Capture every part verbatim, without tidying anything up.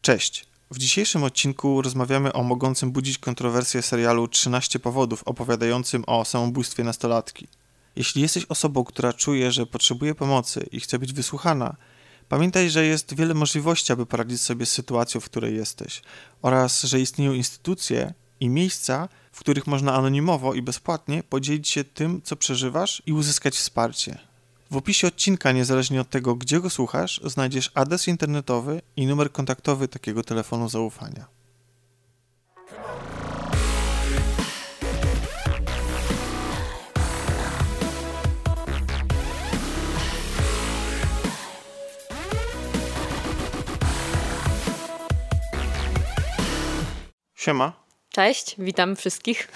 Cześć! W dzisiejszym odcinku rozmawiamy o mogącym budzić kontrowersję serialu trzynaście powodów opowiadającym o samobójstwie nastolatki. Jeśli jesteś osobą, która czuje, że potrzebuje pomocy i chce być wysłuchana, pamiętaj, że jest wiele możliwości, aby poradzić sobie z sytuacją, w której jesteś, oraz że istnieją instytucje i miejsca, w których można anonimowo i bezpłatnie podzielić się tym, co przeżywasz i uzyskać wsparcie. W opisie odcinka, niezależnie od tego, gdzie go słuchasz, znajdziesz adres internetowy i numer kontaktowy takiego telefonu zaufania. Siema. Cześć, witam wszystkich.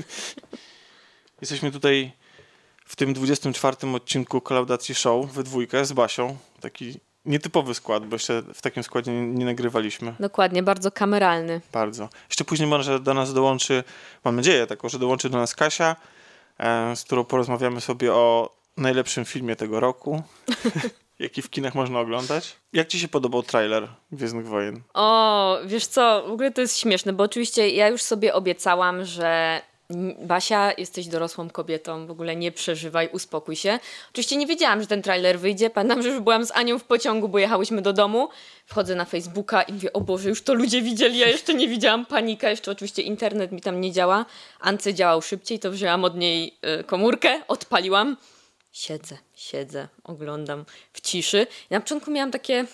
Jesteśmy tutaj w tym dwudziestym czwartym odcinku Kolaudacji Show we dwójkę z Basią. Taki nietypowy skład, bo jeszcze w takim składzie nie, nie nagrywaliśmy. Dokładnie, bardzo kameralny. Bardzo. Jeszcze później może do nas dołączy, mam nadzieję taką, że dołączy do nas Kasia, e, z którą porozmawiamy sobie o najlepszym filmie tego roku, jaki w kinach można oglądać. Jak ci się podobał trailer Gwiezdnych Wojen? O, wiesz co, w ogóle to jest śmieszne, bo oczywiście ja już sobie obiecałam, że Basia, jesteś dorosłą kobietą, w ogóle nie przeżywaj, uspokój się. Oczywiście nie wiedziałam, że ten trailer wyjdzie. Pamiętam, że już byłam z Anią w pociągu, bo jechałyśmy do domu. Wchodzę na Facebooka i mówię, o Boże, już to ludzie widzieli, ja jeszcze nie widziałam. Panika, jeszcze oczywiście internet mi tam nie działa. Ance działał szybciej, to wzięłam od niej y, komórkę, odpaliłam. Siedzę, siedzę, oglądam w ciszy. I na początku miałam takie,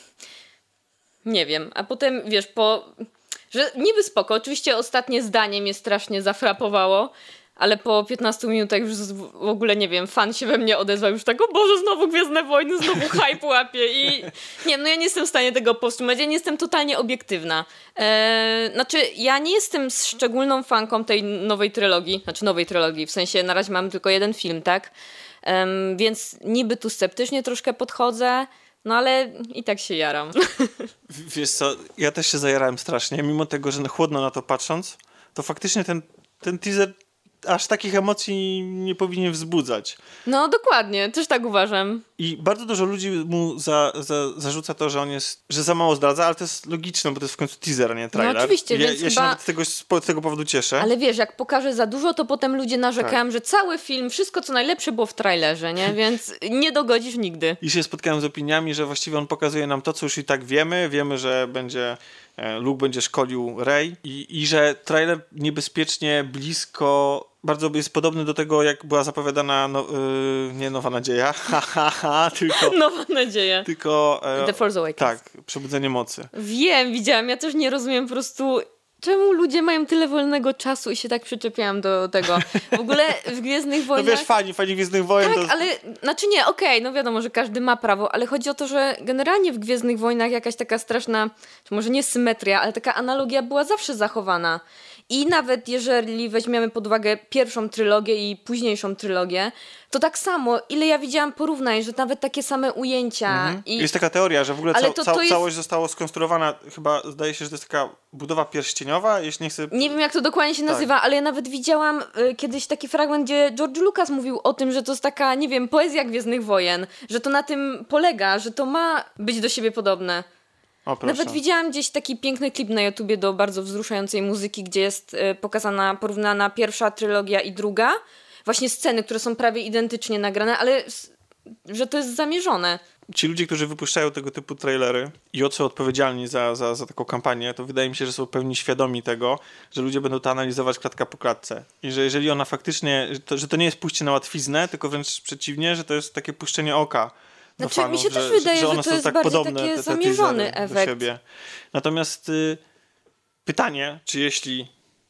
nie wiem, a potem, wiesz, po... że niby spoko, oczywiście ostatnie zdanie mnie strasznie zafrapowało, ale po piętnastu minutach już w ogóle, nie wiem, fan się we mnie odezwał już tak, o Boże, znowu Gwiezdne Wojny, znowu hype łapie i nie no ja nie jestem w stanie tego powstrzymać, ja nie jestem totalnie obiektywna. Eee, znaczy, ja nie jestem szczególną fanką tej nowej trylogii, znaczy nowej trylogii, w sensie na razie mam tylko jeden film, tak? Eee, więc niby tu sceptycznie troszkę podchodzę, no ale i tak się jaram. Wiesz co, ja też się zajarałem strasznie, mimo tego, że chłodno na to patrząc, to faktycznie ten, ten teaser aż takich emocji nie powinien wzbudzać. No dokładnie, też tak uważam. I bardzo dużo ludzi mu za, za, zarzuca to, że on jest, że za mało zdradza, ale to jest logiczne, bo to jest w końcu teaser, a nie trailer. No oczywiście, ja, więc ja chyba... się nawet z tego, z tego powodu cieszę. Ale wiesz, jak pokażę za dużo, to potem ludzie narzekają, tak, że cały film, wszystko co najlepsze było w trailerze, nie? Więc nie dogodzisz nigdy. I się spotkałem z opiniami, że właściwie on pokazuje nam to, co już i tak wiemy. Wiemy, że będzie Luke będzie szkolił Rey i, i że trailer niebezpiecznie blisko, bardzo jest podobny do tego, jak była zapowiadana no, yy, nie Nowa Nadzieja, tylko... Nowa Nadzieja. Tylko... Yy, The Force Awakens. Tak, Przebudzenie Mocy. Wiem, widziałam, ja też nie rozumiem po prostu... Czemu ludzie mają tyle wolnego czasu i się tak przyczepiałam do tego? W ogóle w Gwiezdnych Wojnach... No wiesz, fani, fani Gwiezdnych Wojen... Tak, to... ale... Znaczy nie, okej, okay, no wiadomo, że każdy ma prawo, ale chodzi o to, że generalnie w Gwiezdnych Wojnach jakaś taka straszna, czy może nie symetria, ale taka analogia była zawsze zachowana. I nawet jeżeli weźmiemy pod uwagę pierwszą trylogię i późniejszą trylogię, to tak samo, ile ja widziałam porównań, że nawet takie same ujęcia... Mhm. I... Jest taka teoria, że w ogóle ca- to, ca- to jest... całość została skonstruowana, chyba zdaje się, że to jest taka budowa pierścieniowa, jeśli nie chcę... Nie wiem, jak to dokładnie się nazywa, tak, ale ja nawet widziałam y, kiedyś taki fragment, gdzie George Lucas mówił o tym, że to jest taka, nie wiem, poezja Gwiezdnych Wojen, że to na tym polega, że to ma być do siebie podobne. O, Nawet widziałam gdzieś taki piękny klip na YouTubie do bardzo wzruszającej muzyki, gdzie jest y, pokazana, porównana pierwsza trylogia i druga. Właśnie sceny, które są prawie identycznie nagrane, ale s- że to jest zamierzone. Ci ludzie, którzy wypuszczają tego typu trailery i o co odpowiedzialni za, za, za taką kampanię, to wydaje mi się, że są pełni świadomi tego, że ludzie będą to analizować klatka po klatce. I że jeżeli ona faktycznie, że to, że to nie jest pójście na łatwiznę, tylko wręcz przeciwnie, że to jest takie puszczenie oka. Znaczy, fanów, mi się też że, wydaje, że, że, one to są jest tak bardziej podobne, taki te, te zamierzony efekt. do siebie. Natomiast y, pytanie, czy jeśli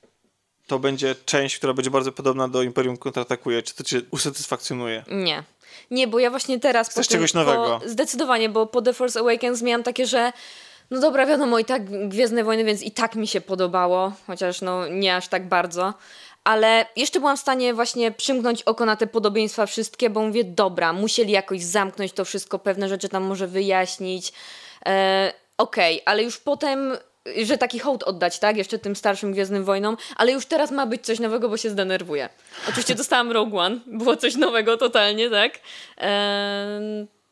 to będzie część, która będzie bardzo podobna do Imperium Kontratakuje, czy to cię usatysfakcjonuje? Nie. Nie, bo ja właśnie teraz... Chcesz po tym, czegoś nowego? Po, zdecydowanie, bo po The Force Awakens miałam takie, że no dobra, wiadomo, i tak Gwiezdne Wojny, więc i tak mi się podobało, chociaż no nie aż tak bardzo. Ale jeszcze byłam w stanie właśnie przymknąć oko na te podobieństwa wszystkie, bo mówię, dobra, musieli jakoś zamknąć to wszystko, pewne rzeczy tam może wyjaśnić. E, Okej, okay, ale już potem, że taki hołd oddać, tak? Jeszcze tym starszym Gwiezdnym Wojnom, ale już teraz ma być coś nowego, bo się zdenerwuję. Oczywiście dostałam Rogue One, było coś nowego totalnie, tak? E,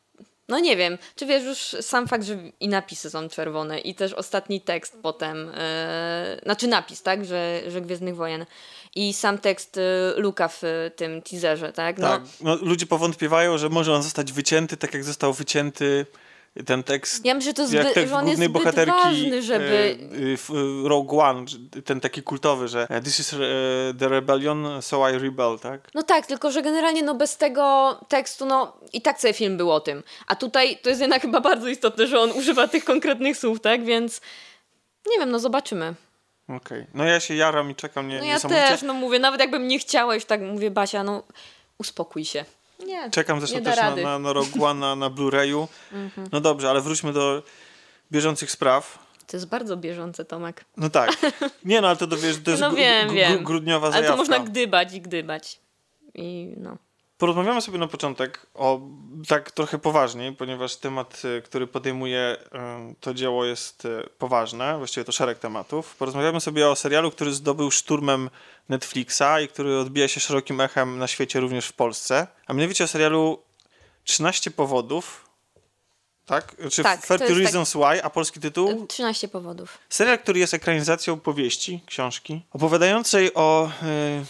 No nie wiem, czy wiesz już sam fakt, że i napisy są czerwone i też ostatni tekst potem, yy, znaczy napis, tak, że, że Gwiezdnych Wojen i sam tekst yy, Luka w yy, tym teaserze, tak? No, Tak, no, ludzie powątpiewają, że może on zostać wycięty, tak jak został wycięty ten tekst. ja myślę, że, to Jak zbyt, tekst że on jest głównej zbyt bohaterki ważny, żeby... e, w e, Rogue One, ten taki kultowy, że this is e, the rebellion, so I rebel, tak? No tak, tylko że generalnie no bez tego tekstu, no i tak cały film był o tym. A tutaj to jest jednak chyba bardzo istotne, że on używa tych konkretnych słów, tak? Więc nie wiem, no zobaczymy. Okej. Okay. No ja się jaram i czekam nie, No ja niesamowicie. też, no mówię, nawet jakbym nie chciała już tak, mówię, Basia, no uspokój się. Nie, Czekam zresztą nie da też na, rady. na, na Rogue One, na, na Blu-rayu. No dobrze, ale wróćmy do bieżących spraw. To jest bardzo bieżące, Tomek. No tak. Nie no, ale to, to wiesz, to jest No wiem, gr- gr- wiem. grudniowa Ale zajawka. to można gdybać i gdybać. I no. Porozmawiamy sobie na początek o tak trochę poważniej, ponieważ temat, y, który podejmuje y, to dzieło jest y, poważne, właściwie to szereg tematów. Porozmawiamy sobie o serialu, który zdobył szturmem Netflixa i który odbija się szerokim echem na świecie, również w Polsce. A mianowicie o serialu trzynaście powodów, tak? Czy Tak, to trzynaście jest Reasons Why, a polski tytuł? trzynaście powodów. Serial, który jest ekranizacją powieści, książki, opowiadającej o... Y,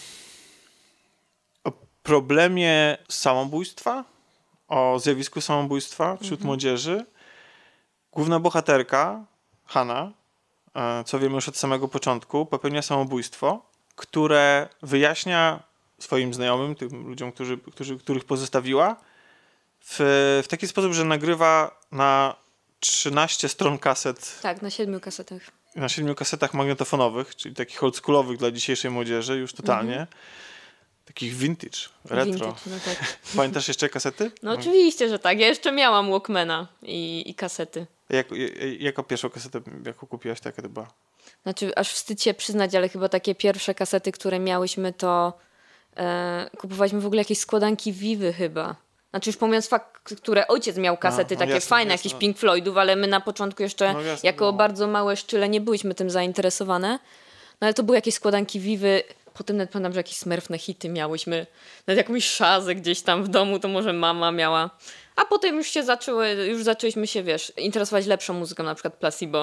problemie samobójstwa, o zjawisku samobójstwa wśród mhm. młodzieży. Główna bohaterka, Hanna, co wiemy już od samego początku, popełnia samobójstwo, które wyjaśnia swoim znajomym, tym ludziom, którzy, którzy, których pozostawiła, w, w taki sposób, że nagrywa na trzynaście stron kaset. Tak, na siedmiu kasetach. Na siedmiu kasetach magnetofonowych, czyli takich oldschoolowych dla dzisiejszej młodzieży, już totalnie. Mhm. Takich vintage, retro. Vintage, no tak. Pamiętasz jeszcze kasety? No oczywiście, że tak. Ja jeszcze miałam Walkmana i, i kasety. Jak, jako pierwszą kasetę, jaką kupiłaś, taka to była? Znaczy, aż wstyd się przyznać, ale chyba takie pierwsze kasety, które miałyśmy, to e, kupowaliśmy w ogóle jakieś składanki Vivy chyba. Znaczy już pomijając fakt, które ojciec miał kasety A, no takie jasne, fajne, jasne. jakieś Pink Floydów, ale my na początku jeszcze No jasne, jako no. bardzo małe szczyle nie byliśmy tym zainteresowane. No ale to były jakieś składanki Vivy. Potem nawet pamiętam, że jakieś smerfne hity miałyśmy. Nawet jakąś szazę gdzieś tam w domu, to może mama miała. A potem już się zaczęły, już zaczęliśmy się, wiesz, interesować lepszą muzyką, na przykład Placebo.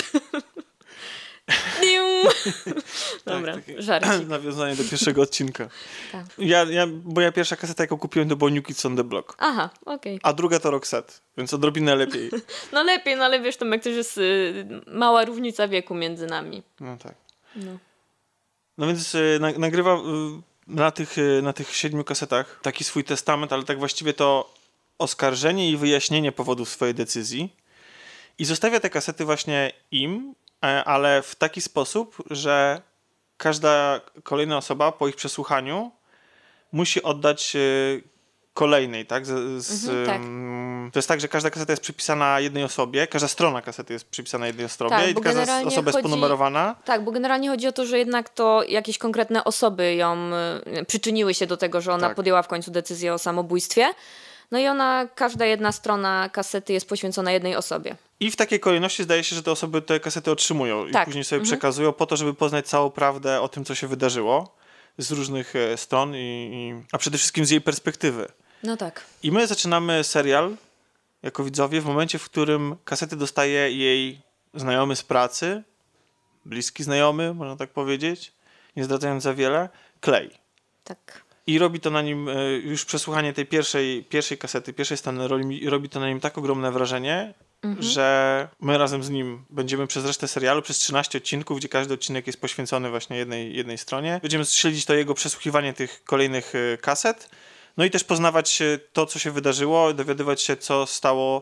Dobra, tak, takie żarcik. nawiązanie do pierwszego odcinka. Tak. Ja, ja, moja pierwsza kaseta, jaką kupiłem, to było New Kids on the Block. Aha, okej. A druga to Roxette, więc odrobinę lepiej. No lepiej, no ale wiesz, Tomek, też jest y, mała różnica wieku między nami. No tak. No. No więc y, na, nagrywa y, na, tych, y, na tych siedmiu kasetach taki swój testament, ale tak właściwie to oskarżenie i wyjaśnienie powodów swojej decyzji. I zostawia te kasety właśnie im, e, ale w taki sposób, że każda kolejna osoba po ich przesłuchaniu musi oddać y, kolejnej, tak? Z, z, Mhm, tak. mm, To jest tak, że każda kaseta jest przypisana jednej osobie, każda strona kasety jest przypisana jednej osobie Tak, i bo każda generalnie osoba jest chodzi- ponumerowana. Tak, bo generalnie chodzi o to, że jednak to jakieś konkretne osoby ją y, przyczyniły się do tego, że ona Tak. podjęła w końcu decyzję o samobójstwie. No i ona, każda jedna strona kasety jest poświęcona jednej osobie. I w takiej kolejności zdaje się, że te osoby te kasety otrzymują i Tak. później sobie Mhm. przekazują po to, żeby poznać całą prawdę o tym, co się wydarzyło z różnych e, stron, i, i, a przede wszystkim z jej perspektywy. No tak. I my zaczynamy serial jako widzowie w momencie, w którym kasety dostaje jej znajomy z pracy, bliski znajomy, można tak powiedzieć, nie zdradzając za wiele, Clay. Tak. I robi to na nim, e, już przesłuchanie tej pierwszej, pierwszej kasety, pierwszej strony robi, robi to na nim tak ogromne wrażenie, mhm. że my razem z nim będziemy przez resztę serialu, przez trzynaście odcinków, gdzie każdy odcinek jest poświęcony właśnie jednej, jednej stronie. Będziemy śledzić to jego przesłuchiwanie tych kolejnych e, kaset, no i też poznawać e, to, co się wydarzyło, dowiadywać się, co stało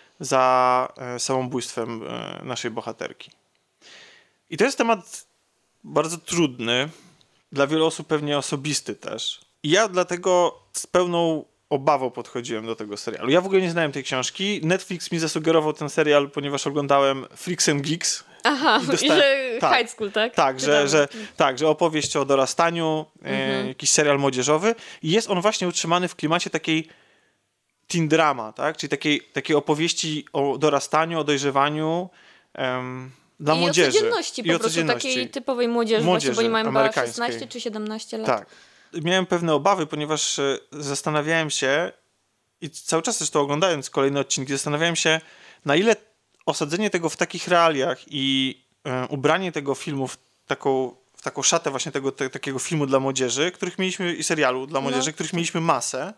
za e, samobójstwem e, naszej bohaterki. I to jest temat bardzo trudny, dla wielu osób pewnie osobisty też. I ja dlatego z pełną obawą podchodziłem do tego serialu. Ja w ogóle nie znałem tej książki. Netflix mi zasugerował ten serial, ponieważ oglądałem Freaks and Geeks. Aha, I i, dostałem- że tak. high school, tak? Tak, Czy że, tam- że, tak, że opowieść o dorastaniu, Mhm. e, jakiś serial młodzieżowy. I jest on właśnie utrzymany w klimacie takiej teen drama, tak? Czyli takiej, takiej opowieści o dorastaniu, o dojrzewaniu em, dla I młodzieży. o codzienności po prostu, takiej typowej młodzieży, Młodzieży właśnie, bo oni mają chyba amerykańskiej. szesnaście czy siedemnaście lat. Tak. Miałem pewne obawy, ponieważ e, zastanawiałem się, i cały czas zresztą oglądając kolejne odcinki, zastanawiałem się, na ile osadzenie tego w takich realiach i e, ubranie tego filmu w taką, w taką szatę właśnie tego te, takiego filmu dla młodzieży, których mieliśmy i serialu dla młodzieży, No. których mieliśmy masę.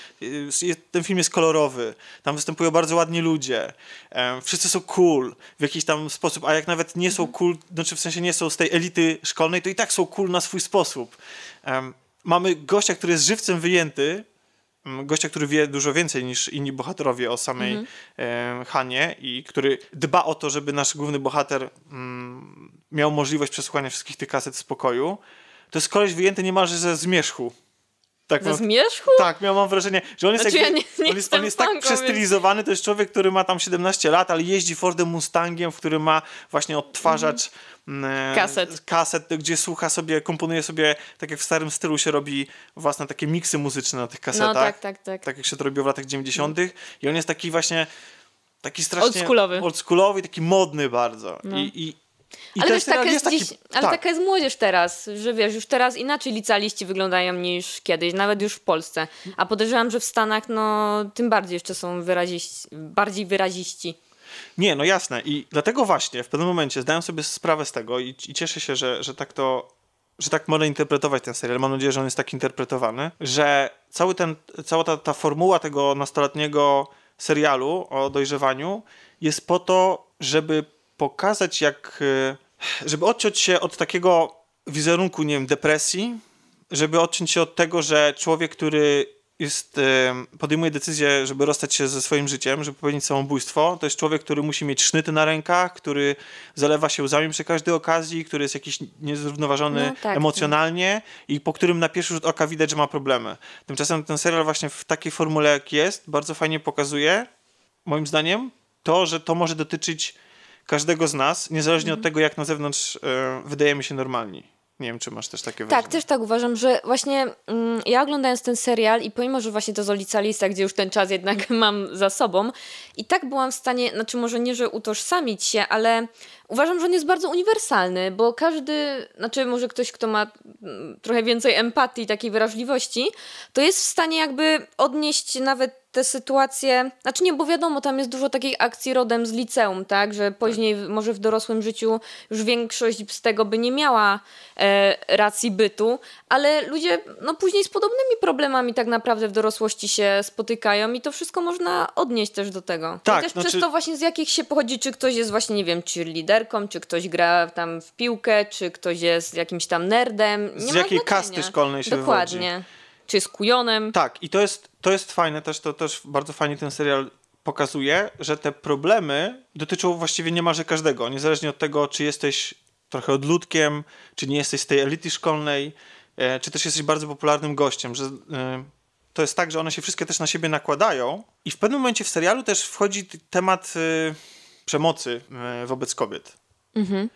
Ten film jest kolorowy, tam występują bardzo ładni ludzie, e, wszyscy są cool w jakiś tam sposób, a jak nawet nie są cool, znaczy w sensie nie są z tej elity szkolnej, to i tak są cool na swój sposób. E, mamy gościa, który jest żywcem wyjęty, gościa, który wie dużo więcej niż inni bohaterowie o samej mhm. e, Hanie i który dba o to, żeby nasz główny bohater mm, miał możliwość przesłuchania wszystkich tych kaset w spokoju. To jest koleś wyjęty niemalże ze zmierzchu. Tak, Ze mam, zmierzchu? Tak, ja mam wrażenie, że on jest, znaczy, jakby, ja nie, nie on jest, on jest tak fanką, przestylizowany, więc... to jest człowiek, który ma tam siedemnaście lat, ale jeździ Fordem Mustangiem, w którym ma właśnie odtwarzacz mm. kaset. kaset, gdzie słucha sobie, komponuje sobie, tak jak w starym stylu się robi własne takie miksy muzyczne na tych kasetach. No tak, tak, tak. Tak jak się to robiło w latach dziewięćdziesiątych. I on jest taki właśnie, taki strasznie... Oldschoolowy. Oldschoolowy, taki modny bardzo. No. I, i I ale ten wiesz, taka jest, taki, dziś, ale tak. taka jest młodzież teraz, że wiesz, już teraz inaczej licealiści wyglądają niż kiedyś, nawet już w Polsce. A podejrzewam, że w Stanach no tym bardziej jeszcze są wyraziści, bardziej wyraziści. Nie, no jasne. I dlatego właśnie w pewnym momencie zdałem sobie sprawę z tego i, i cieszę się, że, że tak to, że tak można interpretować ten serial. Mam nadzieję, że on jest tak interpretowany, że cały ten, cała ta, ta formuła tego nastoletniego serialu o dojrzewaniu jest po to, żeby pokazać jak, żeby odciąć się od takiego wizerunku, nie wiem, depresji, żeby odciąć się od tego, że człowiek, który jest, podejmuje decyzję, żeby rozstać się ze swoim życiem, żeby popełnić samobójstwo, to jest człowiek, który musi mieć sznyty na rękach, który zalewa się łzami przy każdej okazji, który jest jakiś niezrównoważony no, tak, emocjonalnie tak. i po którym na pierwszy rzut oka widać, że ma problemy. Tymczasem ten serial właśnie w takiej formule jak jest, bardzo fajnie pokazuje, moim zdaniem, to, że to może dotyczyć każdego z nas, niezależnie mm. od tego, jak na zewnątrz y, wydajemy się normalni. Nie wiem, czy masz też takie wrażenie. Tak, też tak uważam, że właśnie mm, ja oglądając ten serial i pomimo, że właśnie to z Olicalista, gdzie już ten czas jednak mam za sobą i tak byłam w stanie, znaczy może nie, że utożsamić się, ale uważam, że on jest bardzo uniwersalny, bo każdy, znaczy może ktoś, kto ma mm, trochę więcej empatii i takiej wrażliwości, to jest w stanie jakby odnieść nawet te sytuacje, znaczy nie, bo wiadomo, tam jest dużo takiej akcji rodem z liceum, tak, że później tak. może w dorosłym życiu już większość z tego by nie miała e, racji bytu, ale ludzie no później z podobnymi problemami tak naprawdę w dorosłości się spotykają i to wszystko można odnieść też do tego. Tak, I też znaczy... przez to właśnie z jakich się pochodzi, czy ktoś jest właśnie, nie wiem, cheerleaderką, czy ktoś gra tam w piłkę, czy ktoś jest jakimś tam nerdem. Nie z ma jakiej znaczenia. kasty szkolnej się Dokładnie. wywodzi. Czy z kujonem. Tak, i to jest, to jest fajne, też, to też bardzo fajnie ten serial pokazuje, że te problemy dotyczą właściwie niemalże każdego, niezależnie od tego, czy jesteś trochę odludkiem, czy nie jesteś z tej elity szkolnej, e, czy też jesteś bardzo popularnym gościem, że e, to jest tak, że one się wszystkie też na siebie nakładają i w pewnym momencie w serialu też wchodzi temat e, przemocy e, wobec kobiet. Mhm.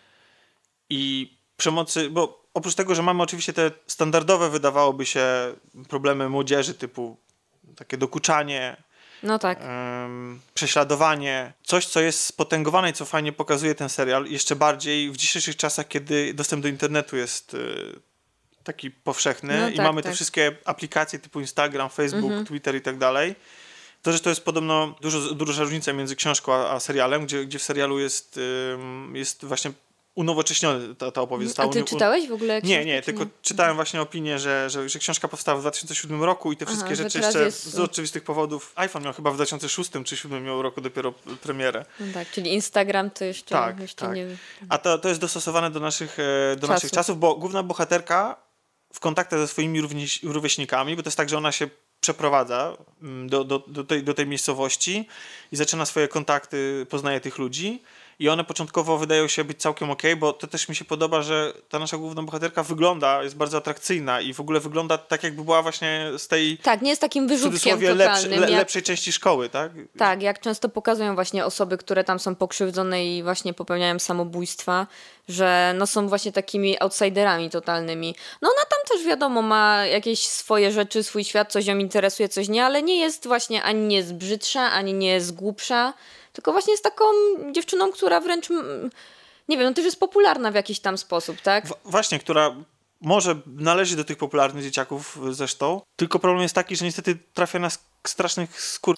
I przemocy, bo oprócz tego, że mamy oczywiście te standardowe, wydawałoby się, problemy młodzieży typu takie dokuczanie, no tak. um, prześladowanie, coś, co jest spotęgowane i co fajnie pokazuje ten serial, jeszcze bardziej w dzisiejszych czasach, kiedy dostęp do internetu jest y, taki powszechny no i tak, mamy tak. te wszystkie aplikacje typu Instagram, Facebook, mhm. Twitter i tak dalej. To, że to jest podobno dużo, duża różnica między książką a, a serialem, gdzie, gdzie w serialu jest, y, jest właśnie unowocześniony ta, ta opowieść. A ty czytałeś w ogóle książkę? Nie, nie, tylko nie? czytałem właśnie opinię, że, że, że książka powstała w dwa tysiące siódmym roku i te wszystkie Aha, rzeczy jeszcze jest... z oczywistych powodów. iPhone miał chyba w dwa tysiące szóstym czy dwa tysiące siódmym miał roku dopiero premierę. No tak, czyli Instagram to jeszcze, tak, jeszcze tak. nie... A to, to jest dostosowane do naszych, do czasów. naszych czasów, bo główna bohaterka w kontaktach ze swoimi rówieśnikami, bo to jest tak, że ona się przeprowadza do, do, do, tej, do tej miejscowości i zaczyna swoje kontakty, poznaje tych ludzi. I one początkowo wydają się być całkiem okej, bo to też mi się podoba, że ta nasza główna bohaterka wygląda, jest bardzo atrakcyjna i w ogóle wygląda tak, jakby była właśnie z tej... Tak, nie jest takim wyrzutkiem totalnym. Lepszy, le, jak... lepszej części szkoły, tak? Tak, jak często pokazują właśnie osoby, które tam są pokrzywdzone i właśnie popełniają samobójstwa, że no są właśnie takimi outsiderami totalnymi. No ona tam też wiadomo ma jakieś swoje rzeczy, swój świat, coś ją interesuje, coś nie, ale nie jest właśnie ani nie jest brzydsza, ani nie jest głupsza, tylko właśnie jest taką dziewczyną, która wręcz, nie wiem, no też jest popularna w jakiś tam sposób, tak? W- właśnie, która może należy do tych popularnych dzieciaków zresztą, tylko problem jest taki, że niestety trafia na sk- strasznych skór...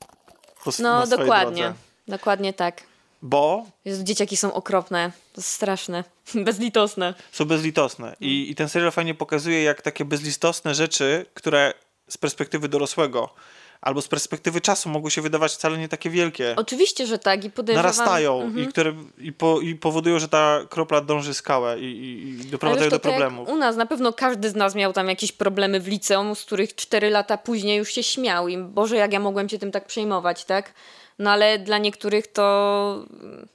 No na swojej dokładnie, drodze. dokładnie tak. Bo Jezu, dzieciaki są okropne, to jest straszne, bezlitosne. są bezlitosne. I, I ten serial fajnie pokazuje, jak takie bezlitosne rzeczy, które z perspektywy dorosłego albo z perspektywy czasu mogły się wydawać wcale nie takie wielkie, Oczywiście, że tak i podejrzewam... narastają Mhm. i, które, i, po, i powodują, że ta kropla dąży skałę i, i, i Ale doprowadzają wiesz, to do tak jak problemów. u nas na pewno każdy z nas miał tam jakieś problemy w liceum, z których cztery lata później już się śmiał i Boże, jak ja mogłem się tym tak przejmować, tak? No ale dla niektórych to...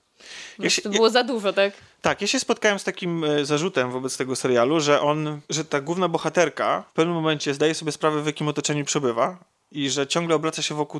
Ja się- to było za dużo, tak? Tak, ja się spotkałem z takim e, zarzutem wobec tego serialu, że on, że ta główna bohaterka w pewnym momencie zdaje sobie sprawę, w jakim otoczeniu przebywa i że ciągle obraca się wokół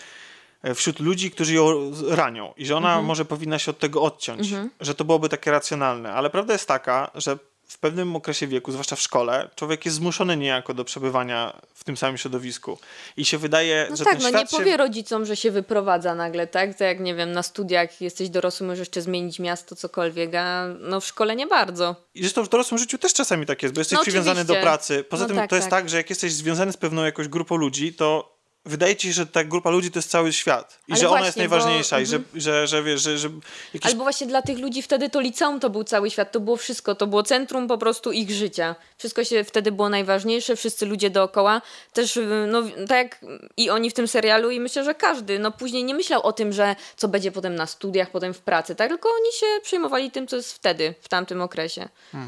y, wśród ludzi, którzy ją z- ranią i że ona Mhm. może powinna się od tego odciąć, że to byłoby takie racjonalne, ale prawda jest taka, że w pewnym okresie wieku, zwłaszcza w szkole, człowiek jest zmuszony niejako do przebywania w tym samym środowisku i się wydaje, No że tak, ten no nie świat powie się... rodzicom, że się wyprowadza nagle, tak? To jak, nie wiem, na studiach jesteś dorosły, możesz jeszcze zmienić miasto, cokolwiek, a no w szkole nie bardzo. I zresztą w dorosłym życiu też czasami tak jest, bo jesteś No przywiązany do oczywiście. pracy. Poza No tym tak, to jest tak. tak, że jak jesteś związany z pewną jakąś grupą ludzi, to wydaje ci się, że ta grupa ludzi to jest cały świat. I Ale że ona właśnie, jest najważniejsza bo- i że, że, że wiesz, że, że jakieś... Albo właśnie dla tych ludzi wtedy to liceum to był cały świat, to było wszystko, to było centrum po prostu ich życia. Wszystko się wtedy było najważniejsze, wszyscy ludzie dookoła. Też, y, no tak jak i oni w tym serialu i myślę, że każdy, no później nie myślał o tym, że co będzie potem na studiach, potem w pracy, tak? Tylko oni się przejmowali tym, co jest wtedy, w tamtym okresie.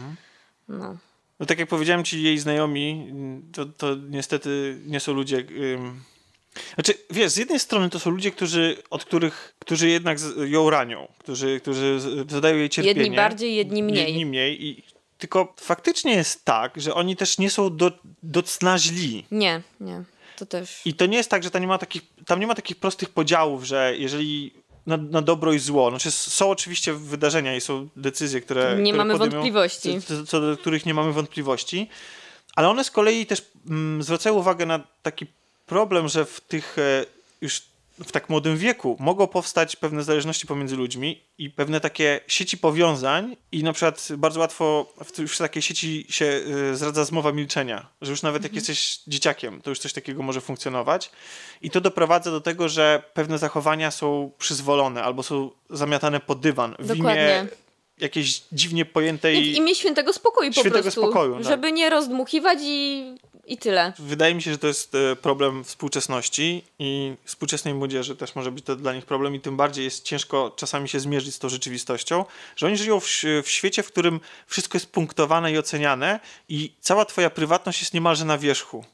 No. No tak jak powiedziałem ci, jej znajomi, to, to niestety nie są ludzie... Ym... Znaczy, wiesz, z jednej strony to są ludzie, którzy, od których, którzy jednak z- ją ranią, którzy, którzy z- zadają jej cierpienie. Jedni bardziej, jedni mniej. Jedni mniej. I tylko faktycznie jest tak, że oni też nie są do, do cna źli. Nie, nie. To też... I to nie jest tak, że tam nie ma takich, tam nie ma takich prostych podziałów, że jeżeli na, na dobro i zło, znaczy są oczywiście wydarzenia i są decyzje, które... Nie które mamy podejmują- wątpliwości. Co, co do których nie mamy wątpliwości, ale one z kolei też mm, zwracają uwagę na taki problem, że w tych e, już w tak młodym wieku mogą powstać pewne zależności pomiędzy ludźmi i pewne takie sieci powiązań i na przykład bardzo łatwo w już takiej sieci się e, zdradza zmowa milczenia, że już nawet jak jesteś dzieciakiem, to już coś takiego może funkcjonować i to doprowadza do tego, że pewne zachowania są przyzwolone albo są zamiatane pod dywan w Dokładnie. imię jakiejś dziwnie pojętej... I w imię świętego spokoju po Świętego prostu. spokoju, tak. Żeby nie rozdmuchiwać i, i tyle. Wydaje mi się, że to jest e, problem współczesności i współczesnej młodzieży też może być to dla nich problem i tym bardziej jest ciężko czasami się zmierzyć z tą rzeczywistością, że oni żyją w, w świecie, w którym wszystko jest punktowane i oceniane i cała twoja prywatność jest niemalże na wierzchu.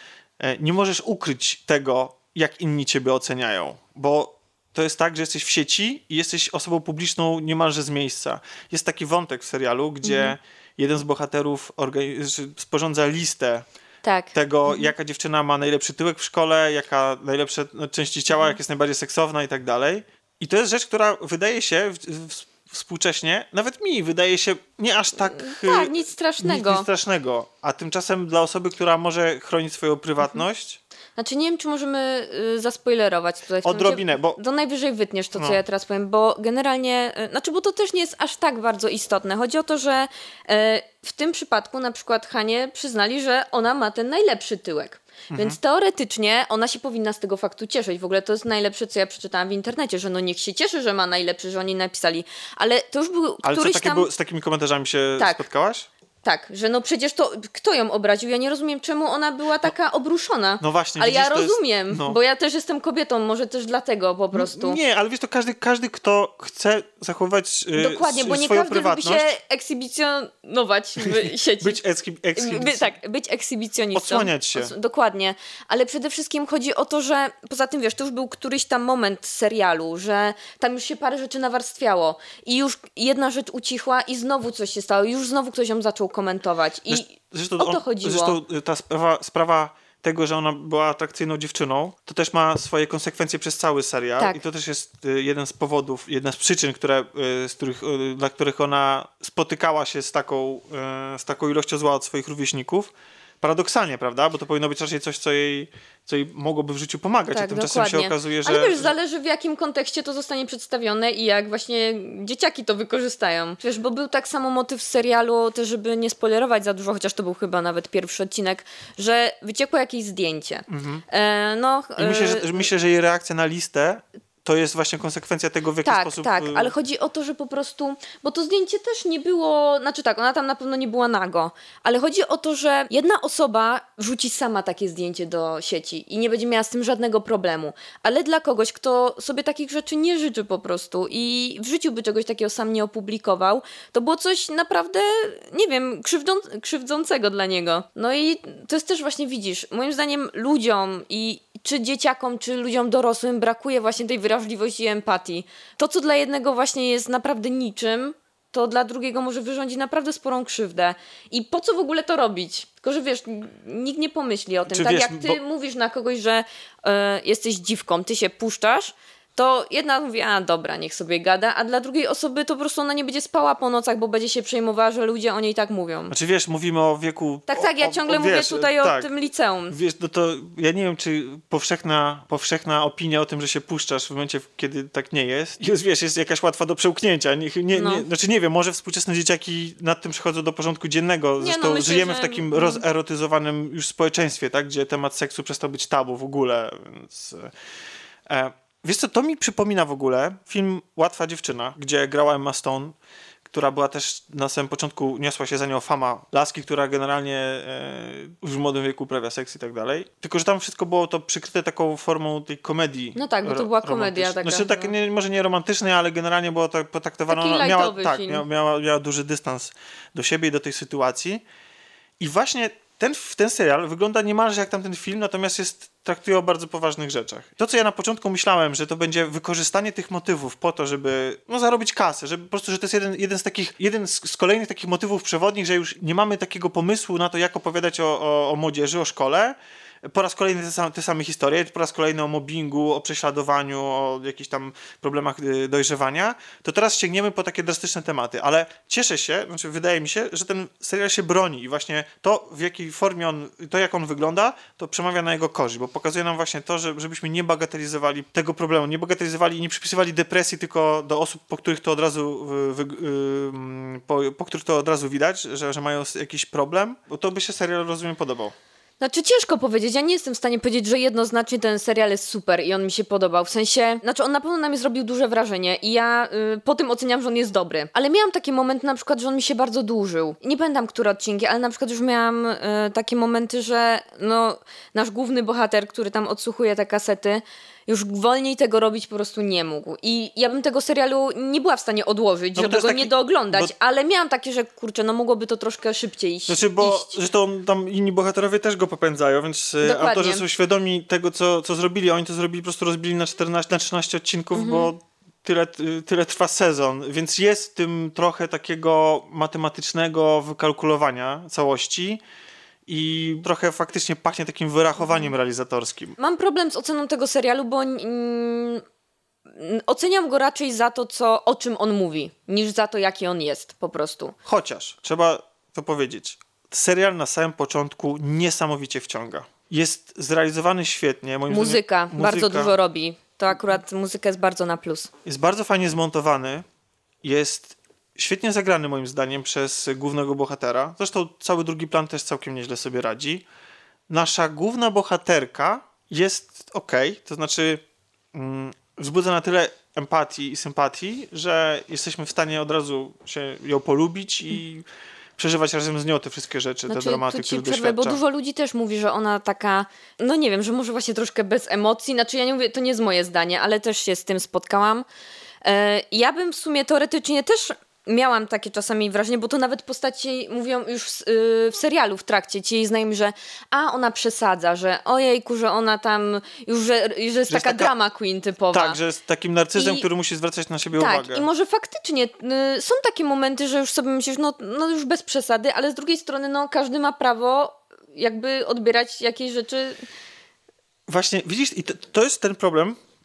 E, Nie możesz ukryć tego, jak inni ciebie oceniają, bo to jest tak, że jesteś w sieci i jesteś osobą publiczną niemalże z miejsca. Jest taki wątek w serialu, gdzie Mhm. jeden z bohaterów organi- sporządza listę Tak. tego, jaka dziewczyna ma najlepszy tyłek w szkole, jaka najlepsze no, części ciała, jak jest najbardziej seksowna i tak dalej. I to jest rzecz, która wydaje się w, w, współcześnie, nawet mi wydaje się nie aż tak... Tak, y, nic strasznego. Nic, nic strasznego. A tymczasem dla osoby, która może chronić swoją prywatność, Znaczy nie wiem, czy możemy y, zaspoilerować tutaj. W tym Odrobinę, momencie. bo- To najwyżej wytniesz to, co No. ja teraz powiem, bo generalnie, y, znaczy, bo to też nie jest aż tak bardzo istotne. Chodzi o to, że y, w tym przypadku na przykład Hanie przyznali, że ona ma ten najlepszy tyłek. Mhm. Więc teoretycznie ona się powinna z tego faktu cieszyć. W ogóle to jest najlepsze, co ja przeczytałam w internecie, że no niech się cieszy, że ma najlepszy, że oni napisali. Ale to już był ale co, któryś takie tam... było, z takimi komentarzami się Tak. spotkałaś? Tak, że no przecież to kto ją obraził? Ja nie rozumiem, czemu ona była taka obruszona. no właśnie, Ale ja widzisz, to jest- rozumiem, no. bo ja też jestem kobietą, może też dlatego po prostu. Nie, ale wiesz, to każdy, każdy kto chce zachować y, Dokładnie, s- bo nie swoją każdy lubi prywatność, się ekshibicjonować w sieci. być exhi- By, exhibic- tak, być ekshibicjonistą. Odsłaniać się. Os- Dokładnie. Ale przede wszystkim chodzi o to, że poza tym, wiesz, to już był któryś tam moment serialu, że tam już się parę rzeczy nawarstwiało i już jedna rzecz ucichła i znowu coś się stało. I już znowu ktoś ją zaczął komentować. I Zresztą- Zresztą, o to on- chodziło. Zresztą y, ta sprawa, sprawa tego, że ona była atrakcyjną dziewczyną, to też ma swoje konsekwencje przez cały serial Tak. i to też jest y, jeden z powodów, jedna z przyczyn, które, y, z których, y, dla których ona spotykała się z taką, y, z taką ilością zła od swoich rówieśników, paradoksalnie, prawda? Bo to powinno być raczej coś, co jej, co jej mogłoby w życiu pomagać, Tak, a tymczasem dokładnie. się okazuje, że... Ale wiesz, zależy w jakim kontekście to zostanie przedstawione i jak właśnie dzieciaki to wykorzystają. Wiesz, bo był tak samo motyw z serialu, też żeby nie spoilerować za dużo, chociaż to był chyba nawet pierwszy odcinek, że wyciekło jakieś zdjęcie. Mhm. E, no, I myślę, że, myślę, że jej reakcja na listę to jest właśnie konsekwencja tego, w jaki tak, sposób... Tak, tak, ale chodzi o to, że po prostu, bo to zdjęcie też nie było, znaczy tak, ona tam na pewno nie była nago, ale chodzi o to, że jedna osoba wrzuci sama takie zdjęcie do sieci i nie będzie miała z tym żadnego problemu, ale dla kogoś, kto sobie takich rzeczy nie życzy po prostu i w życiu by czegoś takiego sam nie opublikował, to było coś naprawdę, nie wiem, krzywdą- krzywdzącego dla niego. No i to jest też właśnie, widzisz, moim zdaniem ludziom i czy dzieciakom, czy ludziom dorosłym brakuje właśnie tej wrażliwości i empatii. To, co dla jednego właśnie jest naprawdę niczym, to dla drugiego może wyrządzić naprawdę sporą krzywdę. I po co w ogóle to robić? Tylko, że wiesz, nikt nie pomyśli o tym. Czy tak wiesz, jak ty bo... mówisz na kogoś, że y, jesteś dziwką, ty się puszczasz, to jedna mówi, a dobra, niech sobie gada, a dla drugiej osoby to po prostu ona nie będzie spała po nocach, bo będzie się przejmowała, że ludzie o niej tak mówią. Znaczy wiesz, mówimy o wieku... Tak, tak, ja o, ciągle o, mówię wiesz, tutaj tak. o tym liceum. Wiesz, no to ja nie wiem, czy powszechna, powszechna opinia o tym, że się puszczasz w momencie, kiedy tak nie jest, jest, wiesz, jest jakaś łatwa do przełknięcia. Nie, nie, no. nie, znaczy nie wiem, może współczesne dzieciaki nad tym przechodzą do porządku dziennego. Zresztą nie, no myślę, żyjemy że... w takim rozerotyzowanym już społeczeństwie, tak, gdzie temat seksu przestał być tabu w ogóle, więc... E, Wiesz co, to mi przypomina w ogóle film Łatwa dziewczyna, gdzie grała Emma Stone, która była też na samym początku, niosła się za nią fama laski, która generalnie e, już w młodym wieku uprawia seks i tak dalej. Tylko, że tam wszystko było to przykryte taką formą tej komedii. No tak, bo to była komedia taka. Znaczy tak, nie, może nie romantycznej, ale generalnie było tak potraktowane. Taki Ona miała, lightowy tak, film. miała, miała, miała duży dystans do siebie i do tej sytuacji. I właśnie ten, ten serial wygląda niemalże jak tamten film, natomiast jest, traktuje o bardzo poważnych rzeczach. To, co ja na początku myślałem, że to będzie wykorzystanie tych motywów po to, żeby no, zarobić kasę, żeby po prostu, że to jest jeden, jeden z takich, jeden z, z kolejnych takich motywów przewodnich, że już nie mamy takiego pomysłu na to, jak opowiadać o, o, o młodzieży, o szkole. Po raz kolejny te same, te same historie, po raz kolejny o mobbingu, o prześladowaniu, o jakichś tam problemach dojrzewania, to teraz sięgniemy po takie drastyczne tematy, ale cieszę się, znaczy wydaje mi się, że ten serial się broni i właśnie to, w jakiej formie on, to jak on wygląda, to przemawia na jego korzyść, bo pokazuje nam właśnie to, że, żebyśmy nie bagatelizowali tego problemu, nie bagatelizowali i nie przypisywali depresji tylko do osób, po których to od razu wy, yy, po, po których to od razu widać, że, że mają jakiś problem, bo to by się serial, rozumiem, podobał. Znaczy ciężko powiedzieć, ja nie jestem w stanie powiedzieć, że jednoznacznie ten serial jest super i on mi się podobał, w sensie, znaczy on na pewno na mnie zrobił duże wrażenie i ja y, po tym oceniam, że on jest dobry, ale miałam takie momenty na przykład, że on mi się bardzo dłużył. Nie pamiętam, które odcinki, ale na przykład już miałam y, takie momenty, że no nasz główny bohater, który tam odsłuchuje te kasety, już wolniej tego robić po prostu nie mógł. I ja bym tego serialu nie była w stanie odłożyć, no, żeby go taki, nie dooglądać, bo... ale miałam takie, że kurczę, no mogłoby to troszkę szybciej iść. Znaczy, bo iść. zresztą tam inni bohaterowie też go popędzają, więc Dokładnie. autorzy są świadomi tego, co, co zrobili. Oni to zrobili, po prostu rozbili na czternaście, na trzynaście odcinków, mhm. bo tyle, tyle trwa sezon, więc jest w tym trochę takiego matematycznego wykalkulowania całości. I trochę faktycznie pachnie takim wyrachowaniem realizatorskim. Mam problem z oceną tego serialu, bo mm, oceniam go raczej za to, co, o czym on mówi, niż za to, jaki on jest po prostu. Chociaż, trzeba to powiedzieć, serial na samym początku niesamowicie wciąga. Jest zrealizowany świetnie. Moim muzyka, zdaniem, bardzo muzyka dużo robi. To akurat muzyka jest bardzo na plus. Jest bardzo fajnie zmontowany. Jest świetnie zagrany moim zdaniem przez głównego bohatera. Zresztą cały drugi plan też całkiem nieźle sobie radzi. Nasza główna bohaterka jest okej, okay, to znaczy mm, wzbudza na tyle empatii i sympatii, że jesteśmy w stanie od razu się ją polubić i przeżywać razem z nią te wszystkie rzeczy, znaczy, te dramaty, które doświadcza. Bo dużo ludzi też mówi, że ona taka, no nie wiem, że może właśnie troszkę bez emocji. Znaczy ja nie mówię, to nie jest moje zdanie, ale też się z tym spotkałam. E, ja bym w sumie teoretycznie też miałam takie czasami wrażenie, bo to nawet postaci mówią już w, yy, w serialu w trakcie, ci jej znajomi, że a ona przesadza, że ojejku, że ona tam już, że, że jest że taka jest drama queen typowa. Tak, że jest takim narcyzem, I, który musi zwracać na siebie tak, uwagę. Tak, i może faktycznie yy, są takie momenty, że już sobie myślisz, no, no już bez przesady, ale z drugiej strony no każdy ma prawo jakby odbierać jakieś rzeczy. Właśnie, widzisz, i to, to jest ten problem,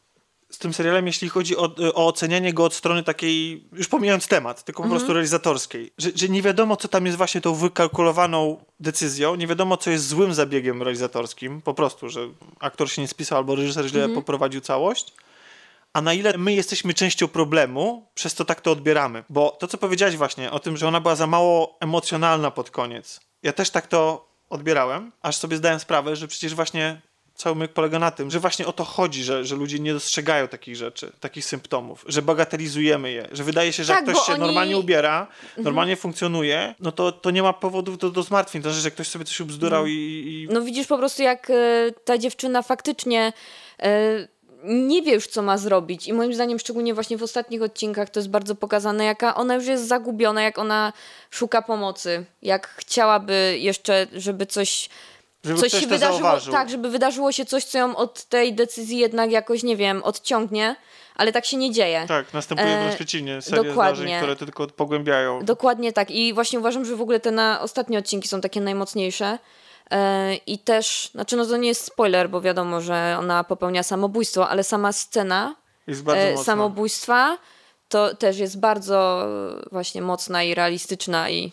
z tym serialem, jeśli chodzi o, o ocenianie go od strony takiej, już pomijając temat, tylko po Mhm. prostu realizatorskiej, że, że nie wiadomo, co tam jest właśnie tą wykalkulowaną decyzją, nie wiadomo, co jest złym zabiegiem realizatorskim, po prostu, że aktor się nie spisał albo reżyser źle Mhm. poprowadził całość, a na ile my jesteśmy częścią problemu, przez to tak to odbieramy. Bo to, co powiedziałeś właśnie o tym, że ona była za mało emocjonalna pod koniec, ja też tak to odbierałem, aż sobie zdałem sprawę, że przecież właśnie cały myk polega na tym, że właśnie o to chodzi, że, że ludzie nie dostrzegają takich rzeczy, takich symptomów, że bagatelizujemy je, że wydaje się, że Tak, jak ktoś bo się oni- normalnie ubiera, normalnie funkcjonuje, no to, to nie ma powodów do, do zmartwień. To znaczy, że ktoś sobie coś ubzdurał i, i... No widzisz po prostu, jak e, ta dziewczyna faktycznie e, nie wie już, co ma zrobić. I moim zdaniem, szczególnie właśnie w ostatnich odcinkach, to jest bardzo pokazane, jaka ona już jest zagubiona, jak ona szuka pomocy, jak chciałaby jeszcze, żeby coś... żeby coś ktoś się to wydarzyło, zauważył. tak, żeby wydarzyło się coś, co ją od tej decyzji jednak jakoś, nie wiem, odciągnie, ale tak się nie dzieje. Tak, następuje E, wręcz przeciwnie. Seria dokładnie. zdarzeń, które to tylko pogłębiają. Dokładnie tak. I właśnie uważam, że w ogóle te na ostatnie odcinki są takie najmocniejsze. E, I też, znaczy no to nie jest spoiler, bo wiadomo, że ona popełnia samobójstwo, ale sama scena Jest bardzo e, mocna. samobójstwa to też jest bardzo e, właśnie mocna i realistyczna i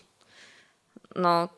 no...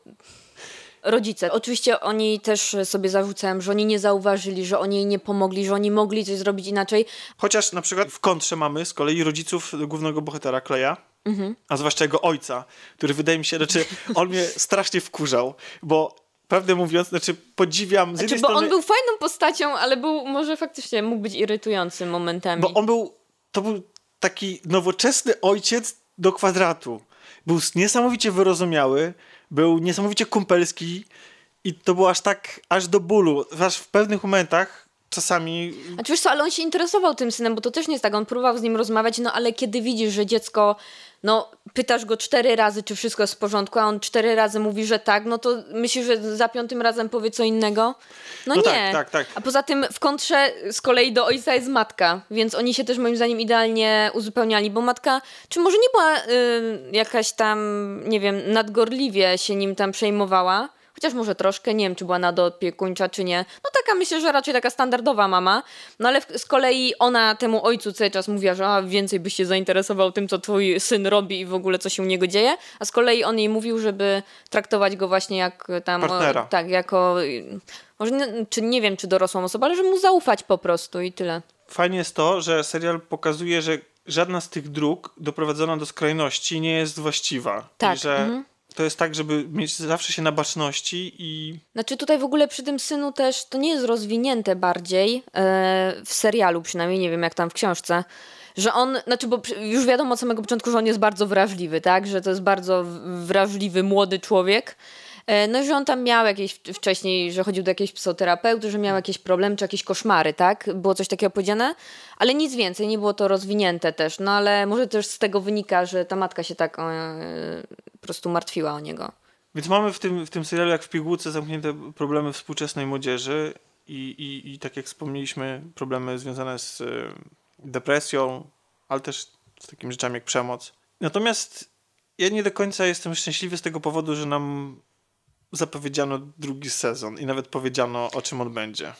Rodzice. Oczywiście oni też sobie zarzucają, że oni nie zauważyli, że oni jej nie pomogli, że oni mogli coś zrobić inaczej. Chociaż na przykład w kontrze mamy z kolei rodziców głównego bohatera Kleja, Mhm. a zwłaszcza jego ojca, który wydaje mi się, znaczy on mnie strasznie wkurzał, bo prawdę mówiąc, znaczy podziwiam z Znaczy, jednej bo strony... on był fajną postacią, ale był może faktycznie mógł być irytujący momentami. Bo on był, to był taki nowoczesny ojciec do kwadratu. Był niesamowicie wyrozumiały, był niesamowicie kumpelski i to było aż tak, aż do bólu. Aż w pewnych momentach czasami... Znaczy wiesz co, ale on się interesował tym synem, bo to też nie jest tak, on próbował z nim rozmawiać, no ale kiedy widzisz, że dziecko, no pytasz go cztery razy, czy wszystko jest w porządku, a on cztery razy mówi, że tak, no to myślisz, że za piątym razem powie co innego? No, No nie. tak, tak, tak. A poza tym w kontrze z kolei do ojca jest matka, więc oni się też moim zdaniem idealnie uzupełniali, bo matka, czy może nie była y, jakaś tam, nie wiem, nadgorliwie się nim tam przejmowała, chociaż może troszkę, nie wiem, czy była nadopiekuńcza, czy nie. No taka, myślę, że raczej taka standardowa mama. No ale w, z kolei ona temu ojcu cały czas mówiła, że a, więcej byś się zainteresował tym, co twój syn robi i w ogóle co się u niego dzieje. A z kolei on jej mówił, żeby traktować go właśnie jak tam... Partnera. O, tak, jako... y, Może, nie- czy nie wiem, czy dorosłą osobę, ale żeby mu zaufać po prostu i tyle. Fajnie jest to, że serial pokazuje, że żadna z tych dróg doprowadzona do skrajności nie jest właściwa. Tak, I że mhm. to jest tak, żeby mieć zawsze się na baczności i... Znaczy tutaj w ogóle przy tym synu też to nie jest rozwinięte bardziej e, w serialu, przynajmniej nie wiem jak tam w książce, że on, znaczy bo przy- już wiadomo od samego początku, że on jest bardzo wrażliwy, tak, że to jest bardzo w- wrażliwy młody człowiek. E, No i że on tam miał jakieś w- wcześniej, że chodził do jakiejś psoterapeuty, że miał jakieś problemy czy jakieś koszmary, tak? Było coś takiego powiedziane, ale nic więcej, nie było to rozwinięte też. No ale może też z tego wynika, że ta matka się tak e, po prostu martwiła o niego. Więc mamy w tym, w tym serialu, jak w pigułce, zamknięte problemy współczesnej młodzieży i, i, i tak jak wspomnieliśmy, problemy związane z y, depresją, ale też z takimi rzeczami jak przemoc. Natomiast ja nie do końca jestem szczęśliwy z tego powodu, że nam zapowiedziano drugi sezon i nawet powiedziano, o czym on będzie.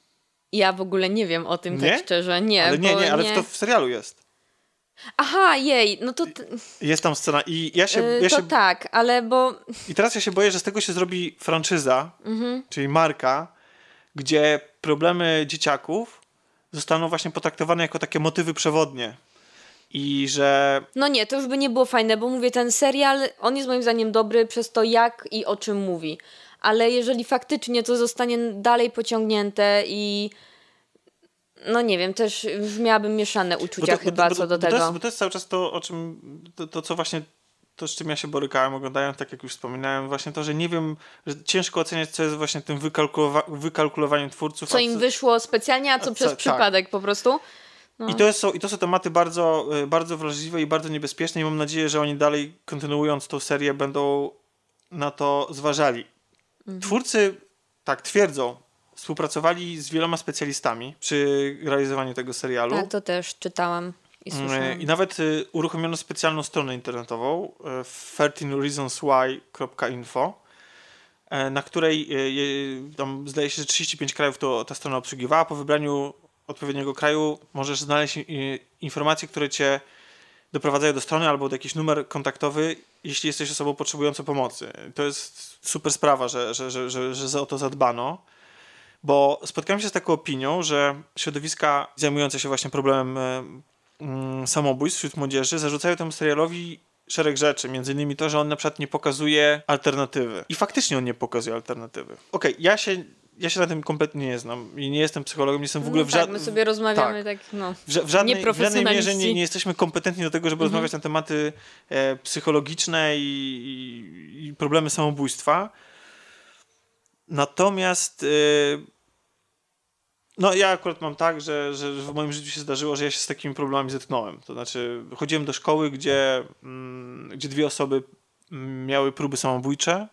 Ja w ogóle nie wiem o tym, Nie? tak szczerze. Nie, Ale nie, bo nie, ale to w serialu jest. Aha, jej, no to, t- Jest tam scena i ja się... yy, Ja to się tak, ale bo... I teraz ja się boję, że z tego się zrobi franczyza, Mhm. czyli marka, gdzie problemy dzieciaków zostaną właśnie potraktowane jako takie motywy przewodnie. I że... No nie, to już by nie było fajne, bo mówię, ten serial, on jest moim zdaniem dobry przez to, jak i o czym mówi. Ale jeżeli faktycznie to zostanie dalej pociągnięte i... No nie wiem, też już miałabym mieszane uczucia chyba bo, co do bo tego. To jest, bo to jest cały czas to, o czym... To, to, co właśnie... To, z czym ja się borykałem oglądając, tak jak już wspominałem, właśnie to, że nie wiem, że ciężko oceniać, co jest właśnie tym wykalkulowa- wykalkulowaniem twórców. Co a im co- wyszło specjalnie, a co a przez co- tak. przypadek po prostu. No. I to, jest, są, I to są tematy bardzo, y, bardzo wrażliwe i bardzo niebezpieczne i mam nadzieję, że oni dalej, kontynuując tą serię, będą na to zważali. Mhm. Twórcy, tak twierdzą, współpracowali z wieloma specjalistami przy realizowaniu tego serialu. Tak, to też czytałam i Y, słyszałam. I nawet y, uruchomiono specjalną stronę internetową y, thirteen reasons why kropka info, y, na której y, y, tam zdaje się, że trzydzieści pięć krajów to ta strona obsługiwała. Po wybraniu odpowiedniego kraju możesz znaleźć i, informacje, które cię doprowadzają do strony albo do jakiś numer kontaktowy, jeśli jesteś osobą potrzebującą pomocy. To jest super sprawa, że, że, że, że, że o to zadbano, bo spotkałem się z taką opinią, że środowiska zajmujące się właśnie problemem mm, samobójstw wśród młodzieży zarzucają temu serialowi szereg rzeczy, między innymi to, że on na przykład nie pokazuje alternatywy. I faktycznie on nie pokazuje alternatywy. Okej, okay, ja się Ja się na tym kompletnie nie znam i nie jestem psychologiem, nie jestem w ogóle no w żadnym... Tak, my sobie rozmawiamy tak, tak no, w, ża- w żadnej, w żadnej mierze nie, nie jesteśmy kompetentni do tego, żeby mhm. rozmawiać na tematy e, psychologiczne i, i, i problemy samobójstwa. Natomiast e, no ja akurat mam tak, że, że w moim życiu się zdarzyło, że ja się z takimi problemami zetknąłem. To znaczy chodziłem do szkoły, gdzie, mm, gdzie dwie osoby miały próby samobójcze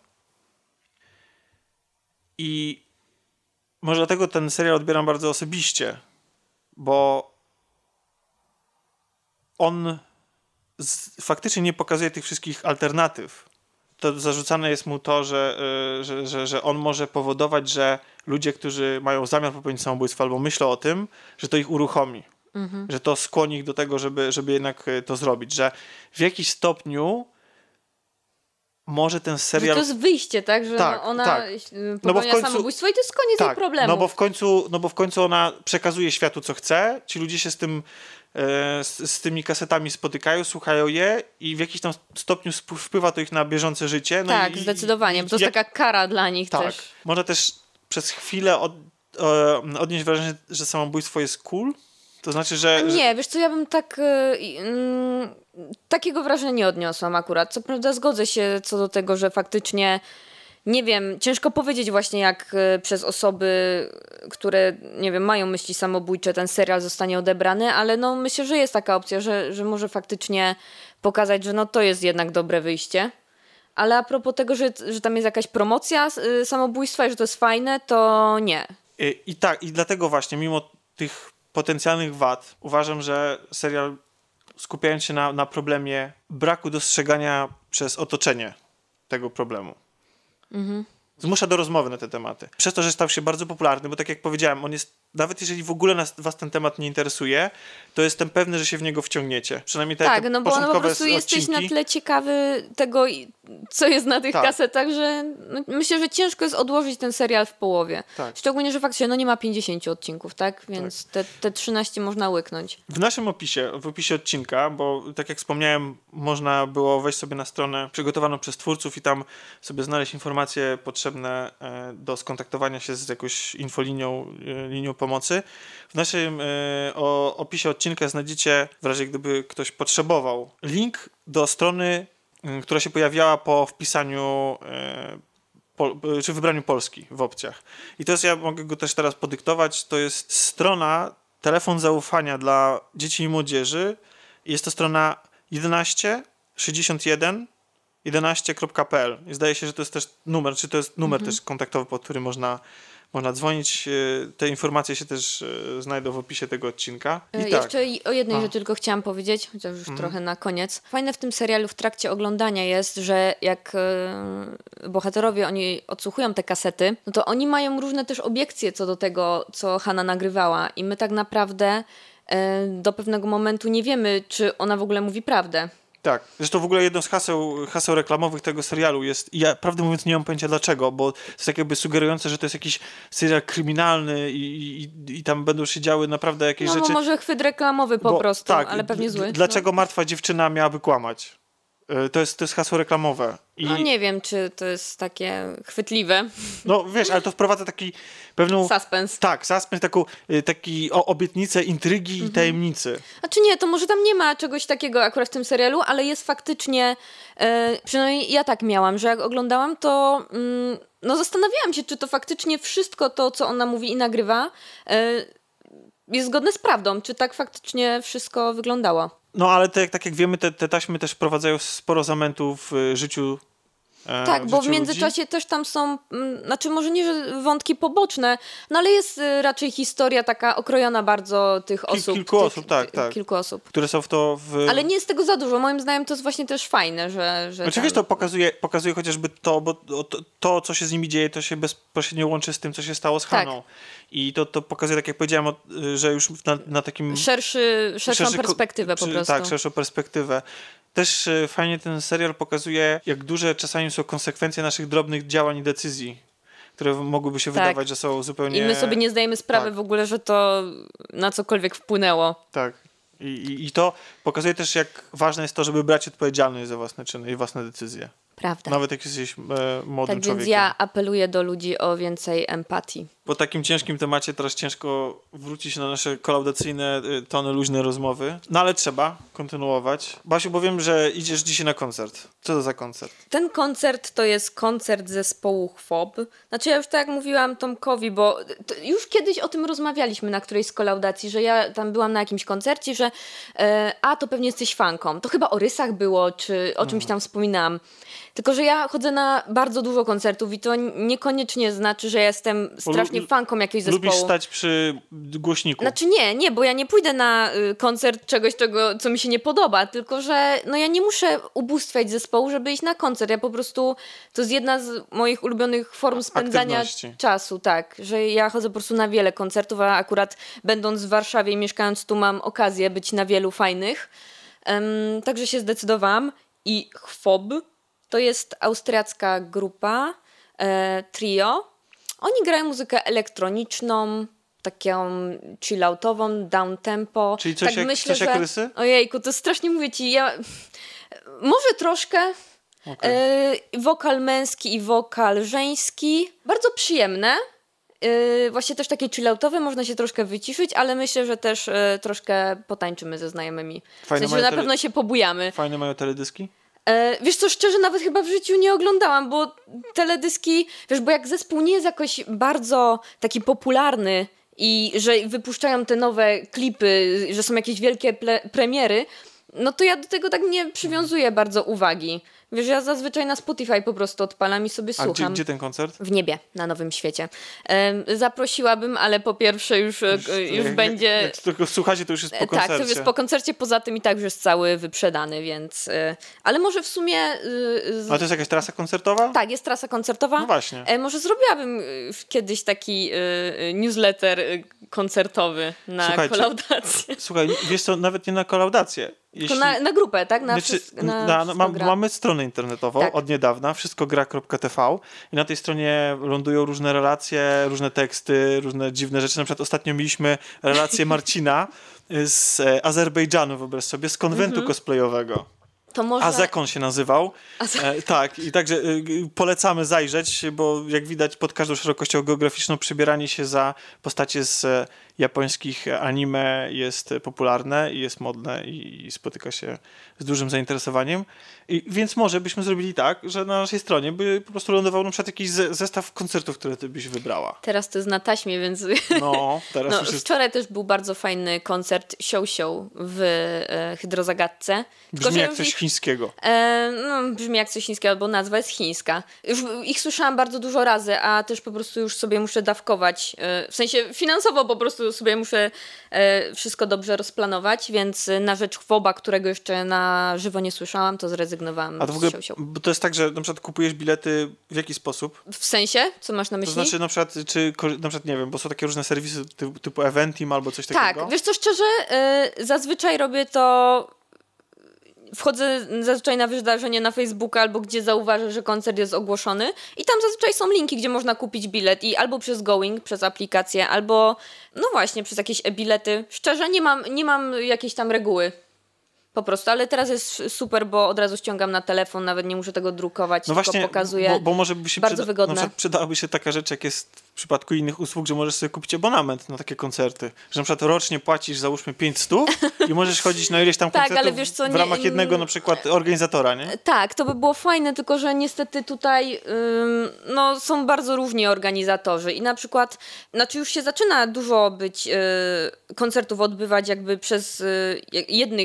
i może dlatego ten serial odbieram bardzo osobiście, bo on z, faktycznie nie pokazuje tych wszystkich alternatyw. To zarzucane jest mu to, że, y, że, że, że on może powodować, że ludzie, którzy mają zamiar popełnić samobójstwo albo myślą o tym, że to ich uruchomi. Mhm. Że to skłoni ich do tego, żeby, żeby jednak to zrobić. Że w jakiś stopniu może ten serial... Że to jest wyjście, tak? Że tak, ona tak. popełnia no bo w końcu... samobójstwo i to jest koniec tak, jej problemu. No bo, w końcu, no bo w końcu ona przekazuje światu, co chce. Ci ludzie się z tym e, z, z tymi kasetami spotykają, słuchają je i w jakiś tam stopniu wpływa to ich na bieżące życie. No tak, i, zdecydowanie, i, bo to jest jak, taka kara dla nich tak, też. Można też przez chwilę od, e, odnieść wrażenie, że samobójstwo jest cool. To znaczy, że... Nie, wiesz co, ja bym tak... Yy, takiego wrażenia nie odniosłam akurat. Co prawda zgodzę się co do tego, że faktycznie, nie wiem, ciężko powiedzieć właśnie jak y, przez osoby, które, nie wiem, mają myśli samobójcze, ten serial zostanie odebrany, ale no myślę, że jest taka opcja, że, że może faktycznie pokazać, że no to jest jednak dobre wyjście. Ale a propos tego, że, że tam jest jakaś promocja y, samobójstwa i że to jest fajne, to nie. I, I tak, i dlatego właśnie, mimo tych potencjalnych wad, uważam, że serial, skupiając się na, na problemie braku dostrzegania przez otoczenie tego problemu. Mhm. Zmusza do rozmowy na te tematy. Przez to, że stał się bardzo popularny, bo tak jak powiedziałem, on jest, nawet jeżeli w ogóle nas, was ten temat nie interesuje, to jestem pewny, że się w niego wciągniecie. Przynajmniej te, tak, te no bo on po prostu jesteś na tyle ciekawy tego, co jest na tych tak. kasetach, że no, myślę, że ciężko jest odłożyć ten serial w połowie. Tak. Szczególnie, że faktycznie no nie ma pięćdziesięciu odcinków, tak? Więc tak. Te, te trzynaście można łyknąć. W naszym opisie, w opisie odcinka, bo tak jak wspomniałem, można było wejść sobie na stronę przygotowaną przez twórców i tam sobie znaleźć informacje potrzebne do skontaktowania się z jakąś infolinią, linią pomocy. W naszym y, o, opisie odcinka znajdziecie, w razie gdyby ktoś potrzebował, link do strony, y, która się pojawiała po wpisaniu y, po, y, czy wybraniu Polski w opcjach. I to jest, ja mogę go też teraz podyktować, to jest strona telefon zaufania dla dzieci i młodzieży. Jest to strona jedenaście sześćdziesiąt jeden jedenaście kropka p l. I zdaje się, że to jest też numer, czy to jest numer mhm. też kontaktowy, pod który można Można dzwonić. Te informacje się też znajdą w opisie tego odcinka. I Jeszcze tak. o jednej rzeczy tylko chciałam powiedzieć, chociaż już mm. trochę na koniec. Fajne w tym serialu w trakcie oglądania jest, że jak e, bohaterowie oni odsłuchują te kasety, no to oni mają różne też obiekcje co do tego, co Hanna nagrywała i my tak naprawdę e, do pewnego momentu nie wiemy, czy ona w ogóle mówi prawdę. Tak, zresztą w ogóle jedno z haseł, haseł reklamowych tego serialu jest, i ja prawdę mówiąc nie mam pojęcia dlaczego, bo to jest tak jakby sugerujące, że to jest jakiś serial kryminalny i, i, i tam będą się działy naprawdę jakieś no, rzeczy. No może chwyt reklamowy po bo, prostu, tak, ale pewnie zły. Dlaczego no. martwa dziewczyna miałaby kłamać? To jest, to jest hasło reklamowe. I... No nie wiem, czy to jest takie chwytliwe. No wiesz, ale to wprowadza taki pewną... Suspens. Tak, suspens, taką taki o, obietnicę intrygi mhm. i tajemnicy. Znaczy nie, to może tam nie ma czegoś takiego akurat w tym serialu, ale jest faktycznie, e, przynajmniej ja tak miałam, że jak oglądałam, to mm, no zastanawiałam się, czy to faktycznie wszystko to, co ona mówi i nagrywa, e, jest zgodne z prawdą, czy tak faktycznie wszystko wyglądało. No ale te, tak jak wiemy, te, te taśmy też wprowadzają sporo zamętów w życiu e, Tak, w bo w życiu międzyczasie ludzi. też tam są, mm, znaczy może nie że wątki poboczne, no ale jest y, raczej historia taka okrojona bardzo tych Kil- osób. kilku tych, osób, tak, ty- tak. Kilku osób. Które są w to w... Ale nie jest tego za dużo. Moim zdaniem to jest właśnie też fajne, że... że Oczywiście tam... to pokazuje, pokazuje chociażby to, bo to, to, co się z nimi dzieje, to się bezpośrednio łączy z tym, co się stało z Tak. Haną. I to, to pokazuje, tak jak powiedziałem, o- że już na, na takim... Szerszy, szerszą szerszy ko- perspektywę po czy- prostu. Tak, szerszą perspektywę. Też e, fajnie ten serial pokazuje, jak duże czasami są konsekwencje naszych drobnych działań i decyzji, które mogłyby się Tak. wydawać, że są zupełnie... I my sobie nie zdajemy sprawy tak. w ogóle, że to na cokolwiek wpłynęło. Tak. I, i, I to pokazuje też, jak ważne jest to, żeby brać odpowiedzialność za własne czyny i własne decyzje. Prawda. Nawet jak jesteś e, młodym Tak więc człowiekiem. ja apeluję do ludzi o więcej empatii. Po takim ciężkim temacie teraz ciężko wrócić na nasze kolaudacyjne, y, tony luźne rozmowy. No ale trzeba kontynuować. Basiu, bo wiem, że idziesz dzisiaj na koncert. Co to za koncert? Ten koncert to jest koncert zespołu Chwop. Znaczy ja już tak jak mówiłam Tomkowi, bo to już kiedyś o tym rozmawialiśmy na którejś z kolaudacji, że ja tam byłam na jakimś koncercie, że e, a to pewnie jesteś fanką. To chyba o Rysach było, czy o czymś tam wspominałam. Tylko, że ja chodzę na bardzo dużo koncertów i to niekoniecznie znaczy, że ja jestem strasznie lu- fanką jakiegoś zespołu. Lubisz stać przy głośniku. Znaczy nie, nie, bo ja nie pójdę na y, koncert czegoś, czego, co mi się nie podoba, tylko że no ja nie muszę ubóstwiać zespołu, żeby iść na koncert. Ja po prostu, to jest jedna z moich ulubionych form spędzania Aktywności. czasu, tak, że ja chodzę po prostu na wiele koncertów, a akurat będąc w Warszawie i mieszkając tu mam okazję być na wielu fajnych. Em, także się zdecydowałam i Chwob to jest austriacka grupa, e, trio. Oni grają muzykę elektroniczną, taką chilloutową, down tempo. Czyli coś tak jak- myślę, coś jak że... Rysy? Ojejku, to strasznie mówię ci, ja... Może troszkę. Okej. E, wokal męski i wokal żeński. Bardzo przyjemne. E, właśnie też takie chilloutowe, można się troszkę wyciszyć, ale myślę, że też e, troszkę potańczymy ze znajomymi. W Fajne sensie, mają że na tele- pewno się pobujamy. Fajne mają teledyski? E, wiesz co, szczerze nawet chyba w życiu nie oglądałam, bo teledyski, wiesz, bo jak zespół nie jest jakoś bardzo taki popularny i że wypuszczają te nowe klipy, że są jakieś wielkie ple- premiery, no to ja do tego tak nie przywiązuję bardzo uwagi. Wiesz, ja zazwyczaj na Spotify po prostu odpalam i sobie A gdzie, słucham. gdzie ten koncert? W niebie, na Nowym Świecie. Em, zaprosiłabym, ale po pierwsze już, już, już jak, będzie... Jak, jak tylko słuchacie, to już jest po Tak, koncercie. to jest po koncercie, poza tym i tak już jest cały wyprzedany, więc... y, ale może w sumie... y, z- Ale to jest jakaś trasa koncertowa? Tak, jest trasa koncertowa. No właśnie. E, może zrobiłabym y, kiedyś taki y, y, newsletter y, koncertowy na Słuchajcie, kolaudację. Słuchaj, wiesz co, nawet nie na kolaudację. Tylko na, na grupę, tak? Na, Znaczy, wszystko, na, na, wszystko mam, gra. mamy stronę internetową Tak. od niedawna, wszystkogra kropka t v i na tej stronie lądują różne relacje, różne teksty, różne dziwne rzeczy. Na przykład ostatnio mieliśmy relację Marcina z e, Azerbejdżanu, wyobraź sobie, z konwentu Mhm. cosplayowego. To może... Azekon się nazywał. E, tak, i także e, g- polecamy zajrzeć, bo jak widać pod każdą szerokością geograficzną przebieranie się za postacie z e, japońskich anime jest e, popularne i jest modne i, i spotyka się z dużym zainteresowaniem. I, więc może byśmy zrobili tak, że na naszej stronie by po prostu lądował na przykład jakiś ze, zestaw koncertów, które ty byś wybrała. Teraz to jest na taśmie, więc... No, teraz No, już jest... wczoraj też był bardzo fajny koncert Sią Sią w e, Hydrozagadce. Tylko, Brzmi że jak już coś ich- chińskiego. E, no, brzmi jak coś chińskiego, bo nazwa jest chińska. Już ich słyszałam bardzo dużo razy, a też po prostu już sobie muszę dawkować. E, w sensie finansowo po prostu sobie muszę e, wszystko dobrze rozplanować, więc na rzecz Chwoba, którego jeszcze na żywo nie słyszałam, to zrezygnowałam A to w ogóle, z Sią Sią. bo to jest tak, że na przykład kupujesz bilety w jaki sposób? W sensie? Co masz na To myśli? znaczy na przykład, czy ko- na przykład, nie wiem, bo są takie różne serwisy typu, typu Eventim albo coś takiego. Tak, wiesz co, szczerze, y, zazwyczaj robię to... Wchodzę zazwyczaj na wydarzenie na Facebooka albo gdzie zauważę, że koncert jest ogłoszony i tam zazwyczaj są linki, gdzie można kupić bilet i albo przez Going, przez aplikację, albo no właśnie przez jakieś e-bilety. Szczerze nie mam, nie mam jakiejś tam reguły. Po prostu, ale teraz jest super, bo od razu ściągam na telefon, nawet nie muszę tego drukować, No tylko właśnie, pokazuję. bo, bo może by się Bardzo przyda- wygodne. Na przykład przydałaby się taka rzecz, jak jest w przypadku innych usług, że możesz sobie kupić abonament na takie koncerty. Że na przykład rocznie płacisz załóżmy pięćset i możesz chodzić na ileś tam Tak, koncertów ale wiesz co, w nie- ramach jednego na przykład organizatora, nie? Tak, to by było fajne, tylko że niestety tutaj ym, no, są bardzo różni organizatorzy i na przykład, znaczy już się zaczyna dużo być y, koncertów odbywać jakby przez y, jednych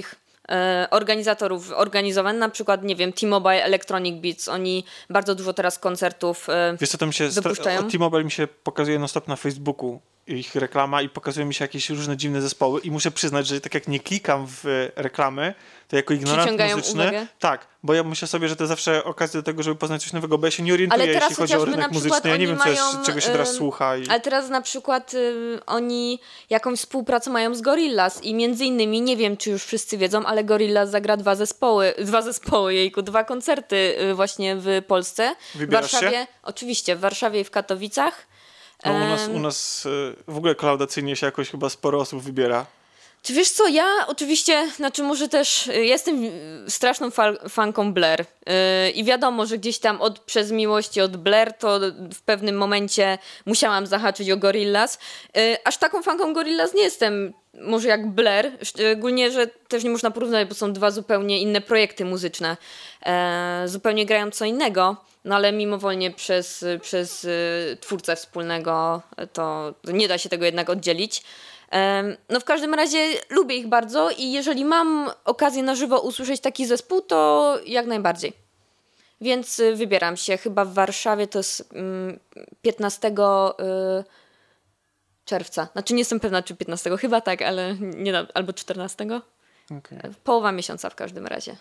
e, organizatorów organizowane, na przykład, nie wiem, T-Mobile, Electronic Beats, oni bardzo dużo teraz koncertów e, Wiesz co, to mi się wypuszczają. Stra- T-Mobile mi się pokazuje non-stop na Facebooku, ich reklama i pokazuje mi się jakieś różne dziwne zespoły i muszę przyznać, że tak jak nie klikam w reklamy, to jako ignorant Przyciągają muzyczny, uwagę? tak, bo ja myślę sobie, że to zawsze okazja do tego, żeby poznać coś nowego, bo ja się nie orientuję, Ale teraz jeśli chodzi o chociażby rynek na przykład muzyczny, ja nie oni wiem, co jest, mają, czego się teraz ym, słucha. I... Ale teraz na przykład y, oni jakąś współpracę mają z Gorillaz i między innymi, nie wiem czy już wszyscy wiedzą, ale Gorillaz zagra dwa zespoły, dwa zespoły, jejku, dwa koncerty y, właśnie w Polsce. Wybierasz w Warszawie, się? Oczywiście, w Warszawie i w Katowicach. No, u nas, Em, u nas y, w ogóle klaudacyjnie się jakoś chyba sporo osób wybiera. Czy wiesz co, ja oczywiście, znaczy może też, y, jestem y, straszną fa- fanką Blair yy, i wiadomo, że gdzieś tam od, przez miłości od Blair to w pewnym momencie musiałam zahaczyć o Gorillaz. Yy, aż taką fanką Gorillaz nie jestem, może jak Blair, szczególnie, że też nie można porównać, bo są dwa zupełnie inne projekty muzyczne, yy, zupełnie grają co innego. No ale mimowolnie przez, przez y, twórcę wspólnego to nie da się tego jednak oddzielić. Em, no w każdym razie lubię ich bardzo i jeżeli mam okazję na żywo usłyszeć taki zespół, to jak najbardziej. Więc y, wybieram się. Chyba w Warszawie to jest mm, piętnastego y, czerwca. Znaczy nie jestem pewna, czy piętnastego, chyba tak, ale nie da, albo czternastego. Okay. Połowa miesiąca w każdym razie.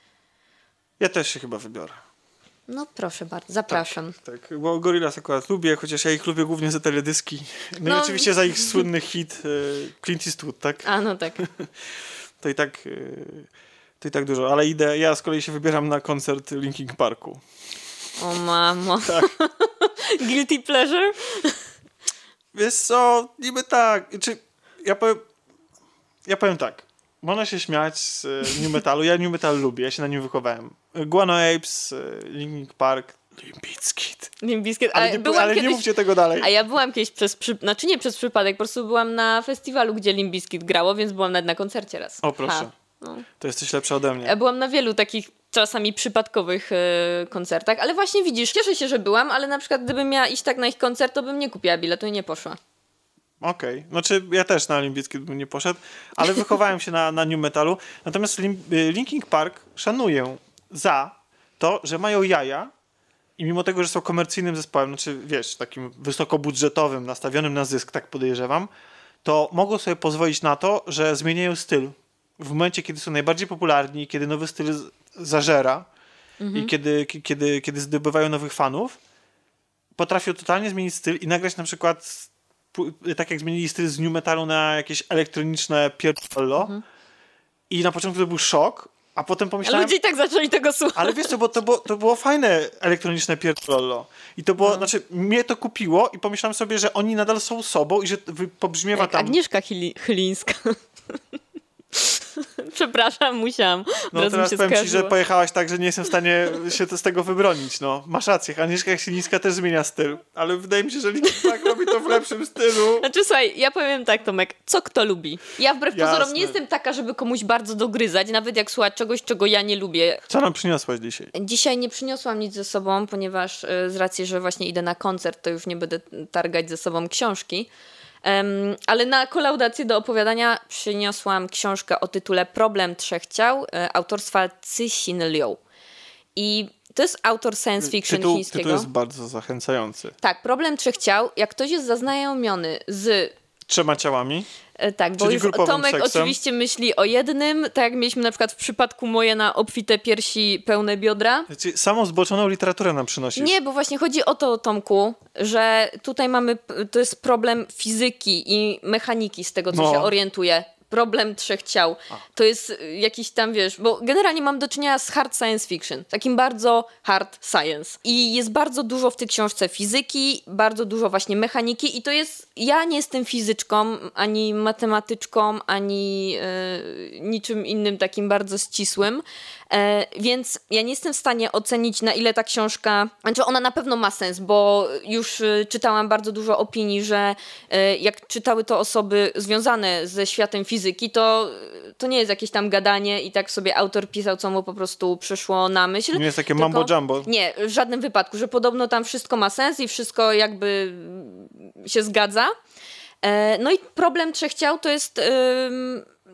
Ja też się chyba wybiorę. No proszę bardzo, zapraszam. Tak, tak, bo Gorillaz akurat lubię, chociaż ja ich lubię głównie za teledyski. No, No. i oczywiście za ich słynny hit y, Clint Eastwood, tak? A no tak. To i tak y, to i tak dużo, ale idę, ja z kolei się wybieram na koncert Linkin Parku. O mamo. Tak. Guilty pleasure? Wiesz co, niby tak, czy ja powiem, ja powiem tak, można się śmiać z y, new metalu, ja new metal lubię, ja się na nim wychowałem. Guano Apes, y, Linkin Park, Limp Bizkit. Limp Bizkit. Ale, nie, byłam ale kiedyś, nie mówcie tego dalej. A ja byłam kiedyś przez, przy, znaczy nie przez przypadek, po prostu byłam na festiwalu, gdzie Limp Bizkit grało, więc byłam nawet na koncercie raz. O proszę, Ha, no. to jesteś lepsza ode mnie. Ja byłam na wielu takich czasami przypadkowych e, koncertach, ale właśnie widzisz, cieszę się, że byłam, ale na przykład gdybym miała iść tak na ich koncert, to bym nie kupiła biletu i nie poszła. Okej, okay. Znaczy ja też na Limp Bizkit bym nie poszedł, ale wychowałem się na, na new metalu. Natomiast Lim, Linkin Park szanuję za to, że mają jaja i mimo tego, że są komercyjnym zespołem, znaczy wiesz, takim wysokobudżetowym, nastawionym na zysk, tak podejrzewam, to mogą sobie pozwolić na to, że zmieniają styl w momencie, kiedy są najbardziej popularni, kiedy nowy styl z- zażera mhm. i kiedy, k- kiedy, kiedy zdobywają nowych fanów, potrafią totalnie zmienić styl i nagrać na przykład tak jak zmienili styl z new metalu na jakieś elektroniczne pierdollo mhm. i na początku to był szok, a potem pomyślałem... A ludzie i tak zaczęli tego słuchać. Ale wiesz co, bo to było, to było fajne elektroniczne pierdollo. I to było, no. znaczy mnie to kupiło i pomyślałem sobie, że oni nadal są sobą i że pobrzmiewa jak tam... Agnieszka Chyli- Chylińska. Przepraszam, musiałam. No teraz się powiem ci, skojarzyło. że pojechałaś tak, że nie jestem w stanie się z tego wybronić. No, masz rację, Agnieszka Chylińska też zmienia styl, ale wydaje mi się, że Linkin Park robi to w lepszym stylu. Znaczy słuchaj, ja powiem tak, Tomek, co kto lubi. Ja wbrew Jasne. pozorom nie jestem taka, żeby komuś bardzo dogryzać, nawet jak słuchać czegoś, czego ja nie lubię. Co nam przyniosłaś dzisiaj? Dzisiaj nie przyniosłam nic ze sobą, ponieważ y, z racji, że właśnie idę na koncert, to już nie będę targać ze sobą książki. Um, ale na kolaudację do opowiadania przyniosłam książkę o tytule Problem Trzech Ciał e, autorstwa Cixin Liu. I to jest autor science fiction tytuł, chińskiego. Tytuł jest bardzo zachęcający. Tak, Problem Trzech Ciał. Jak ktoś jest zaznajomiony z... Trzema ciałami? E, tak, bo Czyli już grupowym Tomek seksem. oczywiście myśli o jednym, tak jak mieliśmy na przykład w przypadku moje na obfite piersi, pełne biodra. Znaczy, samą zboczoną literaturę nam przynosisz. Nie, bo właśnie chodzi o to, Tomku, że tutaj mamy, to jest problem fizyki i mechaniki z tego, co No. się orientuję. Problem trzech ciał. A. To jest jakiś tam, wiesz, bo generalnie mam do czynienia z hard science fiction. Takim bardzo hard science. I jest bardzo dużo w tej książce fizyki, bardzo dużo właśnie mechaniki i to jest, ja nie jestem fizyczką, ani matematyczką, ani e, niczym innym takim bardzo ścisłym. E, więc ja nie jestem w stanie ocenić, na ile ta książka, znaczy ona na pewno ma sens, bo już e, czytałam bardzo dużo opinii, że e, jak czytały to osoby związane ze światem fizyki, to, to nie jest jakieś tam gadanie i tak sobie autor pisał, co mu po prostu przyszło na myśl. Nie jest takie tylko, mambo jumbo. Nie, w żadnym wypadku, że podobno tam wszystko ma sens i wszystko jakby się zgadza. E, no i problem trzech ciał to jest... Ym,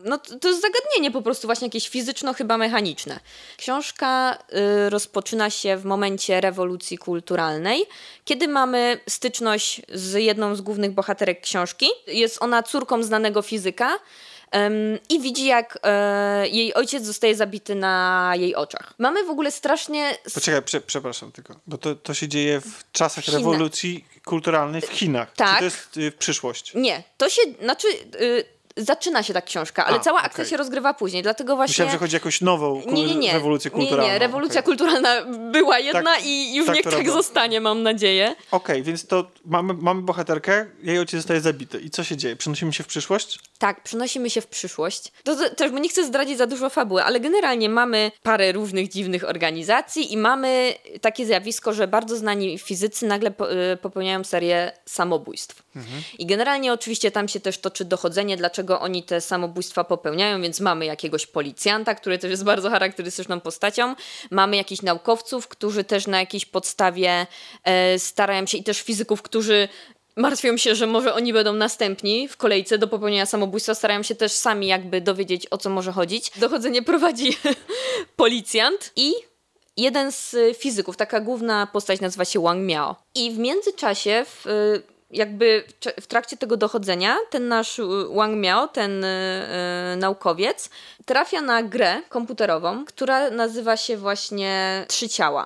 no to, to jest zagadnienie po prostu właśnie jakieś fizyczno chyba mechaniczne. Książka y, rozpoczyna się w momencie rewolucji kulturalnej, kiedy mamy styczność z jedną z głównych bohaterek książki. Jest ona córką znanego fizyka, Um, i widzi, jak e, jej ojciec zostaje zabity na jej oczach. Mamy w ogóle strasznie... Poczekaj, prze, przepraszam tylko, bo to, to się dzieje w czasach W Chinach. rewolucji kulturalnej w Chinach. Tak. Czy to jest y, przyszłość? Nie, to się, znaczy... Y, zaczyna się ta książka, ale A, cała okej. akcja się rozgrywa później, dlatego właśnie... Myślałem, że chodzi o jakąś nową ku- nie, nie, nie. rewolucję kulturalną. Nie, nie, rewolucja Okej. kulturalna była jedna Tak, i już tak niech to tak robią. zostanie, mam nadzieję. Okej, więc to mamy, mamy bohaterkę, jej ojciec zostaje zabity. I co się dzieje? Przenosimy się w przyszłość? Tak, przenosimy się w przyszłość. To, to też, bo nie chcę zdradzić za dużo fabuły, ale generalnie mamy parę różnych dziwnych organizacji i mamy takie zjawisko, że bardzo znani fizycy nagle po, y, popełniają serię samobójstw. Mhm. I generalnie oczywiście tam się też toczy dochodzenie, dlaczego oni te samobójstwa popełniają, więc mamy jakiegoś policjanta, który też jest bardzo charakterystyczną postacią. Mamy jakichś naukowców, którzy też na jakiejś podstawie e, starają się i też fizyków, którzy martwią się, że może oni będą następni w kolejce do popełnienia samobójstwa. Starają się też sami jakby dowiedzieć, o co może chodzić. Dochodzenie prowadzi policjant i jeden z fizyków, taka główna postać nazywa się Wang Miao. I w międzyczasie w, jakby w trakcie tego dochodzenia ten nasz Wang Miao, ten yy, naukowiec, trafia na grę komputerową, która nazywa się właśnie Trzy Ciała.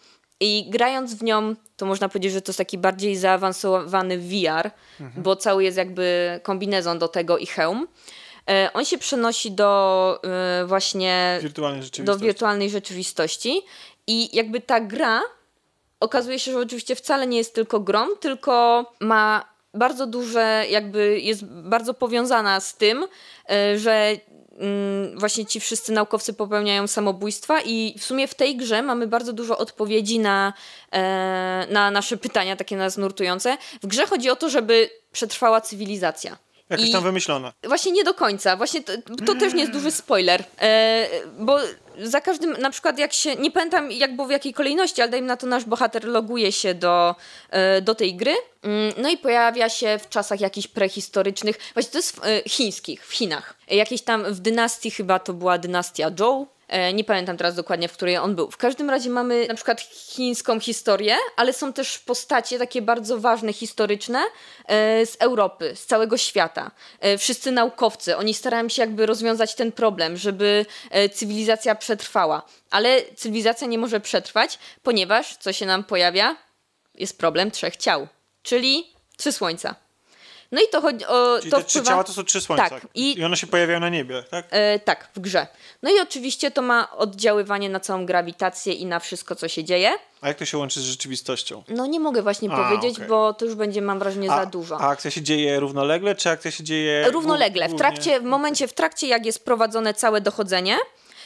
I grając w nią, to można powiedzieć, że to jest taki bardziej zaawansowany V R, mhm. bo cały jest jakby kombinezon do tego i hełm. E, on się przenosi do e, właśnie wirtualnej do wirtualnej rzeczywistości i jakby ta gra okazuje się, że oczywiście wcale nie jest tylko grą, tylko ma bardzo duże, jakby jest bardzo powiązana z tym, e, że właśnie ci wszyscy naukowcy popełniają samobójstwa i w sumie w tej grze mamy bardzo dużo odpowiedzi na, e, na nasze pytania, takie nas nurtujące. W grze chodzi o to, żeby przetrwała cywilizacja. Jakaś I tam wymyślona. Właśnie nie do końca. Właśnie to, to też nie jest duży spoiler. E, bo za każdym, na przykład jak się, nie pamiętam jak było w jakiej kolejności, ale dajmy na to nasz bohater loguje się do, e, do tej gry. No i pojawia się w czasach jakichś prehistorycznych, właśnie to jest w, e, chińskich, w Chinach. Jakieś tam w dynastii, chyba to była dynastia Zhou. E, nie pamiętam teraz dokładnie, w której on był. W każdym razie mamy na przykład chińską historię, ale są też postacie takie bardzo ważne, historyczne e, z Europy, z całego świata. E, wszyscy naukowcy, oni starają się jakby rozwiązać ten problem, żeby e, cywilizacja przetrwała. Ale cywilizacja nie może przetrwać, ponieważ, co się nam pojawia? Jest problem trzech ciał, czyli trzy słońca. No i to chodzi o... Czyli to te trzy wpływa... ciała to są trzy słońca. Tak. I... I one się pojawiają na niebie, tak? E, tak, w grze. No i oczywiście to ma oddziaływanie na całą grawitację i na wszystko, co się dzieje. A jak to się łączy z rzeczywistością? No nie mogę właśnie A, powiedzieć, okay. bo to już będzie, mam wrażenie, a, za dużo. A akcja się dzieje równolegle, czy akcja się dzieje... Równolegle. W trakcie, w momencie, w trakcie jak jest prowadzone całe dochodzenie,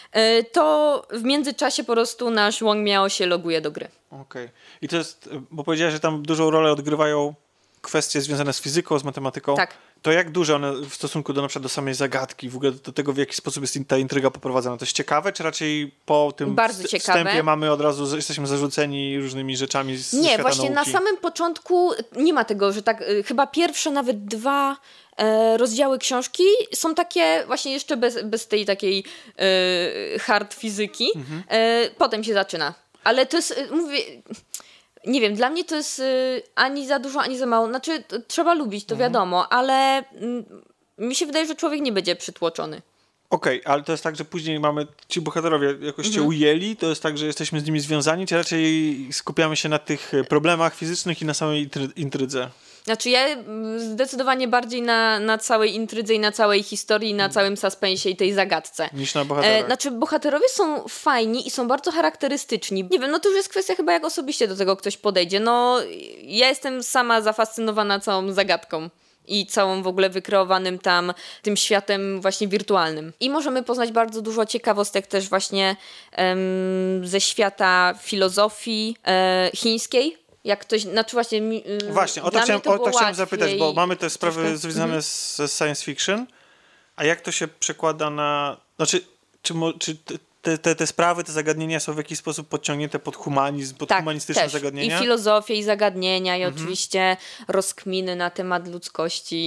to w międzyczasie po prostu nasz Wang Miao się loguje do gry. Okej. Okay. I to jest, bo powiedziałeś, że tam dużą rolę odgrywają kwestie związane z fizyką, z matematyką. Tak. To jak duże one w stosunku do na przykład do samej zagadki, w ogóle do tego, w jaki sposób jest ta intryga poprowadzona? To jest ciekawe, czy raczej po tym Bardzo wst- ciekawe. wstępie mamy od razu, jesteśmy zarzuceni różnymi rzeczami z Nie, świata właśnie nauki? na samym początku nie ma tego, że tak, y, chyba pierwsze nawet dwa e, rozdziały książki są takie właśnie jeszcze bez, bez tej takiej e, hard fizyki. Mhm. E, potem się zaczyna. Ale to jest, y, mówię... Nie wiem, dla mnie to jest y, ani za dużo, ani za mało. Znaczy, to, trzeba lubić, to mhm. wiadomo, ale y, mi się wydaje, że człowiek nie będzie przytłoczony. Okej, okay, ale to jest tak, że później mamy, ci bohaterowie jakoś cię mhm. ujęli, to jest tak, że jesteśmy z nimi związani, czy raczej skupiamy się na tych problemach fizycznych i na samej intry- intrydze? Znaczy ja zdecydowanie bardziej na, na całej intrydze i na całej historii, na całym suspensie i tej zagadce. Niż na bohaterach. E, znaczy bohaterowie są fajni i są bardzo charakterystyczni. Nie wiem, no to już jest kwestia chyba jak osobiście do tego ktoś podejdzie. No ja jestem sama zafascynowana całą zagadką i całą w ogóle wykreowanym tam tym światem właśnie wirtualnym. I możemy poznać bardzo dużo ciekawostek też właśnie em, ze świata filozofii e, chińskiej. Jak ktoś, znaczy właśnie... Właśnie, o to chciałem, to o to chciałem zapytać, bo mamy te sprawy troszkę związane z, z science fiction, a jak to się przekłada na... Znaczy, czy, czy te, te, te sprawy, te zagadnienia są w jakiś sposób podciągnięte pod humanizm, pod tak, humanistyczne też. zagadnienia? I filozofię, i zagadnienia, i mhm. oczywiście rozkminy na temat ludzkości.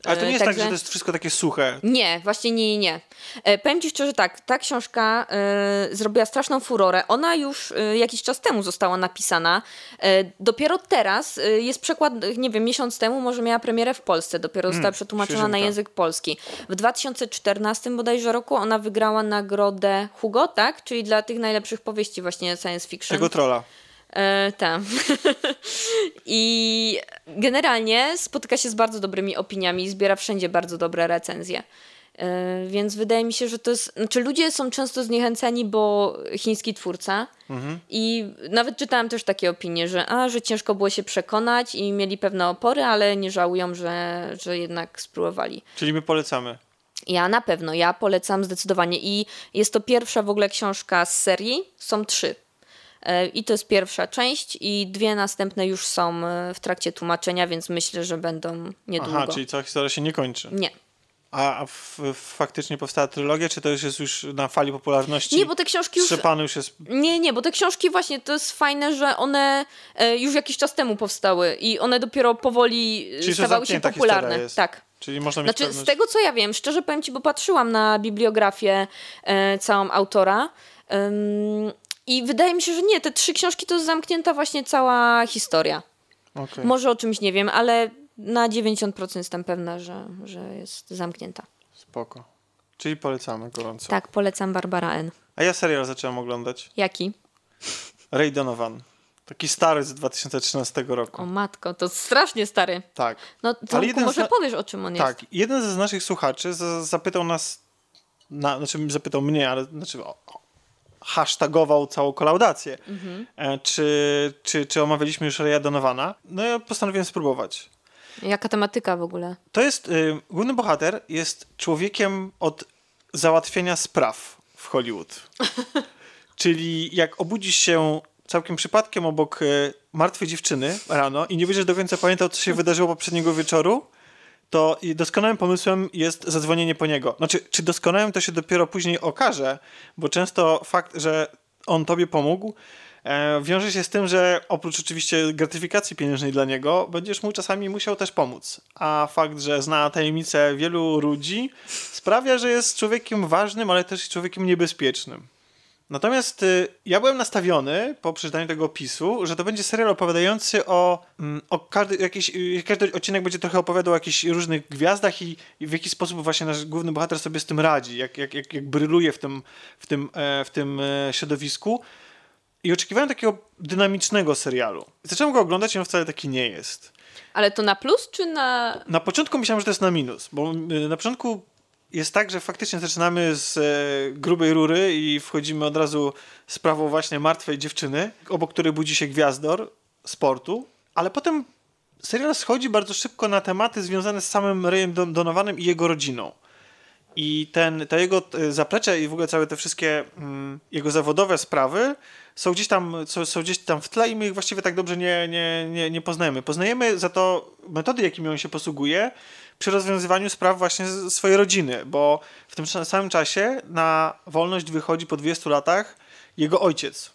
Ale to nie jest Także... tak, że to jest wszystko takie suche. Nie, właśnie nie, nie, nie. E, powiem ci szczerze tak, ta książka e, zrobiła straszną furorę. Ona już e, jakiś czas temu została napisana. E, dopiero teraz e, jest przekład, nie wiem, miesiąc temu może miała premierę w Polsce. Dopiero została Hmm, przetłumaczona świeżynka. na język polski. W dwa tysiące czternastym bodajże roku ona wygrała nagrodę Hugo, tak? Czyli dla tych najlepszych powieści właśnie science fiction. Tego trolla. E, tak. I generalnie spotyka się z bardzo dobrymi opiniami i zbiera wszędzie bardzo dobre recenzje. E, więc wydaje mi się, że to jest... Znaczy ludzie są często zniechęceni, bo chiński twórca Mhm. i nawet czytałam też takie opinie, że, a, że ciężko było się przekonać i mieli pewne opory, ale nie żałują, że, że jednak spróbowali. Czyli my polecamy. Ja na pewno, ja polecam zdecydowanie i jest to pierwsza w ogóle książka z serii, są trzy. I to jest pierwsza część i dwie następne już są w trakcie tłumaczenia, więc myślę, że będą niedługo. Aha, czyli cała historia się nie kończy. Nie. A, a f, f, faktycznie powstała trylogia, czy to już jest już na fali popularności? Nie, bo te książki już... Trzepany już jest... Nie, nie, bo te książki właśnie, to jest fajne, że one e, już jakiś czas temu powstały i one dopiero powoli Czyli stawały się popularne. Jest. Tak. Czyli można mieć Znaczy, pewność... z tego co ja wiem, szczerze powiem ci, bo patrzyłam na bibliografię e, całą autora ym, i wydaje mi się, że nie, te trzy książki to jest zamknięta właśnie cała historia. Okay. Może o czymś nie wiem, ale na dziewięćdziesiąt procent jestem pewna, że, że jest zamknięta. Spoko. Czyli polecamy gorąco. Tak, polecam Barbara N. A ja serial zacząłem oglądać. Jaki? Ray Donovan. Taki stary z dwa tysiące trzynastego roku. O matko, to strasznie stary. Tak. No to może z... powiesz, o czym on jest. Tak. Jeden z naszych słuchaczy z- zapytał nas, na, znaczy zapytał mnie, ale znaczy o, o, hashtagował całą kolaudację. Mhm. E, czy, czy, czy omawialiśmy już Raya Donovana? No ja postanowiłem spróbować. Jaka tematyka w ogóle? To jest, y, główny bohater jest człowiekiem od załatwiania spraw w Hollywood. Czyli jak obudzisz się całkiem przypadkiem obok y, martwej dziewczyny rano i nie będziesz do końca pamiętał, co się wydarzyło poprzedniego wieczoru, to i doskonałym pomysłem jest zadzwonienie po niego. Znaczy, czy doskonałym to się dopiero później okaże, bo często fakt, że on tobie pomógł, e, wiąże się z tym, że oprócz oczywiście gratyfikacji pieniężnej dla niego, będziesz mu czasami musiał też pomóc. A fakt, że zna tajemnice wielu ludzi, sprawia, że jest człowiekiem ważnym, ale też człowiekiem niebezpiecznym. Natomiast y, ja byłem nastawiony po przeczytaniu tego opisu, że to będzie serial opowiadający o, mm, o każdy, jakiś, y, każdy odcinek będzie trochę opowiadał o jakichś różnych gwiazdach i, i w jaki sposób właśnie nasz główny bohater sobie z tym radzi, jak, jak, jak, jak bryluje w tym, w tym, e, w tym e, środowisku. I oczekiwałem takiego dynamicznego serialu. Zacząłem go oglądać i on wcale taki nie jest. Ale to na plus czy na... Na początku myślałem, że to jest na minus, bo y, na początku jest tak, że faktycznie zaczynamy z e, grubej rury i wchodzimy od razu sprawą właśnie martwej dziewczyny, obok której budzi się gwiazdor sportu, ale potem serial schodzi bardzo szybko na tematy związane z samym Rayem Don- Donovanem i jego rodziną. I ten, to jego e, zaplecze i w ogóle całe te wszystkie mm, jego zawodowe sprawy są gdzieś tam, są, są gdzieś tam w tle i my ich właściwie tak dobrze nie, nie, nie, nie poznajemy. Poznajemy za to metody, jakimi on się posługuje przy rozwiązywaniu spraw właśnie z swojej rodziny, bo w tym samym czasie na wolność wychodzi po dwudziestu latach jego ojciec,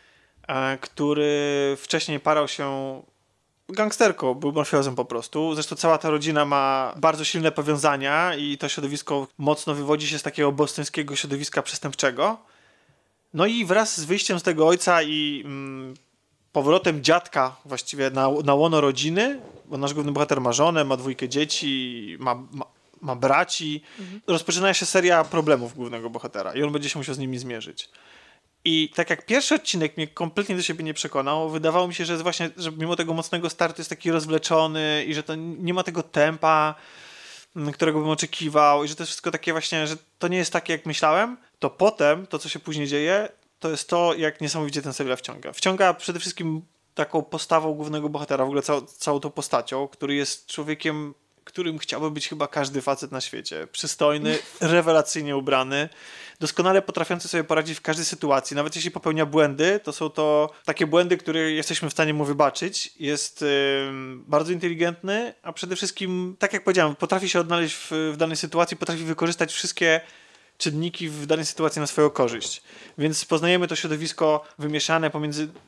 e, który wcześniej parał się gangsterką, był mafiozem po prostu. Zresztą cała ta rodzina ma bardzo silne powiązania i to środowisko mocno wywodzi się z takiego bostońskiego środowiska przestępczego. No i wraz z wyjściem z tego ojca i mm, powrotem dziadka właściwie na, na łono rodziny, bo nasz główny bohater ma żonę, ma dwójkę dzieci, ma, ma, ma braci, mhm. rozpoczyna się seria problemów głównego bohatera i on będzie się musiał z nimi zmierzyć. I tak jak pierwszy odcinek mnie kompletnie do siebie nie przekonał, wydawało mi się, że jest właśnie, że mimo tego mocnego startu jest taki rozwleczony i że to nie ma tego tempa, którego bym oczekiwał i że to jest wszystko takie właśnie, że to nie jest takie jak myślałem, to potem to, co się później dzieje, to jest to, jak niesamowicie ten serial wciąga. Wciąga przede wszystkim taką postawą głównego bohatera, w ogóle cał, całą tą postacią, który jest człowiekiem, którym chciałby być chyba każdy facet na świecie. Przystojny, rewelacyjnie ubrany, doskonale potrafiący sobie poradzić w każdej sytuacji. Nawet jeśli popełnia błędy, to są to takie błędy, które jesteśmy w stanie mu wybaczyć. Jest yy, bardzo inteligentny, a przede wszystkim, tak jak powiedziałem, potrafi się odnaleźć w, w danej sytuacji, potrafi wykorzystać wszystkie czynniki w danej sytuacji na swoją korzyść. Więc poznajemy to środowisko wymieszane pomiędzy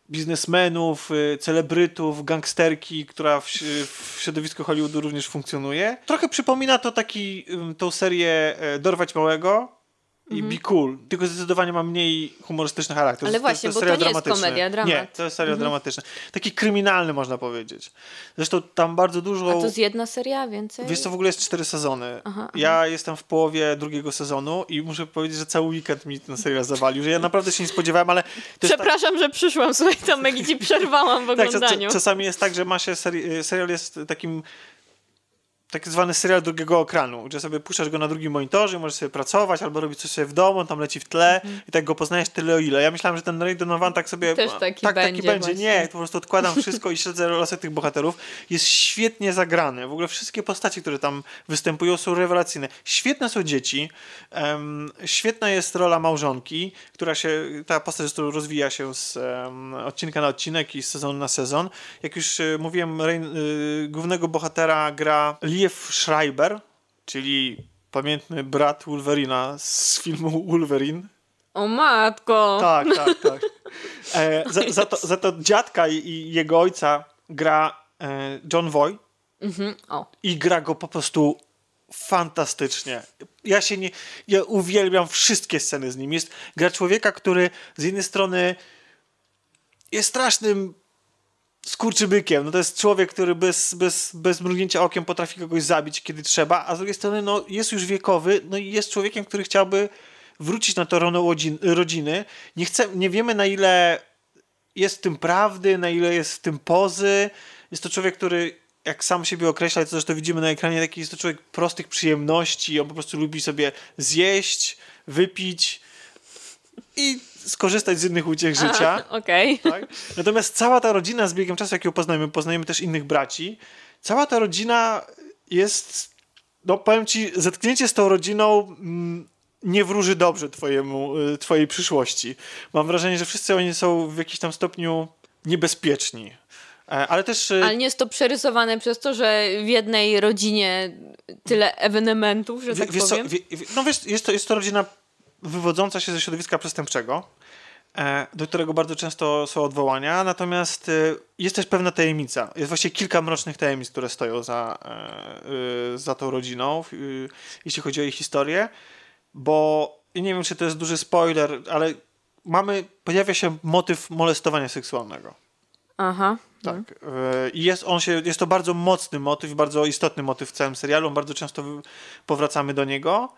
biznesmenów, y, celebrytów, gangsterki, która w, w środowisku Hollywoodu również funkcjonuje. Trochę przypomina to taki, y, tą serię y, Dorwać Małego i Be Cool, tylko zdecydowanie ma mniej humorystyczny charakter. Ale to, właśnie, to, bo to to nie jest komedia, dramat. Nie, to jest serial mhm. dramatyczny. Taki kryminalny, można powiedzieć. Zresztą tam bardzo dużo... A to jest jedna seria, więcej? Wiesz co, w ogóle jest cztery sezony. Aha, aha. Ja jestem w połowie drugiego sezonu i muszę powiedzieć, że cały weekend mi ten serial zawalił, że ja naprawdę się nie spodziewałem, ale... Przepraszam, tak... że przyszłam, słuchaj, Tomek, i ci przerwałam w oglądaniu. Tak, czasami jest tak, że ma się seri- serial jest takim... tak zwany serial drugiego ekranu, gdzie sobie puszczasz go na drugim monitorze, możesz sobie pracować albo robić coś sobie w domu, on tam leci w tle mm. i tak go poznajesz tyle o ile. Ja myślałem, że ten Ray Donovan tak sobie... Też taki tak, będzie. taki będzie. Nie, po prostu odkładam wszystko i śledzę losy tych bohaterów. Jest świetnie zagrany. W ogóle wszystkie postaci, które tam występują, są rewelacyjne. Świetne są dzieci. Um, świetna jest rola małżonki, która się, ta postać rozwija się z um, odcinka na odcinek i z sezonu na sezon. Jak już y, mówiłem, Ray, y, głównego bohatera gra Liev Schreiber, czyli pamiętny brat Wolverina z filmu Wolverine. O matko! Tak, tak, tak. E, za, za, to, za to dziadka i, i jego ojca gra e, John Voight mhm. o. i gra go po prostu fantastycznie. Ja się nie... Ja uwielbiam wszystkie sceny z nim. Jest gra człowieka, który z jednej strony jest strasznym skurczybykiem. No to jest człowiek, który bez, bez, bez mrugnięcia okiem potrafi kogoś zabić, kiedy trzeba, a z drugiej strony no, jest już wiekowy, no i jest człowiekiem, który chciałby wrócić na to rono rodziny. Nie, chce, nie wiemy, na ile jest w tym prawdy, na ile jest w tym pozy. Jest to człowiek, który, jak sam siebie określa, co zresztą widzimy na ekranie, taki jest to człowiek prostych przyjemności. On po prostu lubi sobie zjeść, wypić i skorzystać z innych uciech życia. Okej. Okay. Tak? Natomiast cała ta rodzina z biegiem czasu, jak ją poznajemy, poznajemy też innych braci, cała ta rodzina jest, no powiem ci, zetknięcie z tą rodziną mm, nie wróży dobrze twojemu, twojej przyszłości. Mam wrażenie, że wszyscy oni są w jakimś tam stopniu niebezpieczni. Ale też... Ale nie jest to przerysowane przez to, że w jednej rodzinie tyle ewenementów, że tak wiesz powiem? Co, wie, no wiesz, jest to, jest to rodzina wywodząca się ze środowiska przestępczego, do którego bardzo często są odwołania, natomiast jest też pewna tajemnica. Jest właściwie kilka mrocznych tajemnic, które stoją za, za tą rodziną, jeśli chodzi o jej historię, bo nie wiem, czy to jest duży spoiler, ale mamy, pojawia się motyw molestowania seksualnego. Aha. Tak. I jest, on się, jest to bardzo mocny motyw, bardzo istotny motyw w całym serialu, bardzo często powracamy do niego.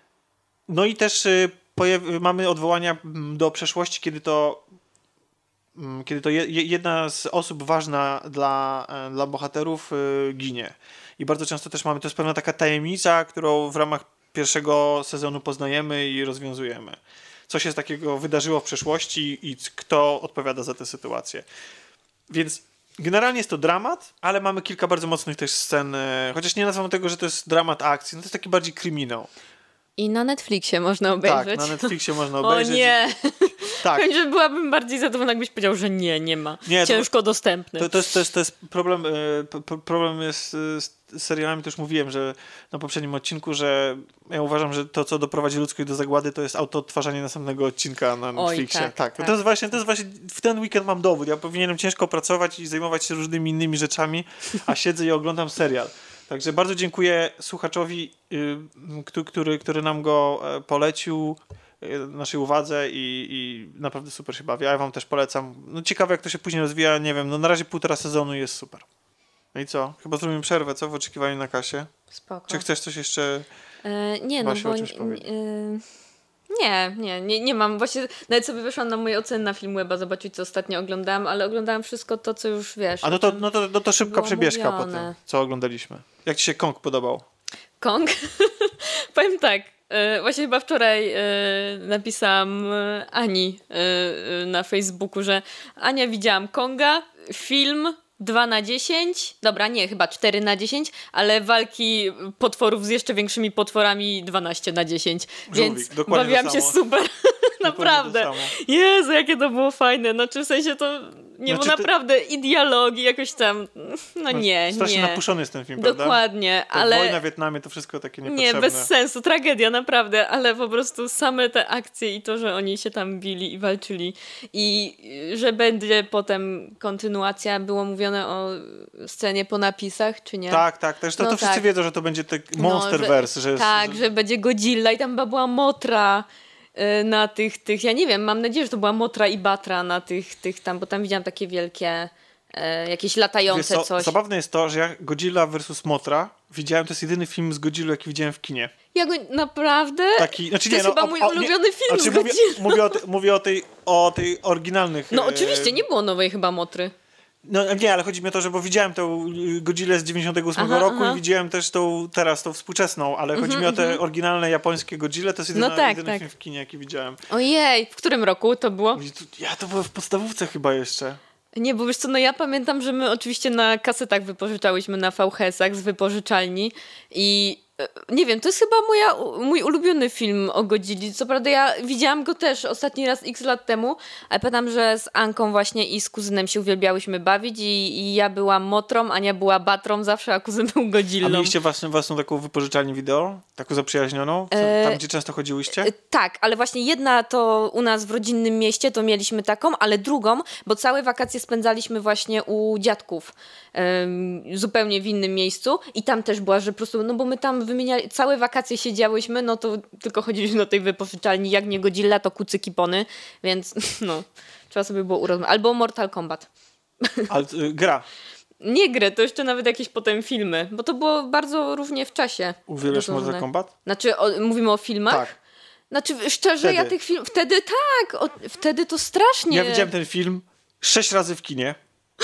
No i też mamy odwołania do przeszłości, kiedy to, kiedy to jedna z osób ważna dla, dla bohaterów ginie. I bardzo często też mamy, to jest pewna taka tajemnica, którą w ramach pierwszego sezonu poznajemy i rozwiązujemy. Co się z takiego wydarzyło w przeszłości i kto odpowiada za tę sytuację. Więc generalnie jest to dramat, ale mamy kilka bardzo mocnych też scen, chociaż nie nazywam tego, że to jest dramat akcji, no to jest taki bardziej kryminał. I na Netflixie można obejrzeć. Tak, na Netflixie można obejrzeć. O nie! Tak. Że byłabym bardziej zadowolona, jakbyś powiedział, że nie, nie ma. Nie, ciężko to, dostępny. To, to, jest, to, jest, to jest problem, problem jest z serialami, to już mówiłem, że na poprzednim odcinku, że ja uważam, że to, co doprowadzi ludzkość do zagłady, to jest autoodtwarzanie następnego odcinka na Netflixie. Oj, tak, tak. tak. To jest właśnie, to jest właśnie, w ten weekend mam dowód. Ja powinienem ciężko pracować i zajmować się różnymi innymi rzeczami, a siedzę i oglądam serial. Także bardzo dziękuję słuchaczowi, yy, który, który nam go polecił, yy, naszej uwadze i, i naprawdę super się bawi. Ja wam też polecam. No ciekawe, jak to się później rozwija, nie wiem, no na razie półtora sezonu jest super. No i co? Chyba zrobimy przerwę, co? W oczekiwaniu na Kasię. Spoko. Czy chcesz coś jeszcze, e, Nie, Basiu, no bo... o czymś powiedzieć? Yy... Nie, nie, nie, nie mam. Właśnie nawet sobie weszłam na moje oceny na Filmweba, zobaczyć, co ostatnio oglądałam, ale oglądałam wszystko to, co już wiesz. A no to, no to, no to szybka przebieżka po tym, mówione. co oglądaliśmy. Jak ci się Kong podobał? Kong? Powiem tak, yy, właśnie chyba wczoraj yy, napisałam yy, Ani yy, na Facebooku, że Ania, widziałam Konga, film dwa na dziesięć, dobra, nie, chyba cztery na dziesięć, ale walki potworów z jeszcze większymi potworami dwanaście na dziesięć, więc Żółwik, bawiłam się super, naprawdę. Jezu, jakie to było fajne, znaczy w sensie to Nie, Znaczy, bo ty- naprawdę i dialogi jakoś tam, no nie, Strasznie nie. napuszony jest ten film, prawda? Dokładnie, Ta ale... wojna w Wietnamie, to wszystko takie Nie, niepotrzebne. bez sensu, tragedia, naprawdę, ale po prostu same te akcje i to, że oni się tam bili i walczyli i y, że będzie potem kontynuacja, było mówione o scenie po napisach, czy nie? Tak, tak, też to, No to wszyscy tak. wiedzą, że to będzie tak No, Monsterverse, że jest, Tak, że będzie Godzilla i tam chyba była Motra y, na tych, tych, ja nie wiem, mam nadzieję, że to była Motra i Batra na tych, tych tam, bo tam widziałam takie wielkie, y, jakieś latające Wiesz co, coś. zabawne jest to, że ja Godzilla versus Motra widziałem, to jest jedyny film z Godzillą, jaki widziałem w kinie. Ja go naprawdę? Taki, znaczy to nie, jest no, chyba o- mój o- ulubiony nie, film z znaczy mówię, Godzillą. mówię, o te, mówię o tej, o tej oryginalnych... No e, oczywiście, nie było nowej chyba Motry. No nie, ale chodzi mi o to, że bo widziałem tą y, Godzillę z dziewięćdziesiątego ósmego Aha, roku aha. i widziałem też tą teraz, tą współczesną, ale chodzi mi o te oryginalne japońskie Godzilla, to jest jedyna, No tak, jedyny tak. film w kinie, jaki widziałem. Ojej, w którym roku to było? I tu- Ja to było w podstawówce chyba jeszcze. Nie, bo wiesz co, no ja pamiętam, że my oczywiście na kasetach wypożyczałyśmy, na V H S-ach z wypożyczalni i e, nie wiem, to jest chyba moja, mój ulubiony film o Godzilli. Co prawda ja widziałam go też ostatni raz x lat temu, ale pamiętam, że z Anką właśnie i z kuzynem się uwielbiałyśmy bawić i, i ja byłam Motrą, Ania była Batrą zawsze, a kuzyn był A Godzillą. mieliście własną, własną taką wypożyczalnię wideo? Taką zaprzyjaźnioną? Co- E, Tam, gdzie często chodziłyście? Y, Tak, ale właśnie jedna to u nas w rodzinnym mieście, to mieliśmy taką, ale drugą, bo całe wakacje spędzaliśmy właśnie u dziadków, ym, zupełnie w innym miejscu i tam też była, że po prostu, no bo my tam wymieniali, całe wakacje siedziałyśmy, no to tylko chodziliśmy do tej wypożyczalni, jak nie Godzilla, to kucyki pony, więc no, trzeba sobie było urozmawiać. Albo Mortal Kombat. Ale y, gra. Nie grę, to jeszcze nawet jakieś potem filmy, bo to było bardzo równie w czasie. Uwielbiasz rozłożone. Mortal Kombat? Znaczy, o, mówimy o filmach? Tak. Znaczy, szczerze, ja Wtedy. tych film... Wtedy tak, o, wtedy to strasznie. Ja widziałem ten film sześć razy w kinie.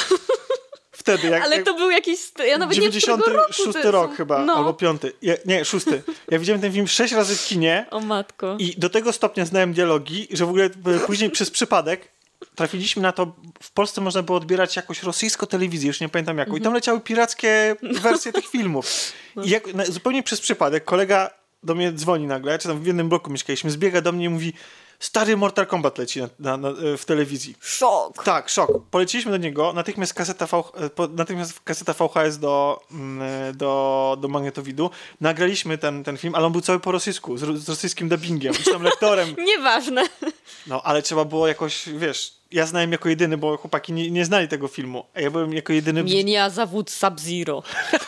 Wtedy, jak, Ale jak to był jakiś... Ja nawet nie wiem, dziewięćdziesiąty którego roku szósty to rok są. chyba, No. albo piąty. Ja, nie, szósty. Ja widziałem ten film sześć razy w kinie O matko. i do tego stopnia znałem dialogi, że w ogóle e, później przez przypadek trafiliśmy na to, w Polsce można było odbierać jakoś rosyjską telewizję, już nie pamiętam jaką, i tam leciały pirackie wersje tych filmów. I jak, na, zupełnie przez przypadek kolega do mnie dzwoni nagle, czy tam w jednym bloku mieszkaliśmy, zbiega do mnie i mówi: stary Mortal Kombat leci na, na, na, w telewizji. Szok. Tak, szok. Poleciliśmy do niego, natychmiast kaseta, v, po- natychmiast kaseta V H S do, mm, do, do magnetowidu. Nagraliśmy ten, ten film, ale on był cały po rosyjsku, z, z rosyjskim dubbingiem, czy tam lektorem. Nieważne. No, ale trzeba było jakoś, wiesz, ja znałem jako jedyny, bo chłopaki nie, nie znali tego filmu, a ja byłem jako jedyny... Mienia zawód Sub-Zero.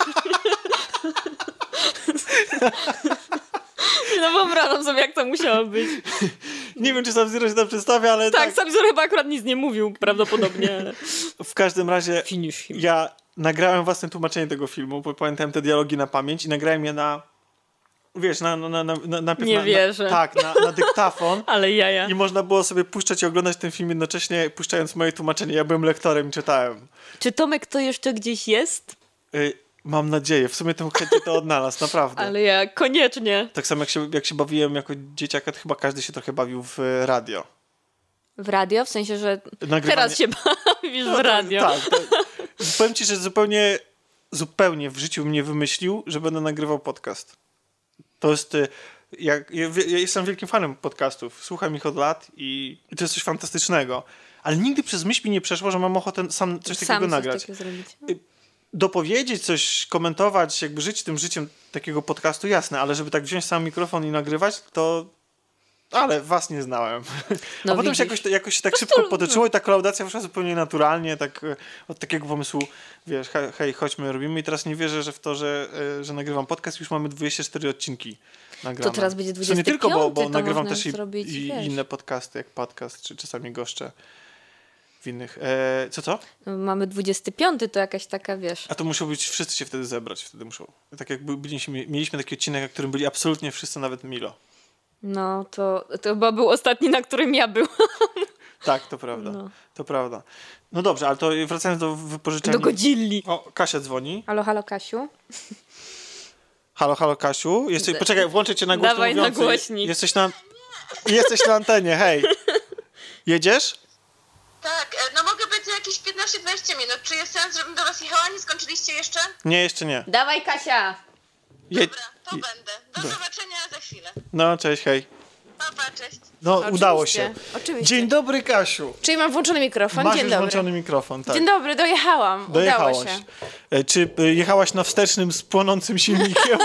No wyobrażam sobie, jak to musiało być. Nie wiem, czy Sub-Zero się tam przedstawia, ale Tak, tak. Sub-Zero chyba akurat nic nie mówił, prawdopodobnie. Ale... W każdym razie Finish him. ja nagrałem własne tłumaczenie tego filmu, bo pamiętałem te dialogi na pamięć i nagrałem je na... Wiesz, na, na, na, na, na, najpierw Nie na, wierzę. Na, tak, na, na dyktafon. Ale jaja. I można było sobie puszczać i oglądać ten film jednocześnie, puszczając moje tłumaczenie. Ja byłem lektorem i czytałem. Czy Tomek to jeszcze gdzieś jest? Y, mam nadzieję. W sumie tym chętnie to odnalazł, naprawdę. Ale ja koniecznie. Tak samo jak się, jak się bawiłem jako dzieciaka, to chyba każdy się trochę bawił w y, radio. W radio? W sensie, że Nagrywanie- teraz się bawisz No w to- radio. Tak. To, powiem ci, że zupełnie, zupełnie w życiu mnie wymyślił, że będę nagrywał podcast. To jest... y, Jak, ja, ja jestem wielkim fanem podcastów. Słucham ich od lat i, i to jest coś fantastycznego. Ale nigdy przez myśl mi nie przeszło, że mam ochotę sam coś Sam takiego coś nagrać. takiego zrobić. Dopowiedzieć coś, komentować, jakby żyć tym życiem takiego podcastu, jasne, ale żeby tak wziąć sam mikrofon i nagrywać, to... Ale was nie znałem. No A potem się widzisz. jakoś, jakoś się tak szybko potoczyło i ta kolaudacja wyszła zupełnie naturalnie, tak e, od takiego pomysłu, wiesz, hej, hej, chodźmy, robimy i teraz nie wierzę, że w to, że, e, że nagrywam podcast, już mamy dwadzieścia cztery odcinki nagrane. To teraz będzie Zresztą nie tylko, bo, dwudziesty bo piąty, to nagrywam można też i, zrobić, i wiesz. inne podcasty, jak podcast, czy czasami goszczę w innych. E, co, co? No, mamy dwudziesty piąty, to jakaś taka, wiesz... A to muszą być, wszyscy się wtedy zebrać, wtedy muszą. Tak jak by- byliśmy, mieliśmy taki odcinek, na którym byli absolutnie wszyscy, nawet Milo. No, to, to chyba był ostatni, na którym ja byłam. Tak, to prawda. No. To prawda. No dobrze, ale to wracając do wypożyczenia. Do Godzilli. O, Kasia dzwoni. Halo, halo, Kasiu. Halo, halo, Kasiu. Jesteś, poczekaj, włączę cię na głośno Dawaj na mówiący. głośnik. Jesteś na, jesteś na antenie, hej. Jedziesz? Tak, e, no mogę być za jakieś piętnaście dwadzieścia minut. Czy jest sens, żebym do was jechała? Nie skończyliście jeszcze? Nie, jeszcze nie. Dawaj, Kasia. Je... Dobra, to będę. Do zobaczenia za chwilę. No, cześć, hej. Papa, cześć. No, Oczywiście, udało się. oczywiście. Dzień dobry, Kasiu. Czyli mam włączony mikrofon. Masz Dzień już dobry. włączony mikrofon, tak. Dzień dobry, dojechałam. Udało Dojechałaś. się. E, Czy e, jechałaś na wstecznym z płonącym silnikiem?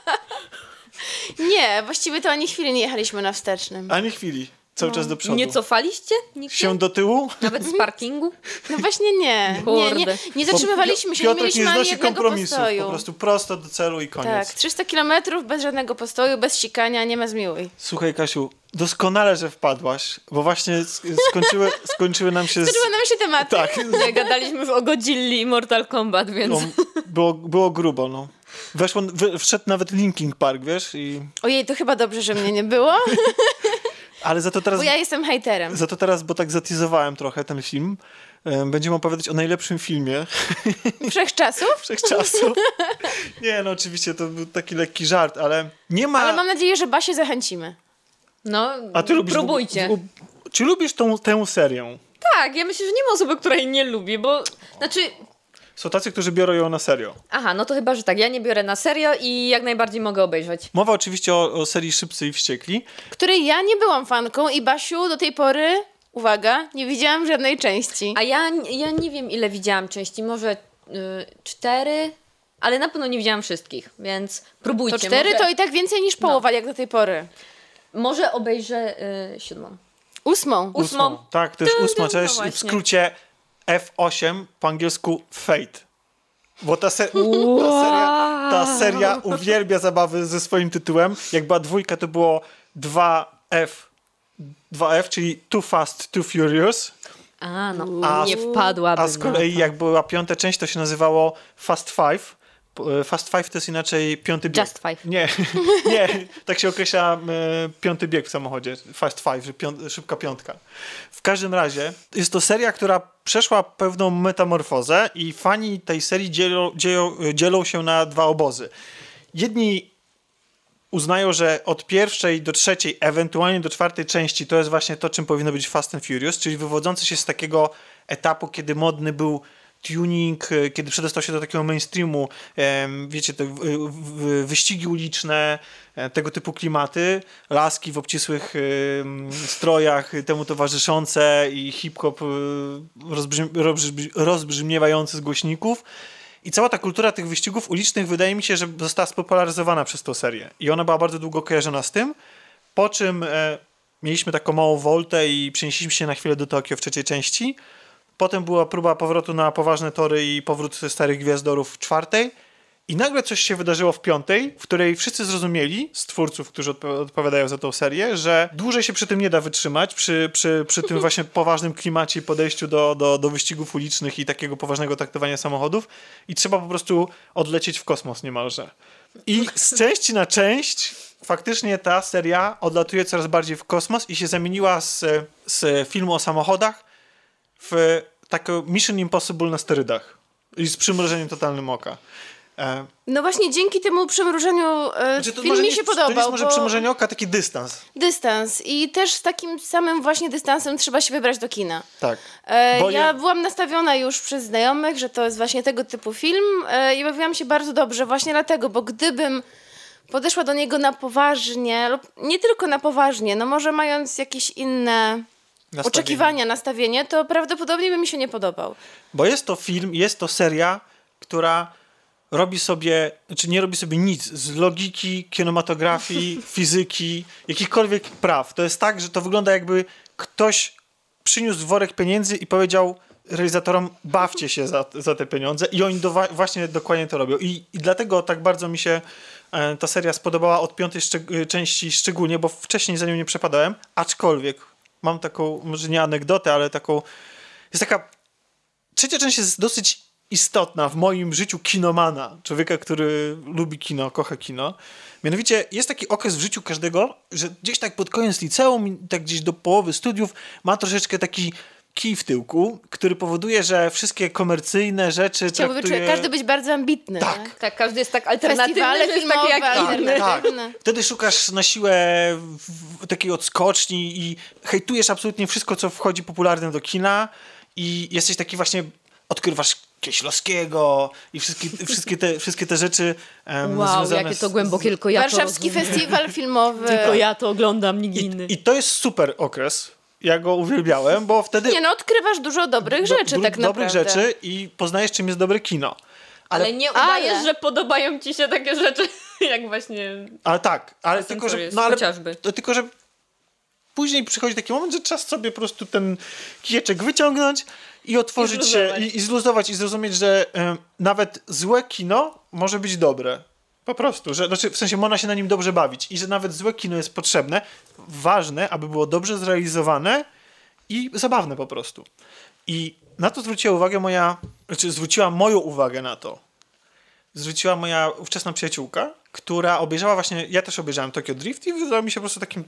Nie, właściwie to ani chwili nie jechaliśmy na wstecznym. Ani chwili. Cały czas do przodu. Nie cofaliście? Nigdzie? Się do tyłu? Nawet z parkingu? No właśnie nie. Nie, nie, Kurde. nie zatrzymywaliśmy się, nie Piotrek mieliśmy nie ani znosi jednego kompromisów. postoju. Po prostu prosto do celu i koniec. Tak, trzysta kilometrów bez żadnego postoju, bez sikania, nie ma zmiłuj. Słuchaj, Kasiu, doskonale, że wpadłaś, bo właśnie sk- skończyły, skończyły nam się... Z... Skończyły nam się tematy. Tak, Nie, gadaliśmy o Godzilli i Mortal Kombat, więc... no, było, było grubo, no. Weszło, w, wszedł nawet Linkin Park, wiesz, i... Ojej, to chyba dobrze, że mnie nie było, Ale za to teraz... bo ja jestem hejterem. Za to teraz, bo tak zatizowałem trochę ten film, em, będziemy opowiadać o najlepszym filmie Wszechczasów? wszechczasów. Nie, no oczywiście to był taki lekki żart, ale nie ma... Ale mam nadzieję, że Basię zachęcimy. No, A ty lubisz... próbujcie. W, w, czy lubisz tą, tę serię? Tak, ja myślę, że nie ma osoby, która jej nie lubi, bo... Znaczy... Są tacy, którzy biorą ją na serio. Aha, no to chyba, że tak. Ja nie biorę na serio i jak najbardziej mogę obejrzeć. Mowa oczywiście o, o serii Szybcy i Wściekli. Której ja nie byłam fanką i Basiu do tej pory, uwaga, nie widziałam żadnej części. A ja, ja nie wiem, ile widziałam części. Może y, cztery, ale na pewno nie widziałam wszystkich, więc próbujcie. To cztery może, to i tak więcej niż połowa, jak do tej pory. Może obejrzę y, siódmą. Ósmą. Ósmą. Tak, to jest Dun, ósma dun, część. no w właśnie. skrócie F osiem, po angielsku Fate. Bo ta, se- ta, seria, ta seria uwielbia zabawy ze swoim tytułem. Jak była dwójka, to było dwa F, dwa F, czyli Too Fast, Too Furious. A, no A- nie wpadłabym A z kolei na to. jak była piąta część, to się nazywało Fast Five. P- Fast Five to jest inaczej piąty bieg. Just Five. Nie, nie, tak się określa e, piąty bieg w samochodzie. Fast Five, że piąt, szybka piątka. W każdym razie jest to seria, która przeszła pewną metamorfozę i fani tej serii dzielą, dzielą, dzielą się na dwa obozy. Jedni uznają, że od pierwszej do trzeciej, ewentualnie do czwartej części to jest właśnie to, czym powinno być Fast and Furious, czyli wywodzący się z takiego etapu, kiedy modny był tuning, e, kiedy przedostał się do takiego mainstreamu, em, wiecie, te w- w- wyścigi uliczne, e, tego typu klimaty, laski w obcisłych em, strojach, e, temu towarzyszące i hip-hop e, rozbrzmi, rozbrzmi, rozbrzmiewający z głośników. I cała ta kultura tych wyścigów ulicznych wydaje mi się, że została spopularyzowana przez tą serię. I ona była bardzo długo kojarzona z tym, po czym e, mieliśmy taką małą woltę i przenieśliśmy się na chwilę do Tokio w trzeciej części. Potem była próba powrotu na poważne tory i powrót starych gwiazdorów w czwartej. I nagle coś się wydarzyło w piątej, w której wszyscy zrozumieli, z twórców, którzy odpo- odpowiadają za tą serię, że dłużej się przy tym nie da wytrzymać, przy, przy, przy tym właśnie poważnym klimacie i podejściu do, do, do wyścigów ulicznych i takiego poważnego traktowania samochodów i trzeba po prostu odlecieć w kosmos niemalże. I z części na część faktycznie ta seria odlatuje coraz bardziej w kosmos i się zamieniła z, z filmu o samochodach w taką Mission Impossible na sterydach i z przymrużeniem totalnym oka. E, No właśnie dzięki temu przymrużeniu e, Znaczy, to film może mi nie- się To nie podobał, jest może bo przymrużenie oka, taki dystans. dystans i też z takim samym właśnie dystansem trzeba się wybrać do kina. Tak. E, Bo ja ja- byłam nastawiona już przez znajomych, że to jest właśnie tego typu film e, i bawiłam się bardzo dobrze właśnie dlatego, bo gdybym podeszła do niego na poważnie, lub nie tylko na poważnie, no może mając jakieś inne Nastawienie. oczekiwania, nastawienie, to prawdopodobnie by mi się nie podobał. Bo jest to film, jest to seria, która robi sobie, znaczy nie robi sobie nic z logiki, kinematografii, fizyki, jakichkolwiek praw. To jest tak, że to wygląda jakby ktoś przyniósł worek pieniędzy i powiedział realizatorom, bawcie się za, za te pieniądze i oni do, właśnie dokładnie to robią. I, i dlatego tak bardzo mi się e, ta seria spodobała od piątej szczeg- części szczególnie, bo wcześniej za nią nie przepadałem, aczkolwiek mam taką, może nie anegdotę, ale taką, jest taka, trzecia część jest dosyć istotna w moim życiu kinomana, człowieka, który lubi kino, kocha kino. Mianowicie jest taki okres w życiu każdego, że gdzieś tak pod koniec liceum, i tak gdzieś do połowy studiów ma troszeczkę taki kij w tyłku, który powoduje, że wszystkie komercyjne rzeczy Chciałby traktuje... być, każdy być bardzo ambitny. Tak. nie? Tak, każdy jest tak alternatywny, Festiwale że jest taki jak filmowe, inny. Tak, alternatywne. wtedy szukasz na siłę w, w takiej odskoczni i hejtujesz absolutnie wszystko, co wchodzi popularnym do kina i jesteś taki właśnie odkrywasz Kieślowskiego i wszystkie, wszystkie, te, wszystkie te rzeczy um, Wow, związane jakie z- to głębokie, tylko ja Warszawski to rozumiem. Festiwal Filmowy. Tylko ja to oglądam, nikt inny. I, I to jest super okres. Ja go uwielbiałem, bo wtedy... Nie no, odkrywasz dużo dobrych do- rzeczy do- tak dobrych naprawdę. rzeczy i poznajesz, czym jest dobre kino. Ale, Ale nie Ale- udajesz, że podobają ci się takie rzeczy, jak właśnie... ale tak, ale Fast and tylko, że... Furious, No, ale, chociażby. to, tylko, że później przychodzi taki moment, że czas sobie po prostu ten kijeczek wyciągnąć i otworzyć I się zluzować. i, i zluzować i zrozumieć, że em, nawet złe kino może być dobre. Po prostu, że znaczy, w sensie można się na nim dobrze bawić i że nawet złe kino jest potrzebne, ważne, aby było dobrze zrealizowane i zabawne po prostu. I na to zwróciła uwagę moja, znaczy zwróciła moją uwagę na to. Zwróciła moja ówczesna przyjaciółka, która obejrzała właśnie, ja też obejrzałem Tokyo Drift i wydawało mi się po prostu takim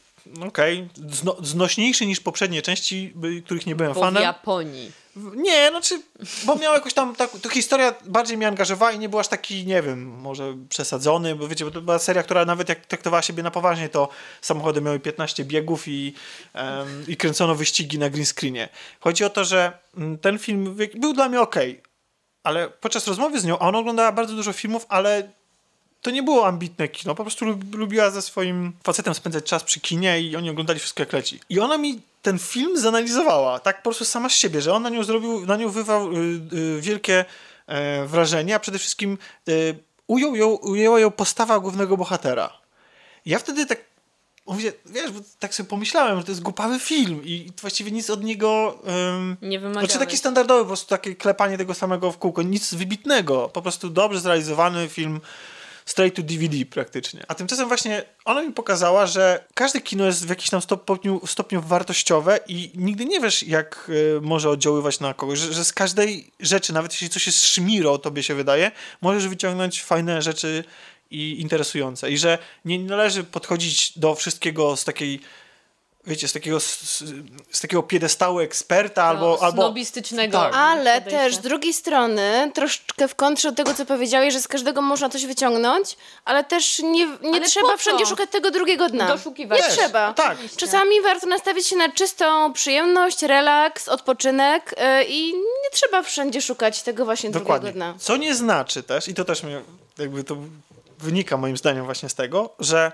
okej, zno, znośniejszy niż poprzednie części, by, których nie byłem Bo w fanem. Japonii. Nie, znaczy, bo miał jakoś tam, tak, to historia bardziej mnie angażowała i nie był aż taki, nie wiem, może przesadzony, bo wiecie, bo to była seria, która nawet jak traktowała siebie na poważnie, to samochody miały piętnaście biegów i, em, i kręcono wyścigi na green screenie. Chodzi o to, że mm, ten film był dla mnie okej, ale podczas rozmowy z nią, a ona oglądała bardzo dużo filmów, ale to nie było ambitne kino, po prostu lub, lubiła ze swoim facetem spędzać czas przy kinie i oni oglądali wszystko jak leci. I ona mi ten film zanalizowała, tak po prostu sama z siebie, że on na nią zrobił, na nią wywarł y, y, wielkie e, wrażenie, a przede wszystkim y, ujął ją, ujęła ją postawa głównego bohatera. I ja wtedy tak mówię, wiesz, bo tak sobie pomyślałem, że to jest głupawy film i właściwie nic od niego... Um, Nie wymagałeś. Znaczy taki standardowy, po prostu takie klepanie tego samego w kółko, nic wybitnego, po prostu dobrze zrealizowany film straight to D V D praktycznie. A tymczasem właśnie ona mi pokazała, że każde kino jest w jakimś tam stopniu, stopniu wartościowe i nigdy nie wiesz, jak y, może oddziaływać na kogoś, że, że z każdej rzeczy, nawet jeśli coś jest szmiro, tobie się wydaje, możesz wyciągnąć fajne rzeczy i interesujące. I że nie należy podchodzić do wszystkiego z takiej, wiecie, z takiego, z, z takiego piedestału eksperta albo... albo snobistycznego. Tak. Ale podejścia. też z drugiej strony, troszeczkę w kontrze do tego, co powiedziałeś, że z każdego można coś wyciągnąć, ale też nie, nie Ale trzeba po co? wszędzie szukać tego drugiego dna. Doszukiwać. Nie Też, trzeba. tak. Czasami warto nastawić się na czystą przyjemność, relaks, odpoczynek yy, i nie trzeba wszędzie szukać tego właśnie Dokładnie. drugiego dna. Co nie znaczy też, i to też mnie, jakby to wynika moim zdaniem właśnie z tego, że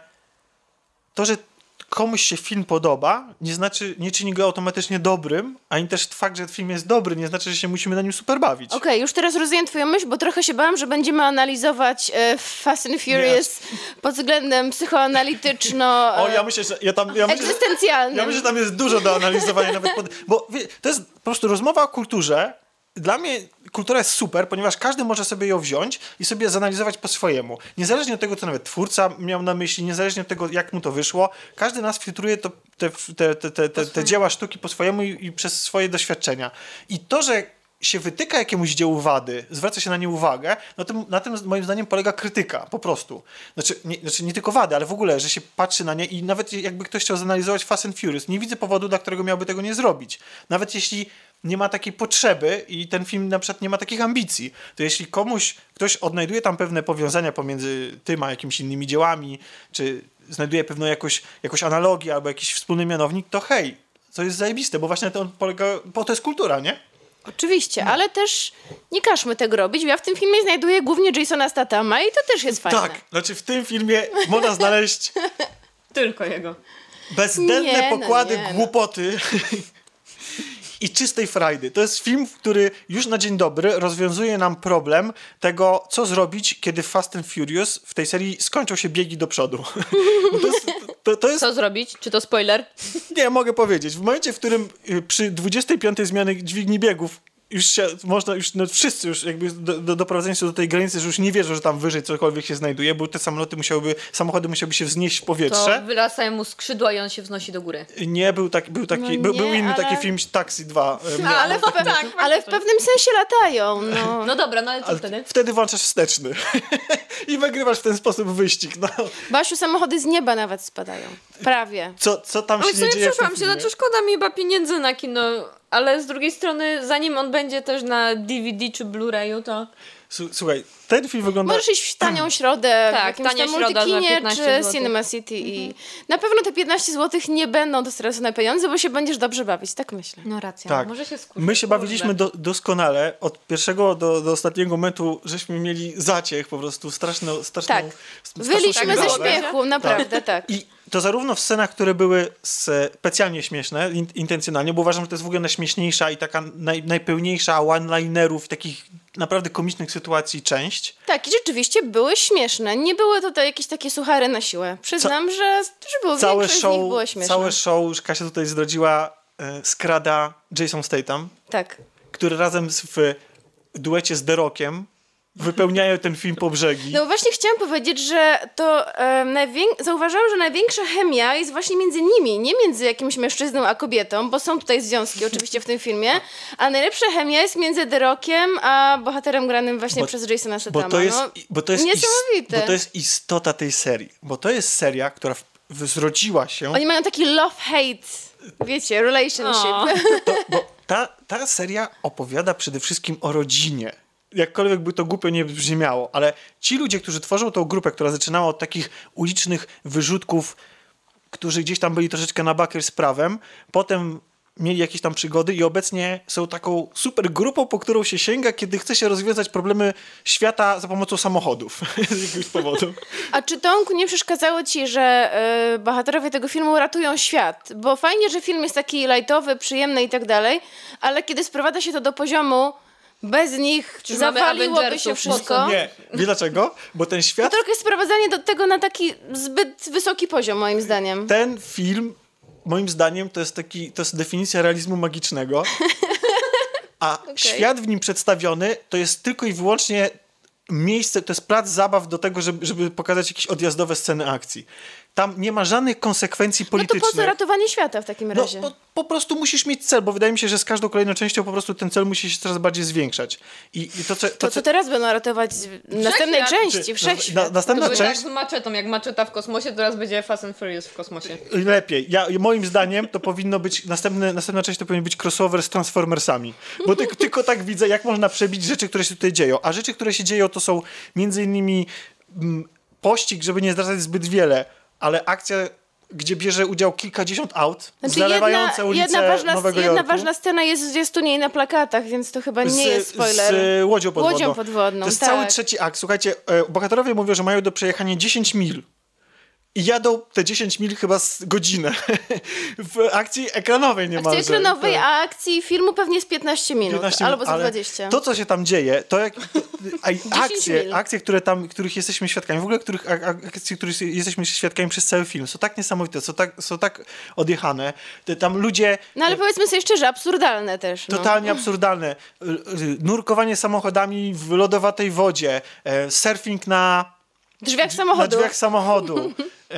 to, że komuś się film podoba, nie znaczy, nie czyni go automatycznie dobrym, ani też fakt, że film jest dobry, nie znaczy, że się musimy na nim super bawić. Okej, już teraz rozumiem twoją myśl, bo trochę się bałam, że będziemy analizować e, Fast and Furious pod względem psychoanalityczno O, e, ja myślę, że ja tam, ja myślę, że, egzystencjalnym. ja myślę, że tam jest dużo do analizowania nawet pod, bo wie, to jest po prostu rozmowa o kulturze. Dla mnie kultura jest super, ponieważ każdy może sobie ją wziąć i sobie zanalizować po swojemu. Niezależnie od tego, co nawet twórca miał na myśli, niezależnie od tego, jak mu to wyszło, każdy nas filtruje to, te, te, te, te, te, te dzieła sztuki po swojemu i, i przez swoje doświadczenia. I to, że się wytyka jakiemuś dziełu wady, zwraca się na nie uwagę, no to na tym moim zdaniem polega krytyka, po prostu. Znaczy nie, znaczy nie tylko wady, ale w ogóle, że się patrzy na nie i nawet jakby ktoś chciał zanalizować Fast and Furious, nie widzę powodu, dla którego miałby tego nie zrobić. Nawet jeśli nie ma takiej potrzeby i ten film na przykład nie ma takich ambicji, to jeśli komuś, ktoś odnajduje tam pewne powiązania pomiędzy tym a jakimiś innymi dziełami, czy znajduje pewną jakoś, jakąś analogię albo jakiś wspólny mianownik, to hej, to jest zajebiste, bo właśnie to polega, bo to jest kultura, nie? Oczywiście, ale też nie każmy tego robić. Ja w tym filmie znajduję głównie Jasona Stathama i to też jest fajne. Tak, znaczy w tym filmie można znaleźć Tylko jego. bezdenne Nie, no pokłady nie, no. głupoty i czystej frajdy. To jest film, który już na dzień dobry rozwiązuje nam problem tego, co zrobić, kiedy w Fast and Furious w tej serii skończą się biegi do przodu. Bo to jest, to, to jest Co zrobić? Czy to spoiler? Nie, mogę powiedzieć. W momencie, w którym y, przy dwudziestej piątej zmianie dźwigni biegów już się, można, już no, wszyscy już jakby do, do, doprowadzeni są do tej granicy, że już nie wierzą, że tam wyżej cokolwiek się znajduje, bo te samoloty musiałyby, samochody musiałyby się wznieść w To powietrze. wyrastają mu skrzydła i on się wznosi do góry. Nie, był, taki, był, taki, No był, nie, był inny ale- taki film, Taxi dwa. y, miał- Ale w, pe- ale w pewnym sensie latają. No. No dobra, no ale co ale wtedy? wtedy włączasz wsteczny i wygrywasz w ten sposób wyścig. No. Basiu, samochody z nieba nawet spadają. Prawie. Co, co tam Oj, się sobie nie dzieje w tym przepraszam się, filmie? znaczy szkoda mi chyba pieniędzy na kino ale z drugiej strony, zanim on będzie też na D V D czy Blu-rayu, to... Słuchaj, ten film wygląda... Możesz iść w tanią środę, Tak, w jakimś tania tam środa za multikinie piętnaście czy złotych. Cinema City i na pewno te piętnaście złotych nie będą to stracone pieniądze, bo się będziesz dobrze bawić, tak myślę. No racja, Tak. może się skuszę. My się kurde. bawiliśmy do, doskonale. Od pierwszego do, do ostatniego momentu żeśmy mieli zaciech, po prostu straszną, straszną, Tak. straszną Wyliśmy ze szybrawę. śmiechu, naprawdę, tak. I to zarówno w scenach, które były specjalnie śmieszne, in, intencjonalnie, bo uważam, że to jest w ogóle najśmieszniejsza i taka naj, najpełniejsza one-linerów, takich naprawdę komicznych sytuacji część. Tak, i rzeczywiście były śmieszne. Nie były tutaj jakieś takie suchary na siłę. Przyznam, że, że było Całe większość z nich show, było śmieszne. całe show, już Kasia tutaj zdradziła, e, skrada Jason Statham, Tak. który razem z, w duecie z The Rockiem wypełniają ten film po brzegi. No bo właśnie chciałam powiedzieć, że to e, najwię- zauważyłam, że największa chemia jest właśnie między nimi, nie między jakimś mężczyzną a kobietą, bo są tutaj związki oczywiście w tym filmie, a najlepsza chemia jest między The Rockiem a bohaterem granym właśnie Bo- przez Jasona Stathama. Bo to jest, no, bo to jest, is, niesamowite. bo to jest istota tej serii. Bo to jest seria, która w, w, zrodziła się... Oni mają taki love-hate, wiecie, relationship. O. To, bo ta, ta seria opowiada przede wszystkim o rodzinie. Jakkolwiek by to głupio nie brzmiało, ale ci ludzie, którzy tworzą tą grupę, która zaczynała od takich ulicznych wyrzutków, którzy gdzieś tam byli troszeczkę na bakier z prawem, potem mieli jakieś tam przygody i obecnie są taką super grupą, po którą się sięga, kiedy chce się rozwiązać problemy świata za pomocą samochodów. Z jakiegoś powodu. A czy, Tomku, nie przeszkadzało ci, że y, bohaterowie tego filmu ratują świat? Bo fajnie, że film jest taki lightowy, przyjemny i tak dalej, ale kiedy sprowadza się to do poziomu bez nich Czyli mamy zawaliłoby Avengersów, się po wszystko. co? Nie, wie dlaczego? Bo ten To świat, trochę jest sprowadzanie do tego na taki zbyt wysoki poziom, moim zdaniem. ten film, moim zdaniem, to jest taki, to jest definicja realizmu magicznego. A świat w nim przedstawiony to jest tylko i wyłącznie miejsce, to jest plac zabaw do tego, żeby, żeby pokazać jakieś odjazdowe sceny akcji. Tam nie ma żadnych konsekwencji No to politycznych. po co ratowanie świata w takim No, razie? po, po prostu musisz mieć cel, bo wydaje mi się, że z każdą kolejną częścią po prostu ten cel musi się coraz bardziej zwiększać. I, i to, co, to, To co, co teraz będą ratować w następnej części, Czy- wszechświat. na- następna To będzie część- tak z maczetą, jak maczeta w kosmosie, teraz będzie Fast and Furious w kosmosie. lepiej. Ja, moim zdaniem to powinno być, następny, następna część to powinien być crossover z Transformersami. Bo ty, tylko tak widzę, jak można przebić rzeczy, które się tutaj dzieją. A rzeczy, które się dzieją, to są między innymi mm, pościg, żeby nie zdradzać zbyt wiele, ale akcja, gdzie bierze udział kilkadziesiąt aut, Znaczy zalewające jedna, ulice jedna, ważna, Nowego jedna Jorku. ważna scena jest w zwiastunie i na plakatach, więc to chyba nie z, jest spoiler. Z łodzią podwodną. Łodzią podwodną, To jest tak. cały trzeci akt. Słuchajcie, e, bohaterowie mówią, że mają do przejechania dziesięć mil. I jadą te dziesięć mil chyba z godzinę. W akcji ekranowej Akcji niemalże. ekranowej, Tak. a akcji filmu pewnie jest piętnaście minut, piętnaście albo za ale dwadzieścia. To, co się tam dzieje, to jak... To, a, akcje, mil. akcje, które tam, których jesteśmy świadkami, w ogóle których, a- a- akcji, których jesteśmy świadkami przez cały film, są tak niesamowite, są tak, są tak odjechane. Te, tam ludzie... No ale powiedzmy sobie szczerze, absurdalne też. No. Totalnie absurdalne. Y, y, Nurkowanie samochodami w lodowatej wodzie, e, surfing na, Drzwiach na samochodu. drzwiach samochodu.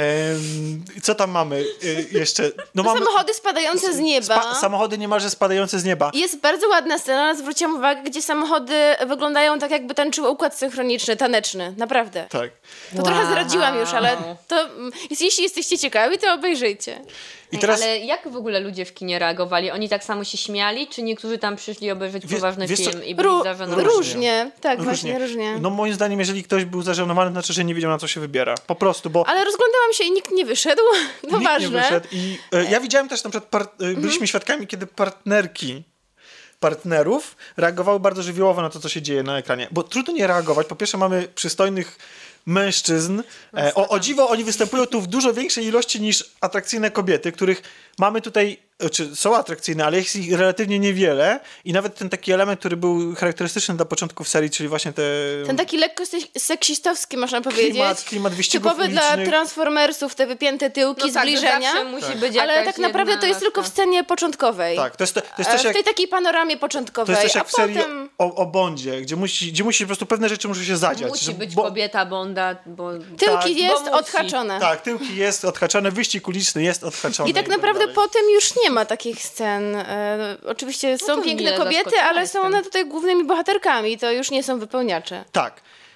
Em, co tam mamy y, jeszcze? No mamy Samochody spadające z nieba. spa- samochody niemalże spadające z nieba. Jest bardzo ładna scena, zwróciłam uwagę, gdzie samochody wyglądają tak, jakby tańczyły układ synchroniczny, taneczny. Naprawdę. Tak. To trochę zdradziłam już, ale to, mm, jeśli jesteście ciekawi, to obejrzyjcie. I teraz Ale jak w ogóle ludzie w kinie reagowali? Oni tak samo się śmiali, czy niektórzy tam przyszli obejrzeć Wiesz- poważny wiesz co, film i byli Ró- zażenowani? różnie. Tak, właśnie różnie. No moim zdaniem, jeżeli ktoś był zażenowany, to znaczy, że nie wiedział, na co się wybiera. Po prostu, bo Ale rozglądałam się i nikt nie wyszedł. To nikt ważne. nie wyszedł. I e, ja widziałem też na przykład, par- e, byliśmy świadkami, kiedy partnerki partnerów reagowały bardzo żywiołowo na to, co się dzieje na ekranie. Bo trudno nie reagować. Po pierwsze mamy przystojnych mężczyzn. E, o, o dziwo, oni występują tu w dużo większej ilości niż atrakcyjne kobiety, których mamy tutaj, e, czy są atrakcyjne, ale jest ich relatywnie niewiele. I nawet ten taki element, który był charakterystyczny dla początków serii, czyli właśnie te... Ten taki lekko se- seksistowski, można powiedzieć. Klimat, klimat wyścigów Typowy dla ulicznych. Transformersów, te wypięte tyłki, No tak, że zbliżenia. zawsze musi Tak. być Ale jakaś tak naprawdę jedna to jest tylko w laska. scenie początkowej. Tak, to jest, to, to jest E, coś w jak... tej takiej panoramie To początkowej. jest też jak a w serii potem... o, o Bondzie, gdzie musi, gdzie musi po prostu pewne rzeczy muszą się zadziać. Musi że- być bo- kobieta Bonda, bo... Tyłki tak, jest bo musi. odhaczone. Tak, tyłki jest odhaczony, wyścig uliczny jest odhaczony. I tak naprawdę dalej. potem już nie ma takich scen. E, oczywiście są to piękne mile kobiety, zaskoczona ale są jestem. one tutaj głównymi bohaterkami. To już nie są wypełniacze. Tak.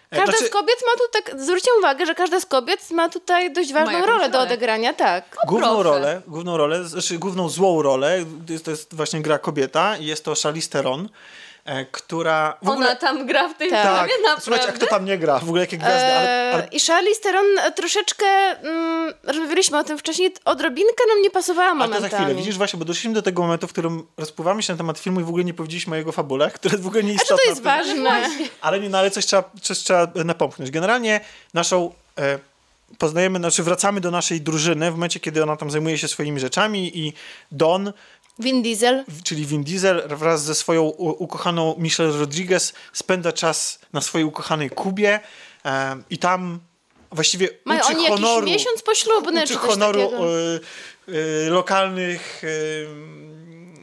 Każda Znaczy, z kobiet ma tu tak, zwróćcie uwagę, że każda z kobiet ma tutaj dość ważną jakąś rolę do rolę. odegrania, tak. główną proszę. rolę, główną rolę, znaczy główną złą rolę, to jest, to jest właśnie gra kobieta i jest to Charlize Theron, e, która w ogóle... Ona tam gra w tej Tak. filmie, naprawdę? Słuchajcie, a kto tam nie gra? W ogóle jakie gwiazdy, ale... ale... Eee, I Charlize Theron troszeczkę, mm, rozmawialiśmy o tym wcześniej, odrobinkę nam nie pasowała Ale to momentami. za chwilę, widzisz właśnie, bo doszliśmy do tego momentu, w którym rozpływamy się na temat filmu i w ogóle nie powiedzieliśmy o jego fabule, które jest w ogóle A czy nieistotne. to jest ważne? Ale nie, no ale coś trzeba, coś trzeba napomknąć. Generalnie naszą e, poznajemy, znaczy wracamy do naszej drużyny w momencie, kiedy ona tam zajmuje się swoimi rzeczami i Don, Vin Diesel. w- czyli Vin Diesel wraz ze swoją u, ukochaną Michelle Rodriguez spędza czas na swojej ukochanej Kubie e, i tam właściwie Mają uczy oni honoru, jakiś miesiąc poślubny, uczy czy coś honoru takiego. e, e, lokalnych e,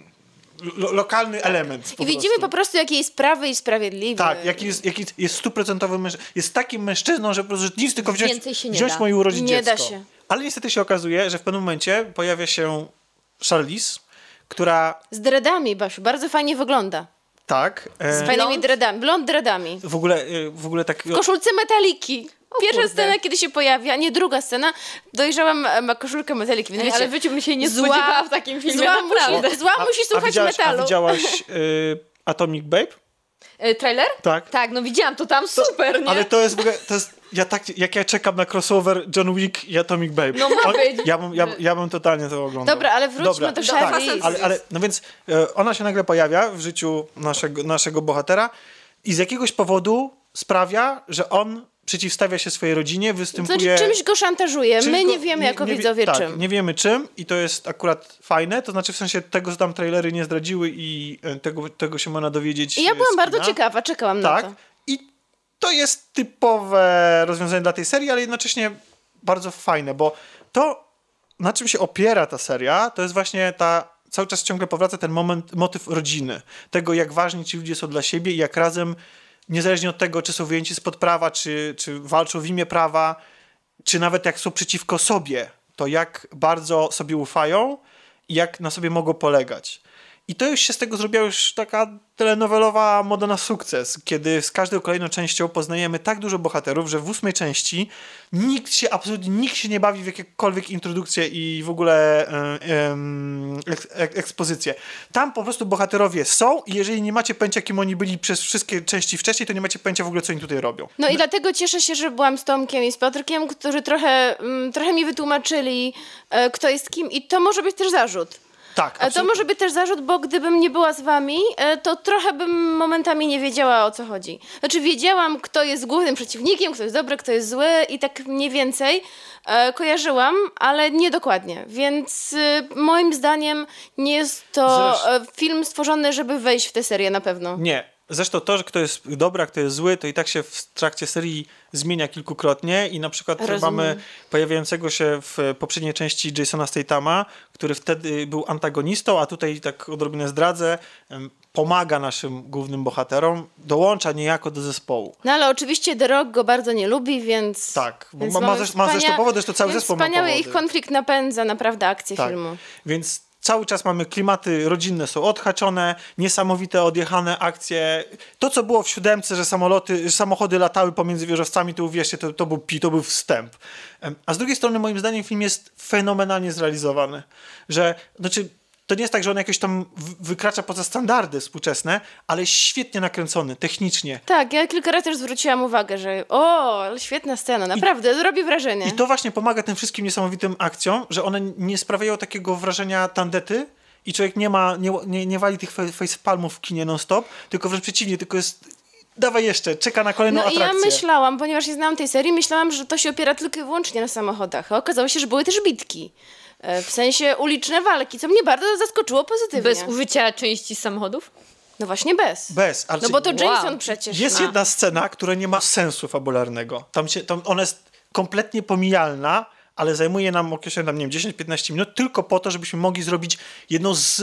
lo, lokalny element. I widzimy po prostu, jaki jest prawy i sprawiedliwy. Tak, jaki jest, jaki jest stuprocentowym mężczyzną. Jest takim mężczyzną, że po prostu nic tylko wziąć, Więcej się nie wziąć da. mu i urodzić Nie dziecko. da się. Ale niestety się okazuje, że w pewnym momencie pojawia się Charlize, która Z dreadami, Basiu, bardzo fajnie wygląda. tak, Z e, fajnymi Blond? dreadami, blond dreadami. w ogóle, e, w ogóle tak... W koszulce metaliki. Pierwsza kurde. scena, kiedy się pojawia, nie druga scena, dojrzałam e, ma koszulkę metaliki, więc Ej, wiecie, ale w życiu bym się nie zła- spodziewała w takim filmie, zła naprawdę. musi, zła musi a, słuchać widziałaś, metalu. a widziałaś e, Atomic Babe? E, trailer? Tak. Tak, no widziałam, to tam super, nie? Ale to jest w ogóle, to jest, ja tak, jak ja czekam na crossover John Wick i Atomic Babe. No ma być. Ja bym, ja, ja bym totalnie to oglądał. Dobra, ale wróćmy do tak, Charlize. ale, ale, no więc e, ona się nagle pojawia w życiu naszego, naszego bohatera i z jakiegoś powodu sprawia, że on przeciwstawia się swojej rodzinie, występuje... Znaczy czymś go szantażuje, czymś my go- nie wiemy jako wie- widzowie tak, czym. nie wiemy czym i to jest akurat fajne, to znaczy w sensie tego, że tam trailery nie zdradziły i e, tego, tego się można dowiedzieć. I ja e, byłam z bardzo kina. ciekawa, czekałam na Tak. to. I to jest typowe rozwiązanie dla tej serii, ale jednocześnie bardzo fajne, bo to, na czym się opiera ta seria, to jest właśnie ta, cały czas ciągle powraca ten moment, motyw rodziny. Tego, jak ważni ci ludzie są dla siebie i jak razem, niezależnie od tego, czy są wyjęci spod prawa, czy, czy walczą w imię prawa, czy nawet jak są przeciwko sobie, to jak bardzo sobie ufają i jak na sobie mogą polegać. I to już się z tego zrobiła już taka telenowelowa moda na sukces, kiedy z każdą kolejną częścią poznajemy tak dużo bohaterów, że w ósmej części nikt się, absolutnie nikt się nie bawi w jakiekolwiek introdukcje i w ogóle e, em, eks, ek, ekspozycje. Tam po prostu bohaterowie są i jeżeli nie macie pojęcia, kim oni byli przez wszystkie części wcześniej, to nie macie pojęcia w ogóle, co oni tutaj robią. No i dlatego cieszę się, że byłam z Tomkiem i z Piotrkiem, którzy trochę, mm, trochę mi wytłumaczyli, e, kto jest kim i to może być też zarzut. Tak, E, To absolutnie. może być też zarzut, bo gdybym nie była z wami, e, to trochę bym momentami nie wiedziała, o co chodzi. Znaczy wiedziałam, kto jest głównym przeciwnikiem, kto jest dobry, kto jest zły i tak mniej więcej e, kojarzyłam, ale nie dokładnie. Więc e, moim zdaniem nie jest to Zresztą- e, film stworzony, żeby wejść w tę serię na pewno. Nie. Zresztą to, że kto jest dobry, a kto jest zły, to i tak się w trakcie serii zmienia kilkukrotnie i na przykład Rozumiem. mamy pojawiającego się w poprzedniej części Jasona Statama, który wtedy był antagonistą, a tutaj tak odrobinę zdradzę, em, pomaga naszym głównym bohaterom, dołącza niejako do zespołu. No ale oczywiście The Rock go bardzo nie lubi, więc... Tak, bo więc ma, ma, mamy zresztą, ma zresztą wspania- powód, zresztą cały więc zespół ma wspaniały powody. ich konflikt napędza naprawdę akcję Tak. filmu. Więc cały czas mamy klimaty rodzinne, są odhaczone, niesamowite odjechane akcje. To, co było w siódemce, że samoloty, że samochody latały pomiędzy wieżowcami, to uwierzcie, to, to był pi, to był wstęp. Em, A z drugiej strony, moim zdaniem, film jest fenomenalnie zrealizowany. Że, znaczy, to nie jest tak, że on jakoś tam w- wykracza poza standardy współczesne, ale świetnie nakręcony, technicznie. Tak, ja kilka razy też zwróciłam uwagę, że o, ale świetna scena, naprawdę, robi wrażenie. I to właśnie pomaga tym wszystkim niesamowitym akcjom, że one nie sprawiają takiego wrażenia tandety i człowiek nie ma, nie, nie, nie wali tych fe- facepalmów w kinie non-stop, tylko wręcz przeciwnie, tylko jest dawaj jeszcze, czeka na kolejną No i atrakcję. ja myślałam, ponieważ nie znałam tej serii, myślałam, że to się opiera tylko i wyłącznie na samochodach. A okazało się, że były też bitki. E, W sensie uliczne walki, co mnie bardzo zaskoczyło pozytywnie. Bez użycia części samochodów? No właśnie bez. Bez, ale No bo to Wow. Jason przecież. jest ma. jedna scena, która nie ma sensu fabularnego. Tam się, tam ona jest kompletnie pomijalna, ale zajmuje nam określenie tam, nie wiem, dziesięć piętnaście minut tylko po to, żebyśmy mogli zrobić jedną z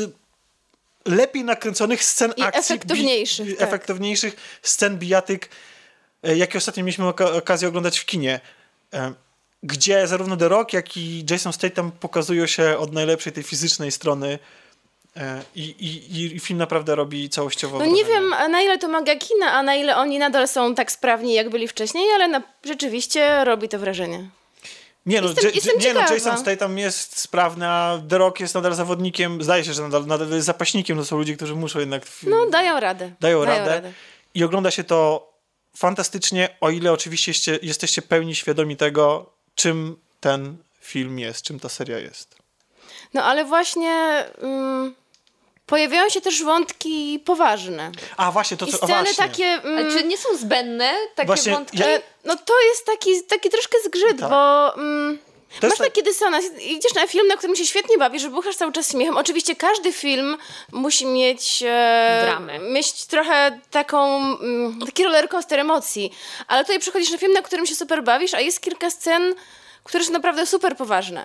lepiej nakręconych scen I akcji. efektowniejszych, bi- tak. efektowniejszych scen bijatyk, e, jakie ostatnio mieliśmy oka- okazję oglądać w kinie. E, Gdzie zarówno The Rock, jak i Jason Statham pokazują się od najlepszej tej fizycznej strony. E, I, i, I film naprawdę robi całościowo No wrażenie. nie wiem, na ile to magia kina, a na ile oni nadal są tak sprawni, jak byli wcześniej, ale na, rzeczywiście robi to wrażenie. Nie no, Jestem- J- jestem nie no, ciekawa. Jason Statham jest sprawny, a The Rock jest nadal zawodnikiem, zdaje się, że nadal, nadal jest zapaśnikiem, to są ludzie, którzy muszą jednak... W... No dają radę. dają radę. I ogląda się to fantastycznie, o ile oczywiście jesteście, jesteście pełni świadomi tego, czym ten film jest, czym ta seria jest. No ale właśnie mm, pojawiają się też wątki poważne. A właśnie, to I co... o, sceny właśnie. takie... Mm, Ale czy nie są zbędne takie Właśnie, wątki? ja- e, no to jest taki, taki troszkę zgrzyt, Tak. bo... Mm, To Masz jest tak- taki dysonans. Idziesz na film, na którym się świetnie bawisz, że buchasz cały czas śmiechem. Oczywiście każdy film musi mieć... E, Dramę. Mieć trochę taką... Mm, taki rollercoaster emocji. Ale tutaj przychodzisz na film, na którym się super bawisz, a jest kilka scen, które są naprawdę super poważne.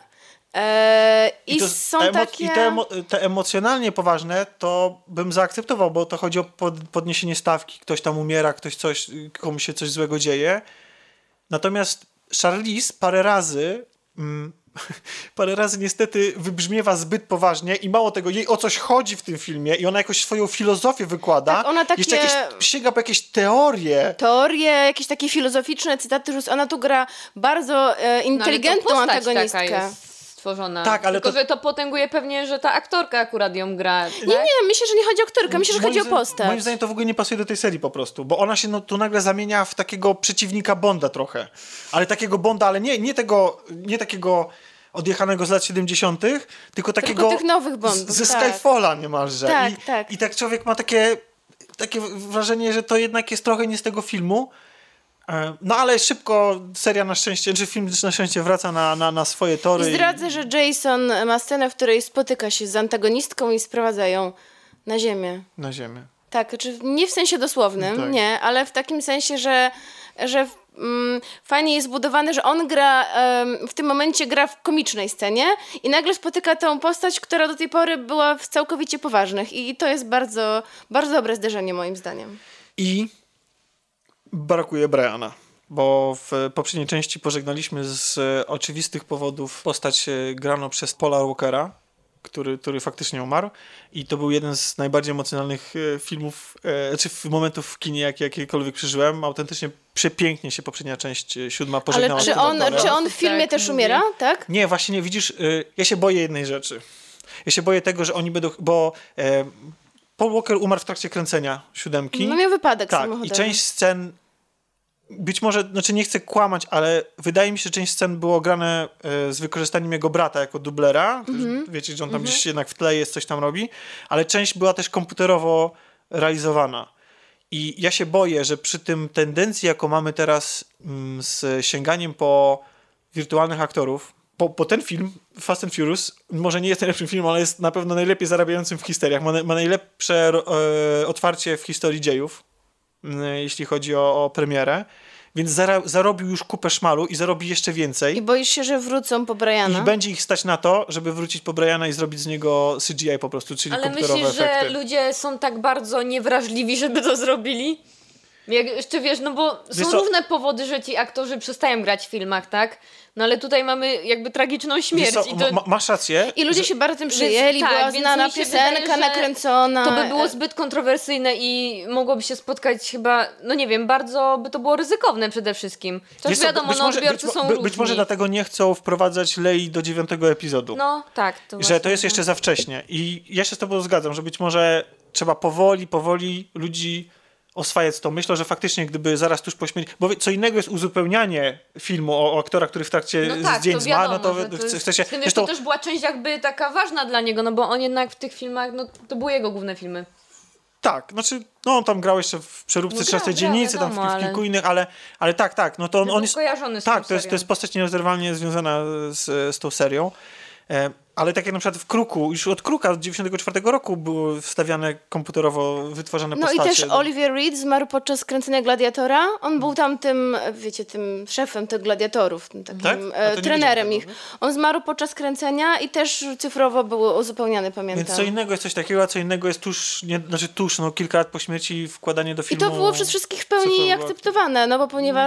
E, I, to- są emo- takie... I te, emo- te emocjonalnie poważne to bym zaakceptował, bo to chodzi o pod, podniesienie stawki. Ktoś tam umiera, ktoś coś, komuś się coś złego dzieje. Natomiast Charlize parę razy mm, parę razy niestety wybrzmiewa zbyt poważnie i mało tego, jej o coś chodzi w tym filmie i ona jakoś swoją filozofię wykłada. Tak, ona takie- Jeszcze jakieś, sięga po jakieś teorie. Teorie, jakieś takie filozoficzne cytaty, że ona tu gra bardzo e, inteligentną no, ale to postać antagonistkę. taka jest stworzona. Tak, ale Tylko, to- że to potęguje pewnie, że ta aktorka akurat ją gra. Tak? Nie, nie, myślę, że nie chodzi o aktorkę, myślę, że Moim chodzi o zdaniem- postać. Moim zdaniem to w ogóle nie pasuje do tej serii po prostu, bo ona się no, tu nagle zamienia w takiego przeciwnika Bonda trochę. Ale takiego Bonda, ale nie, nie tego, nie takiego odjechanego z lat siedemdziesiątych, tylko takiego tych nowych Bondów, z, ze tak. Skyfalla niemalże. Tak, I, tak. I tak człowiek ma takie, takie wrażenie, że to jednak jest trochę nie z tego filmu. E, No ale szybko seria na szczęście, czy film na szczęście wraca na, na, na swoje tory. I zdradzę, że Jason ma scenę, w której spotyka się z antagonistką i sprowadza ją na ziemię. I na ziemię. Tak, znaczy nie w sensie dosłownym, Tak. nie, ale w takim sensie, że, że mm, fajnie jest zbudowany, że on gra, em, w tym momencie gra w komicznej scenie i nagle spotyka tą postać, która do tej pory była w całkowicie poważnych i to jest bardzo, bardzo dobre zderzenie moim zdaniem. I brakuje Briana, bo w poprzedniej części pożegnaliśmy z e, oczywistych powodów postać e, graną przez Paula Walkera, który, który faktycznie umarł i to był jeden z najbardziej emocjonalnych e, filmów, e, czy momentów w kinie, jakie jakiekolwiek przeżyłem. Autentycznie przepięknie się poprzednia część e, siódma Ale pożegnała. czy z tym on, aktorem. czy on w Tak, filmie też mówi. umiera, tak? Nie, właśnie nie, widzisz, y, ja się boję jednej rzeczy. Ja się boję tego, że oni będą, bo e, Paul Walker umarł w trakcie kręcenia siódemki. No miał wypadek Tak, samochodowy. i część scen, być może, znaczy nie chcę kłamać, ale wydaje mi się, że część scen było grane e, z wykorzystaniem jego brata jako dublera. Mhm. Wiecie, że on tam gdzieś jednak w tle jest, coś tam robi, ale część była też komputerowo realizowana. I ja się boję, że przy tym tendencji, jaką mamy teraz mm, z sięganiem po wirtualnych aktorów, po, po ten film, Fast and Furious, może nie jest najlepszym filmem, ale jest na pewno najlepiej zarabiającym w historiach. Ma, ma najlepsze e, otwarcie w historii dziejów, m, jeśli chodzi o, o premierę. Więc zara, zarobił już kupę szmalu i zarobi jeszcze więcej. I boisz się, że wrócą po Briana? I będzie ich stać na to, żeby wrócić po Briana i zrobić z niego C G I po prostu, czyli Ale komputerowe myślisz, że efekty. ludzie są tak bardzo niewrażliwi, żeby to zrobili? Jak jeszcze wiesz, no bo Wiesz są co? różne powody, że ci aktorzy przestają grać w filmach, tak? No ale tutaj mamy jakby tragiczną śmierć. Wiesz co, I to, ma, masz rację. I ludzie że- się bardzo tym przyjęli, tak, była więc znana mi się piosenka wydaje, że nakręcona. to by było zbyt kontrowersyjne i mogłoby się spotkać chyba, no nie wiem, bardzo by to było ryzykowne przede wszystkim. Chociaż Wiesz co, wiadomo, być no może- odbiorcy być, są by, różni. być może dlatego nie chcą wprowadzać Lei do dziewiątego epizodu. No tak. To że właśnie, to jest jeszcze za wcześnie. I ja się z tobą zgadzam, że być może trzeba powoli, powoli ludzi oswajać z tą myślą, że faktycznie gdyby zaraz tuż po śmierci... Bo wie- co innego jest uzupełnianie filmu o, o aktora, który w trakcie No tak, zdjęć to zmarł, wiadomo, no że to to chce, jest, chce się... Zresztą Zresztą, to też była część jakby taka ważna dla niego, no bo on jednak w tych filmach, no to były jego główne filmy. tak, znaczy, no on tam grał jeszcze w Przeróbce No trzynastej grał, grał, dzielnicy, tam w, wiadomo, w ale- kilku innych, ale, ale tak, tak, no to on, No on był jest... kojarzony z Tak, tą to jest, to serią. jest postać nierozerwalnie związana z, z tą serią. E, ale tak jak na przykład w Kruku, już od Kruka od dziewięćdziesiątego czwartego roku były wstawiane komputerowo wytwarzane No postacie. i też Oliver Reed zmarł podczas kręcenia Gladiatora. On był tam tym, wiecie, tym szefem tych gladiatorów, tym takim Tak? A e, to nie trenerem wiedziałem ich. tego, On zmarł podczas kręcenia i też cyfrowo był uzupełniany, pamiętam. Więc co innego jest coś takiego, a co innego jest tuż, nie, znaczy tuż, no kilka lat po śmierci wkładanie do I filmu. to było przez wszystkich w pełni cyfrowego. akceptowane, no bo ponieważ No tak.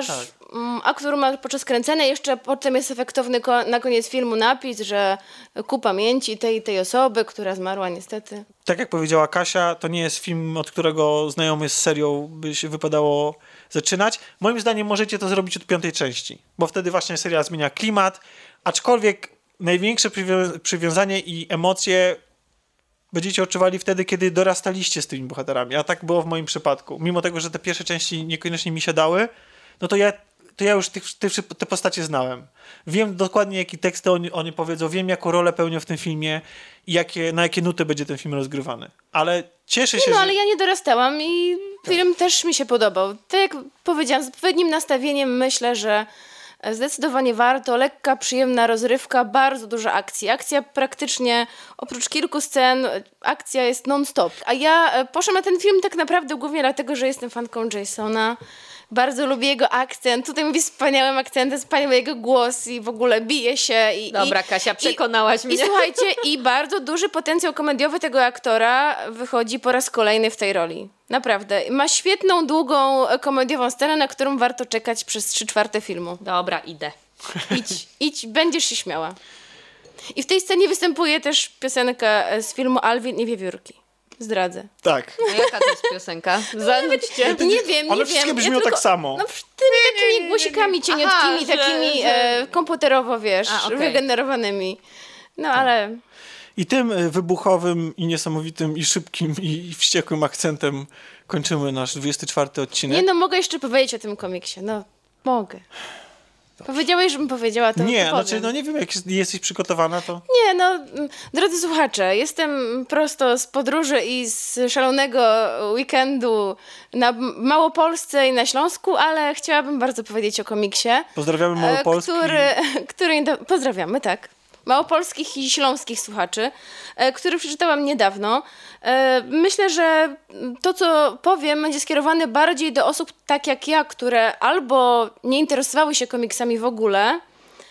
mm, aktor ma podczas kręcenia, jeszcze potem jest efektowny ko- na koniec filmu napis, że ku pamięci tej i tej osoby, która zmarła niestety. Tak jak powiedziała Kasia, to nie jest film, od którego znajomy z serią by się wypadało zaczynać. Moim zdaniem możecie to zrobić od piątej części, bo wtedy właśnie seria zmienia klimat, aczkolwiek największe przywią- przywiązanie i emocje będziecie odczuwali wtedy, kiedy dorastaliście z tymi bohaterami, a tak było w moim przypadku. Mimo tego, że te pierwsze części niekoniecznie mi się dały, no to ja, to ja już tych, tych, te postacie znałem. Wiem dokładnie, jakie teksty oni, oni powiedzą, wiem, jaką rolę pełnią w tym filmie i jakie, na jakie nuty będzie ten film rozgrywany. Ale cieszę się, No, że... ale ja nie dorastałam i film też mi się podobał. Tak jak powiedziałam, z odpowiednim nastawieniem myślę, że zdecydowanie warto. Lekka, przyjemna rozrywka, bardzo dużo akcji. Akcja praktycznie, oprócz kilku scen, akcja jest non-stop. A ja e, poszłam na ten film tak naprawdę głównie dlatego, że jestem fanką Jasona. Bardzo lubię jego akcent. Tutaj mówi wspaniałym akcentem, wspaniały jego głos i w ogóle bije się. I, Dobra, i, Kasia, przekonałaś i, mnie. I słuchajcie, i bardzo duży potencjał komediowy tego aktora wychodzi po raz kolejny w tej roli. Naprawdę. Ma świetną, długą, komediową scenę, na którą warto czekać przez trzy czwarte filmu. Dobra, idę. Idź, idź, będziesz się śmiała. I w tej scenie występuje też piosenka z filmu Alvin i Wiewiórki. Zdradzę. Tak. A jaka to jest piosenka? Zanudźcie. Nie wiem, nie One wiem. wszystkie Ja brzmią tylko- tak samo. No pff, tymi takimi głosikami cieniutkimi, Aha, że- takimi że- e, komputerowo, wiesz, A, okej. wygenerowanymi. No ale... I tym y, wybuchowym i niesamowitym i szybkim i, i wściekłym akcentem kończymy nasz dwudziesty czwarty odcinek. Nie no, mogę jeszcze powiedzieć o tym komiksie. No, mogę. Powiedziałeś, żebym powiedziała, to Nie, to znaczy, powiem. no nie wiem, jak jest- jesteś przygotowana, to... Nie, no, mm, drodzy słuchacze, jestem prosto z podróży i z szalonego weekendu na Małopolsce i na Śląsku, ale chciałabym bardzo powiedzieć o komiksie, Pozdrawiamy e, Małopolski. który, który pozdrawiamy, tak, małopolskich i śląskich słuchaczy, e, który przeczytałam niedawno. E, Myślę, że to, co powiem, będzie skierowane bardziej do osób tak jak ja, które albo nie interesowały się komiksami w ogóle,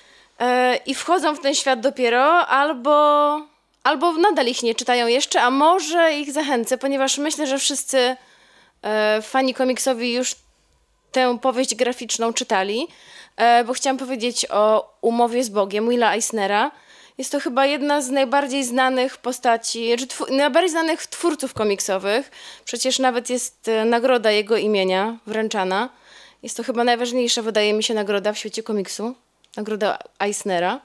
E, i wchodzą w ten świat dopiero, albo, albo nadal ich nie czytają jeszcze, a może ich zachęcę, ponieważ myślę, że wszyscy e, fani komiksowi już tę powieść graficzną czytali, e, bo chciałam powiedzieć o Umowie z Bogiem Willa Eisnera. Jest to chyba jedna z najbardziej znanych postaci, czy tw- najbardziej znanych twórców komiksowych. Przecież nawet jest e, nagroda jego imienia wręczana. Jest to chyba najważniejsza, wydaje mi się, nagroda w świecie komiksu. Nagroda Eisnera.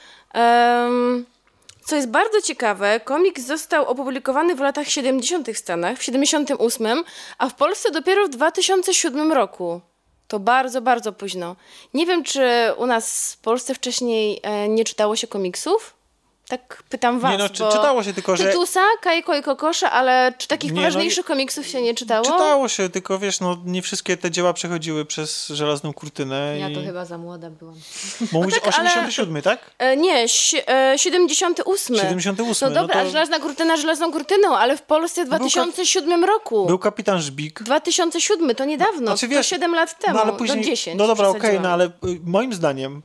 Um, co jest bardzo ciekawe, komiks został opublikowany w latach siedemdziesiątych w Stanach, w siedemdziesiątym ósmym, a w Polsce dopiero w dwa tysiące siódmym roku. To bardzo, bardzo późno. Nie wiem, czy u nas w Polsce wcześniej e, nie czytało się komiksów? Tak pytam was, Nie no, czy, bo czytało się, tylko że... Tytusa, Kajko i Kokosza, ale czy takich Nie, no poważniejszych i- komiksów się nie czytało? Czytało się, tylko wiesz, no nie wszystkie te dzieła przechodziły przez żelazną kurtynę. Ja i... to chyba za młoda byłam. Bo mówisz tak, ale- osiemdziesiąty siódmy, tak? E, nie, si- e, siedemdziesiąty ósmy. siedemdziesiąty ósmy. No dobra, no a to żelazna kurtyna żelazną kurtyną, ale w Polsce w dwa tysiące siódmym roku. był kapitan Żbik. dwa tysiące siódmy, to niedawno, Znaczy, to wiesz, siedem lat temu, No ale później, do dziesięć. no dobra, okej, przesadziłam. no ale y, moim zdaniem,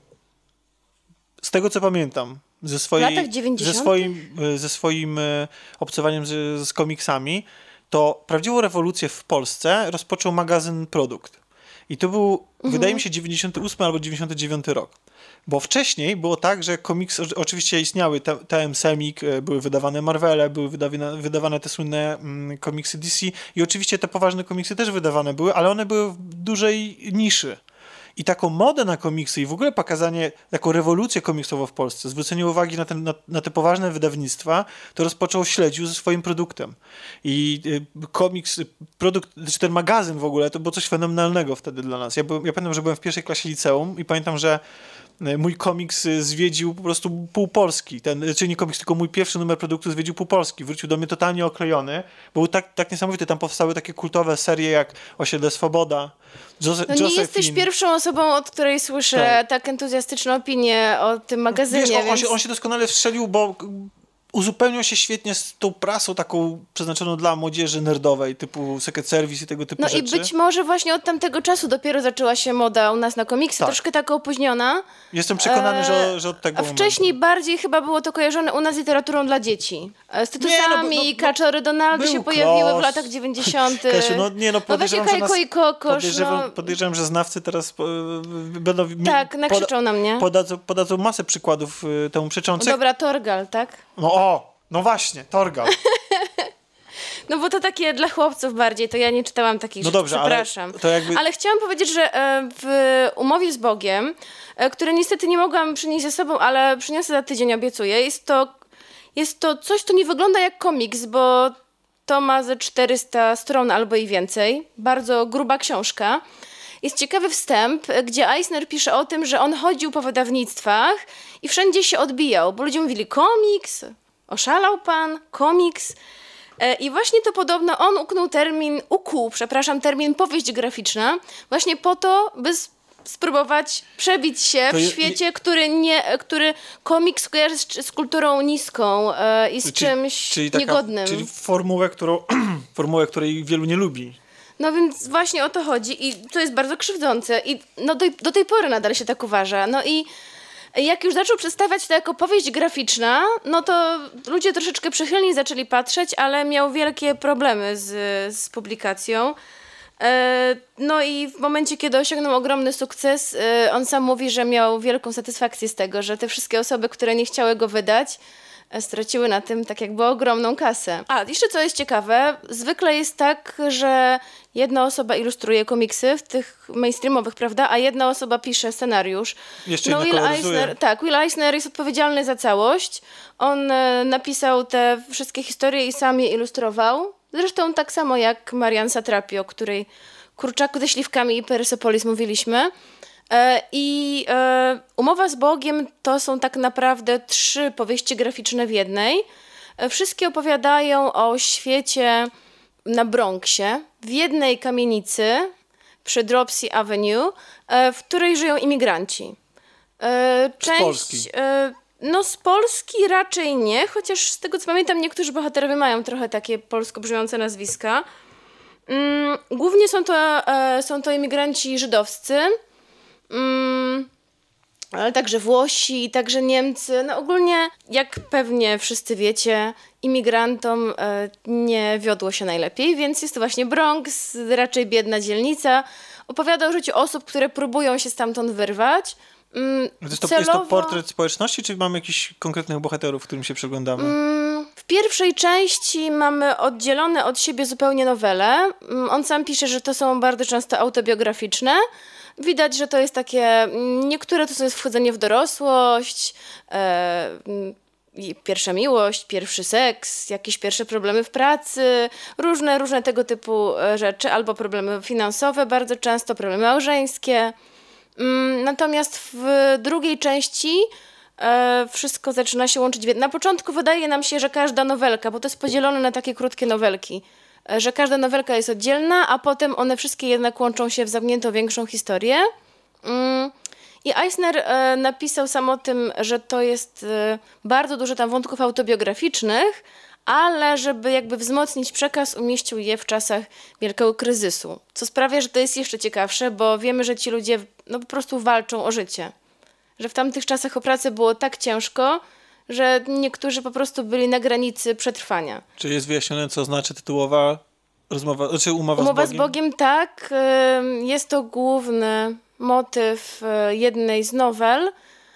z tego co pamiętam, ze swojej, latach ze dziewięćdziesiątych? swoim, y, ze swoim y, obcowaniem z, z komiksami, to prawdziwą rewolucję w Polsce rozpoczął magazyn Produkt. I to był, Mhm. wydaje mi się, dziewięćdziesiąty ósmy albo dziewięćdziesiąty dziewiąty rok. Bo wcześniej było tak, że komiks, o- oczywiście istniały T- TM Semik, y, były wydawane Marvele, były wydawane, wydawane te słynne mm, komiksy D C i oczywiście te poważne komiksy też wydawane były, ale one były w dużej niszy. I taką modę na komiksy i w ogóle pokazanie, taką rewolucję komiksową w Polsce, zwrócenie uwagi na, ten, na, na te poważne wydawnictwa, to rozpoczął Śledziu ze swoim produktem. I y, komiks, y, produkt, czy ten magazyn w ogóle, to było coś fenomenalnego wtedy dla nas. Ja, byłem, ja pamiętam, że byłem w pierwszej klasie liceum i pamiętam, że y, mój komiks y, zwiedził po prostu pół Polski. Ten, y, czy nie komiks, tylko mój pierwszy numer produktu zwiedził pół Polski. Wrócił do mnie totalnie oklejony. Był tak, tak niesamowity. Tam powstały takie kultowe serie jak Osiedle Swoboda, Jose- No nie Josephine. jesteś pierwszą osobą, od której słyszę Tak. tak, entuzjastyczne opinie o tym magazynie, Wiesz, on, on, więc... się, on się doskonale wstrzelił, bo uzupełnią się świetnie z tą prasą taką przeznaczoną dla młodzieży nerdowej, typu Secret Service i tego typu No rzeczy. i być może właśnie od tamtego czasu dopiero zaczęła się moda u nas na komiksy, Tak. troszkę taka opóźniona. Jestem przekonany, E, że, że od tego A momentu. wcześniej bardziej chyba było to kojarzone u nas z literaturą dla dzieci. E, Z tytusami, no, no, no, Kaczory Donaldy był się pojawiły w Kloss. latach dziewięćdziesiątych. Kasiu, no nie, no No właśnie podejrzewam, że Kajko nas, i Kokosz, podejrzewam, no. podejrzewam, że znawcy teraz po, będą mi- Tak, nakrzyczą na mnie. podadzą, podadzą masę przykładów y, temu przeczących. Dobra, Torgal, tak? No o, no właśnie, Torgal. No bo to takie dla chłopców bardziej, to ja nie czytałam takich No rzeczy, dobrze, ale przepraszam. to jakby- Ale chciałam powiedzieć, że e, w Umowie z Bogiem, e, które niestety nie mogłam przynieść ze sobą, ale przyniosę za tydzień, obiecuję, jest to, jest to coś, co nie wygląda jak komiks, bo to ma ze czterysta stron albo i więcej. Bardzo gruba książka. Jest ciekawy wstęp, gdzie Eisner pisze o tym, że on chodził po wydawnictwach i wszędzie się odbijał, bo ludzie mówili komiks, oszalał pan, komiks. E, I właśnie to podobno on uknął termin, ukuł, przepraszam, termin powieść graficzna, właśnie po to, by s- spróbować przebić się To w je- świecie, który, nie, który komiks kojarzy z, z kulturą niską e, i z czymś taka, niegodnym. Czyli formułę, którą, formułę, której wielu nie lubi. No więc właśnie o to chodzi i to jest bardzo krzywdzące i no do, do tej pory nadal się tak uważa. No i jak już zaczął przedstawiać to jako powieść graficzna, no to ludzie troszeczkę przychylniej zaczęli patrzeć, ale miał wielkie problemy z, z publikacją. E, No i w momencie, kiedy osiągnął ogromny sukces, e, on sam mówi, że miał wielką satysfakcję z tego, że te wszystkie osoby, które nie chciały go wydać, e, straciły na tym tak jakby ogromną kasę. A, jeszcze co jest ciekawe, zwykle jest tak, że jedna osoba ilustruje komiksy w tych mainstreamowych, prawda, a jedna osoba pisze scenariusz. Jeszcze no jedna Will koloryzuje. Eisner, tak, Will Eisner jest odpowiedzialny za całość. On e, napisał te wszystkie historie i sam je ilustrował. Zresztą tak samo jak Marian Satrapi, o której Kurczaku ze śliwkami i Persepolis mówiliśmy. E, I e, Umowa z Bogiem to są tak naprawdę trzy powieści graficzne w jednej. E, wszystkie opowiadają o świecie na Bronxie, w jednej kamienicy przy Dropsy Avenue, e, w której żyją imigranci. E, część, Polski. e, No z Polski raczej nie, chociaż z tego co pamiętam niektórzy bohaterowie mają trochę takie polsko brzmiące nazwiska. Mm, głównie są to, e, są to imigranci żydowscy, mm, ale także Włosi, także Niemcy. No ogólnie, jak pewnie wszyscy wiecie, imigrantom e, nie wiodło się najlepiej, więc jest to właśnie Bronx, raczej biedna dzielnica. Opowiada o życiu osób, które próbują się stamtąd wyrwać. Mm, Jest to, celowo- jest to portret społeczności, czy mamy jakichś konkretnych bohaterów, którym się przyglądamy? Mm, W pierwszej części mamy oddzielone od siebie zupełnie nowele. Mm, On sam pisze, że to są bardzo często autobiograficzne. Widać, że to jest takie, mm, niektóre to są jest wchodzenie w dorosłość, e, mm, i pierwsza miłość, pierwszy seks, jakieś pierwsze problemy w pracy, różne, różne tego typu e, rzeczy, albo problemy finansowe bardzo często, problemy małżeńskie. Mm, Natomiast w drugiej części e, wszystko zaczyna się łączyć. w jed- Na początku wydaje nam się, że każda nowelka, bo to jest podzielone na takie krótkie nowelki, e, że każda nowelka jest oddzielna, a potem one wszystkie jednak łączą się w zamkniętą większą historię. Mm, I Eisner e, napisał sam o tym, że to jest e, bardzo dużo tam wątków autobiograficznych, ale żeby jakby wzmocnić przekaz, umieścił je w czasach wielkiego kryzysu. Co sprawia, że to jest jeszcze ciekawsze, bo wiemy, że ci ludzie no, po prostu walczą o życie. Że w tamtych czasach o pracę było tak ciężko, że niektórzy po prostu byli na granicy przetrwania. Czy jest wyjaśnione, co znaczy tytułowa rozmowa, znaczy umowa, Umowa z z Bogiem? Bogiem, tak. ym, Jest to główny motyw y, jednej z nowel.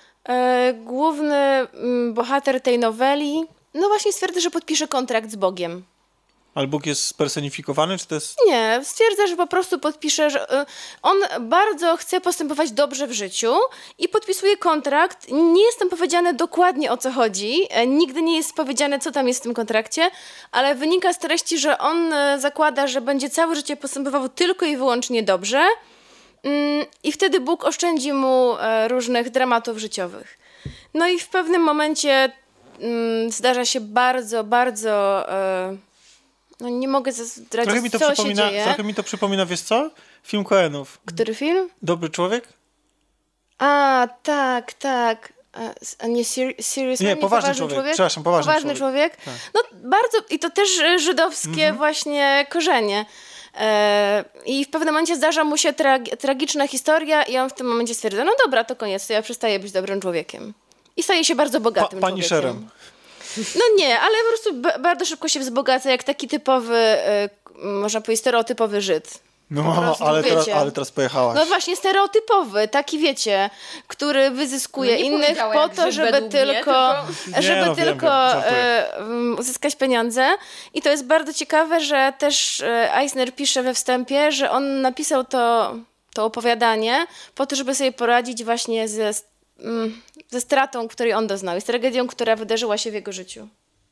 Y, Główny mm, bohater tej noweli no właśnie stwierdza, że podpisze kontrakt z Bogiem. Ale Bóg jest spersonifikowany, czy to jest... Nie, stwierdza, że po prostu podpisze, że y, on bardzo chce postępować dobrze w życiu i podpisuje kontrakt. Nie jest tam powiedziane dokładnie o co chodzi, e, nigdy nie jest powiedziane, co tam jest w tym kontrakcie, ale wynika z treści, że on e, zakłada, że będzie całe życie postępował tylko i wyłącznie dobrze mm, i wtedy Bóg oszczędzi mu e, różnych dramatów życiowych. No i w pewnym momencie mm, zdarza się bardzo, bardzo... E, No nie mogę zdradzić, Trochę mi to co się przypomina, dzieje. trochę mi to przypomina, wiesz co? Film Coenów. Który film? Dobry człowiek? A, tak, tak. A nie ser, serious Nie, man, poważny człowiek. Przepraszam, poważny, poważny człowiek. człowiek. Tak. No bardzo, i to też e, żydowskie Mhm. właśnie korzenie. E, I w pewnym momencie zdarza mu się trag, tragiczna historia i on w tym momencie stwierdza, no dobra, to koniec, to ja przestaję być dobrym człowiekiem. I staje się bardzo bogatym Pa, człowiekiem. Punisherem. No nie, ale po prostu b- bardzo szybko się wzbogaca, jak taki typowy, e, można powiedzieć, stereotypowy Żyd. No, prostu, ale teraz, wiecie. ale teraz pojechałaś. No właśnie, stereotypowy, taki wiecie, który wyzyskuje No nie innych powiedziała po jak to, Żyd żeby według mnie, tylko, Nie, żeby no wiem, tylko wiem, żartuję. e, um, uzyskać pieniądze. I to jest bardzo ciekawe, że też e, Eisner pisze we wstępie, że on napisał to, to opowiadanie po to, żeby sobie poradzić właśnie ze, mm, ze stratą, której on doznał i z tragedią, która wydarzyła się w jego życiu.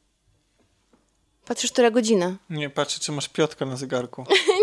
Patrzysz, która godzina? Nie, patrzę, czy masz piątkę na zegarku.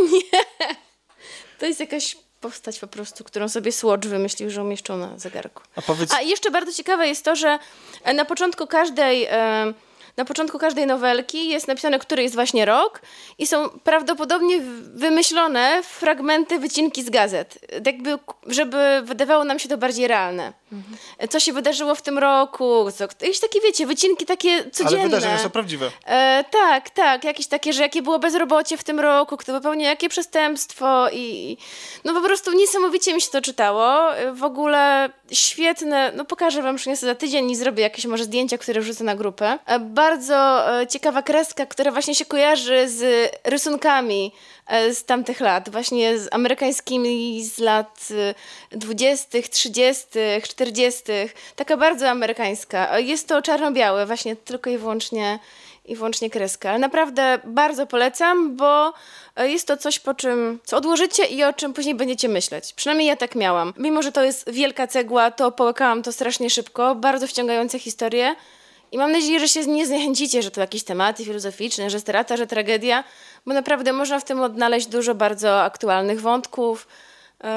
To jest jakaś postać po prostu, którą sobie Swatch wymyślił, że umieszczą na zegarku. A powiedz, A i jeszcze bardzo ciekawe jest to, że na początku każdej, e, na początku każdej nowelki jest napisane, który jest właśnie rok i są prawdopodobnie wymyślone fragmenty, wycinki z gazet. Jakby, żeby wydawało nam się to bardziej realne. Mhm. Co się wydarzyło w tym roku, co, jakieś takie, wiecie, wycinki takie codzienne. ale wydarzenia są prawdziwe. E, tak, tak, jakieś takie, że jakie było bezrobocie w tym roku, kto popełnił jakie przestępstwo i no po prostu niesamowicie mi się to czytało. W ogóle świetne, no pokażę wam, przyniosę za tydzień i zrobię jakieś może zdjęcia, które wrzucę na grupę. E, bardzo e, ciekawa kreska, która właśnie się kojarzy z rysunkami e, z tamtych lat, właśnie z amerykańskimi z lat dwudziestych, trzydziestych, czterdziestych. Taka bardzo amerykańska. Jest to czarno-białe, właśnie tylko i wyłącznie, i wyłącznie kreska. Ale naprawdę bardzo polecam, bo jest to coś, po czym, co odłożycie i o czym później będziecie myśleć. Przynajmniej ja tak miałam. Mimo że to jest wielka cegła, to połykałam to strasznie szybko. Bardzo wciągające historie. I mam nadzieję, że się nie zniechęcicie, że to jakieś tematy filozoficzne, że strata, że tragedia, bo naprawdę można w tym odnaleźć dużo bardzo aktualnych wątków yy,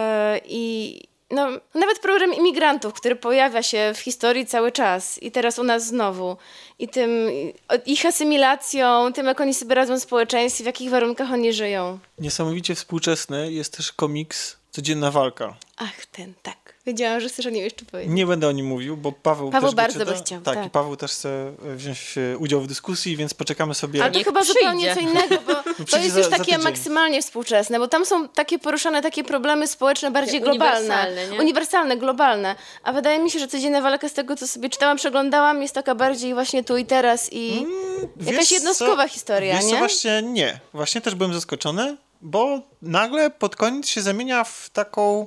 i no, nawet problem imigrantów, który pojawia się w historii cały czas i teraz u nas znowu. I tym ich asymilacją, tym jak oni sobie radzą w społeczeństwie, w jakich warunkach oni żyją. Niesamowicie współczesny jest też komiks Codzienna walka. Ach, ten, tak. Wiedziałam, że chcesz o nim jeszcze powiedzieć. Nie będę o nim mówił, bo Paweł, Paweł też bardzo go czyta. by chciał, Tak, tak. i Paweł też chce wziąć udział w dyskusji, więc poczekamy sobie. Ale to Niech chyba przyjdzie. zupełnie co innego, bo to przyjdzie jest za- już za takie tydzień. maksymalnie współczesne, bo tam są takie poruszane takie problemy społeczne bardziej Takie globalne. uniwersalne, nie? Uniwersalne, globalne. A wydaje mi się, że Codzienna walka z tego, co sobie czytałam, przeglądałam, jest taka bardziej właśnie tu i teraz i Wiesz jakaś jednostkowa co? historia, Wiesz nie? co, właśnie nie. Właśnie też byłem zaskoczony, bo nagle pod koniec się zamienia w taką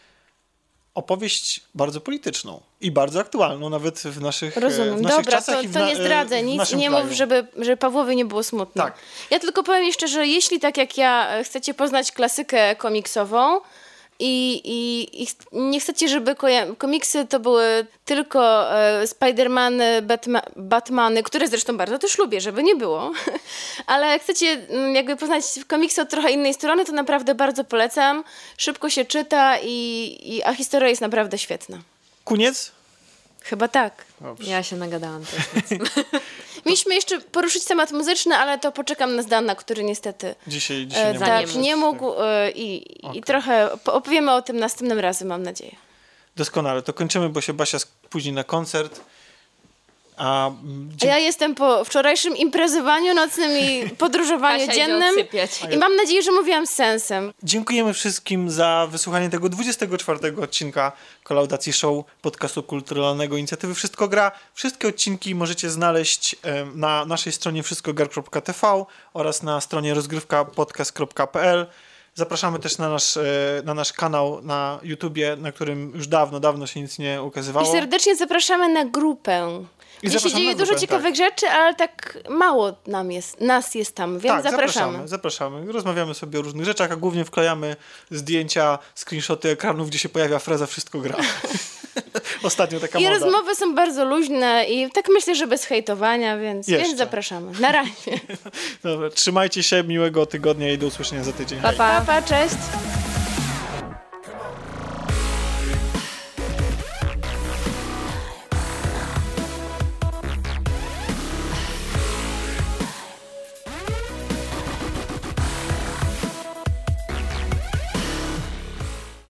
opowieść bardzo polityczną i bardzo aktualną, nawet w naszych, e, Rozumiem. w naszych Dobra, czasach to, i w to na- nie e, zdradzę w nic i naszym nie kraju. mów, żeby, żeby Pawłowi nie było smutno. Tak. Ja tylko powiem jeszcze, że jeśli tak jak ja e, chcecie poznać klasykę komiksową i, i, i ch- nie chcecie, żeby koja- komiksy to były tylko e, Spidermany, Batma- Batmany, które zresztą bardzo też lubię, żeby nie było, ale chcecie mm, jakby poznać komiksy od trochę innej strony, to naprawdę bardzo polecam. Szybko się czyta i, i a historia jest naprawdę świetna. Koniec? Chyba tak. Dobrze. Ja się nagadałam też. Mieliśmy jeszcze poruszyć temat muzyczny, ale to poczekam na Zdana, który niestety Dzisiaj, dzisiaj e, nie tak, mógł. nie mógł e, i, Okej. i trochę po- opowiemy o tym następnym razem, mam nadzieję. Doskonale, to kończymy, bo się Basia spóźni na koncert. A, mm, A ja jestem po wczorajszym imprezowaniu nocnym i podróżowaniu Kasia idzie dziennym odsypiać. i mam nadzieję, że mówiłam z sensem. Dziękujemy wszystkim za wysłuchanie tego dwudziestego czwartego odcinka Kolaudacji Show podcastu kulturalnego inicjatywy Wszystko Gra. Wszystkie odcinki możecie znaleźć em, na naszej stronie wszystkogra kropka t v oraz na stronie rozgrywka podcast kropka p l. Zapraszamy też na nasz, e, na nasz kanał na YouTubie, na którym już dawno, dawno się nic nie I ukazywało. serdecznie zapraszamy na grupę. I Gdzie się zapraszamy dzieje na dużo grupę, ciekawych rzeczy, ale tak mało nam jest, nas jest tam, więc Tak, zapraszamy. zapraszamy, zapraszamy. Rozmawiamy sobie o różnych rzeczach, a głównie wklejamy zdjęcia, screenshoty ekranów, gdzie się pojawia fraza Wszystko Gra. Ostatnio taka I moda. rozmowy są bardzo luźne i tak myślę, że bez hejtowania, więc, Jeszcze. więc zapraszamy. Na razie. Dobra, trzymajcie się, miłego tygodnia i do usłyszenia za tydzień. Pa, Hej. pa. Pa, pa, cześć.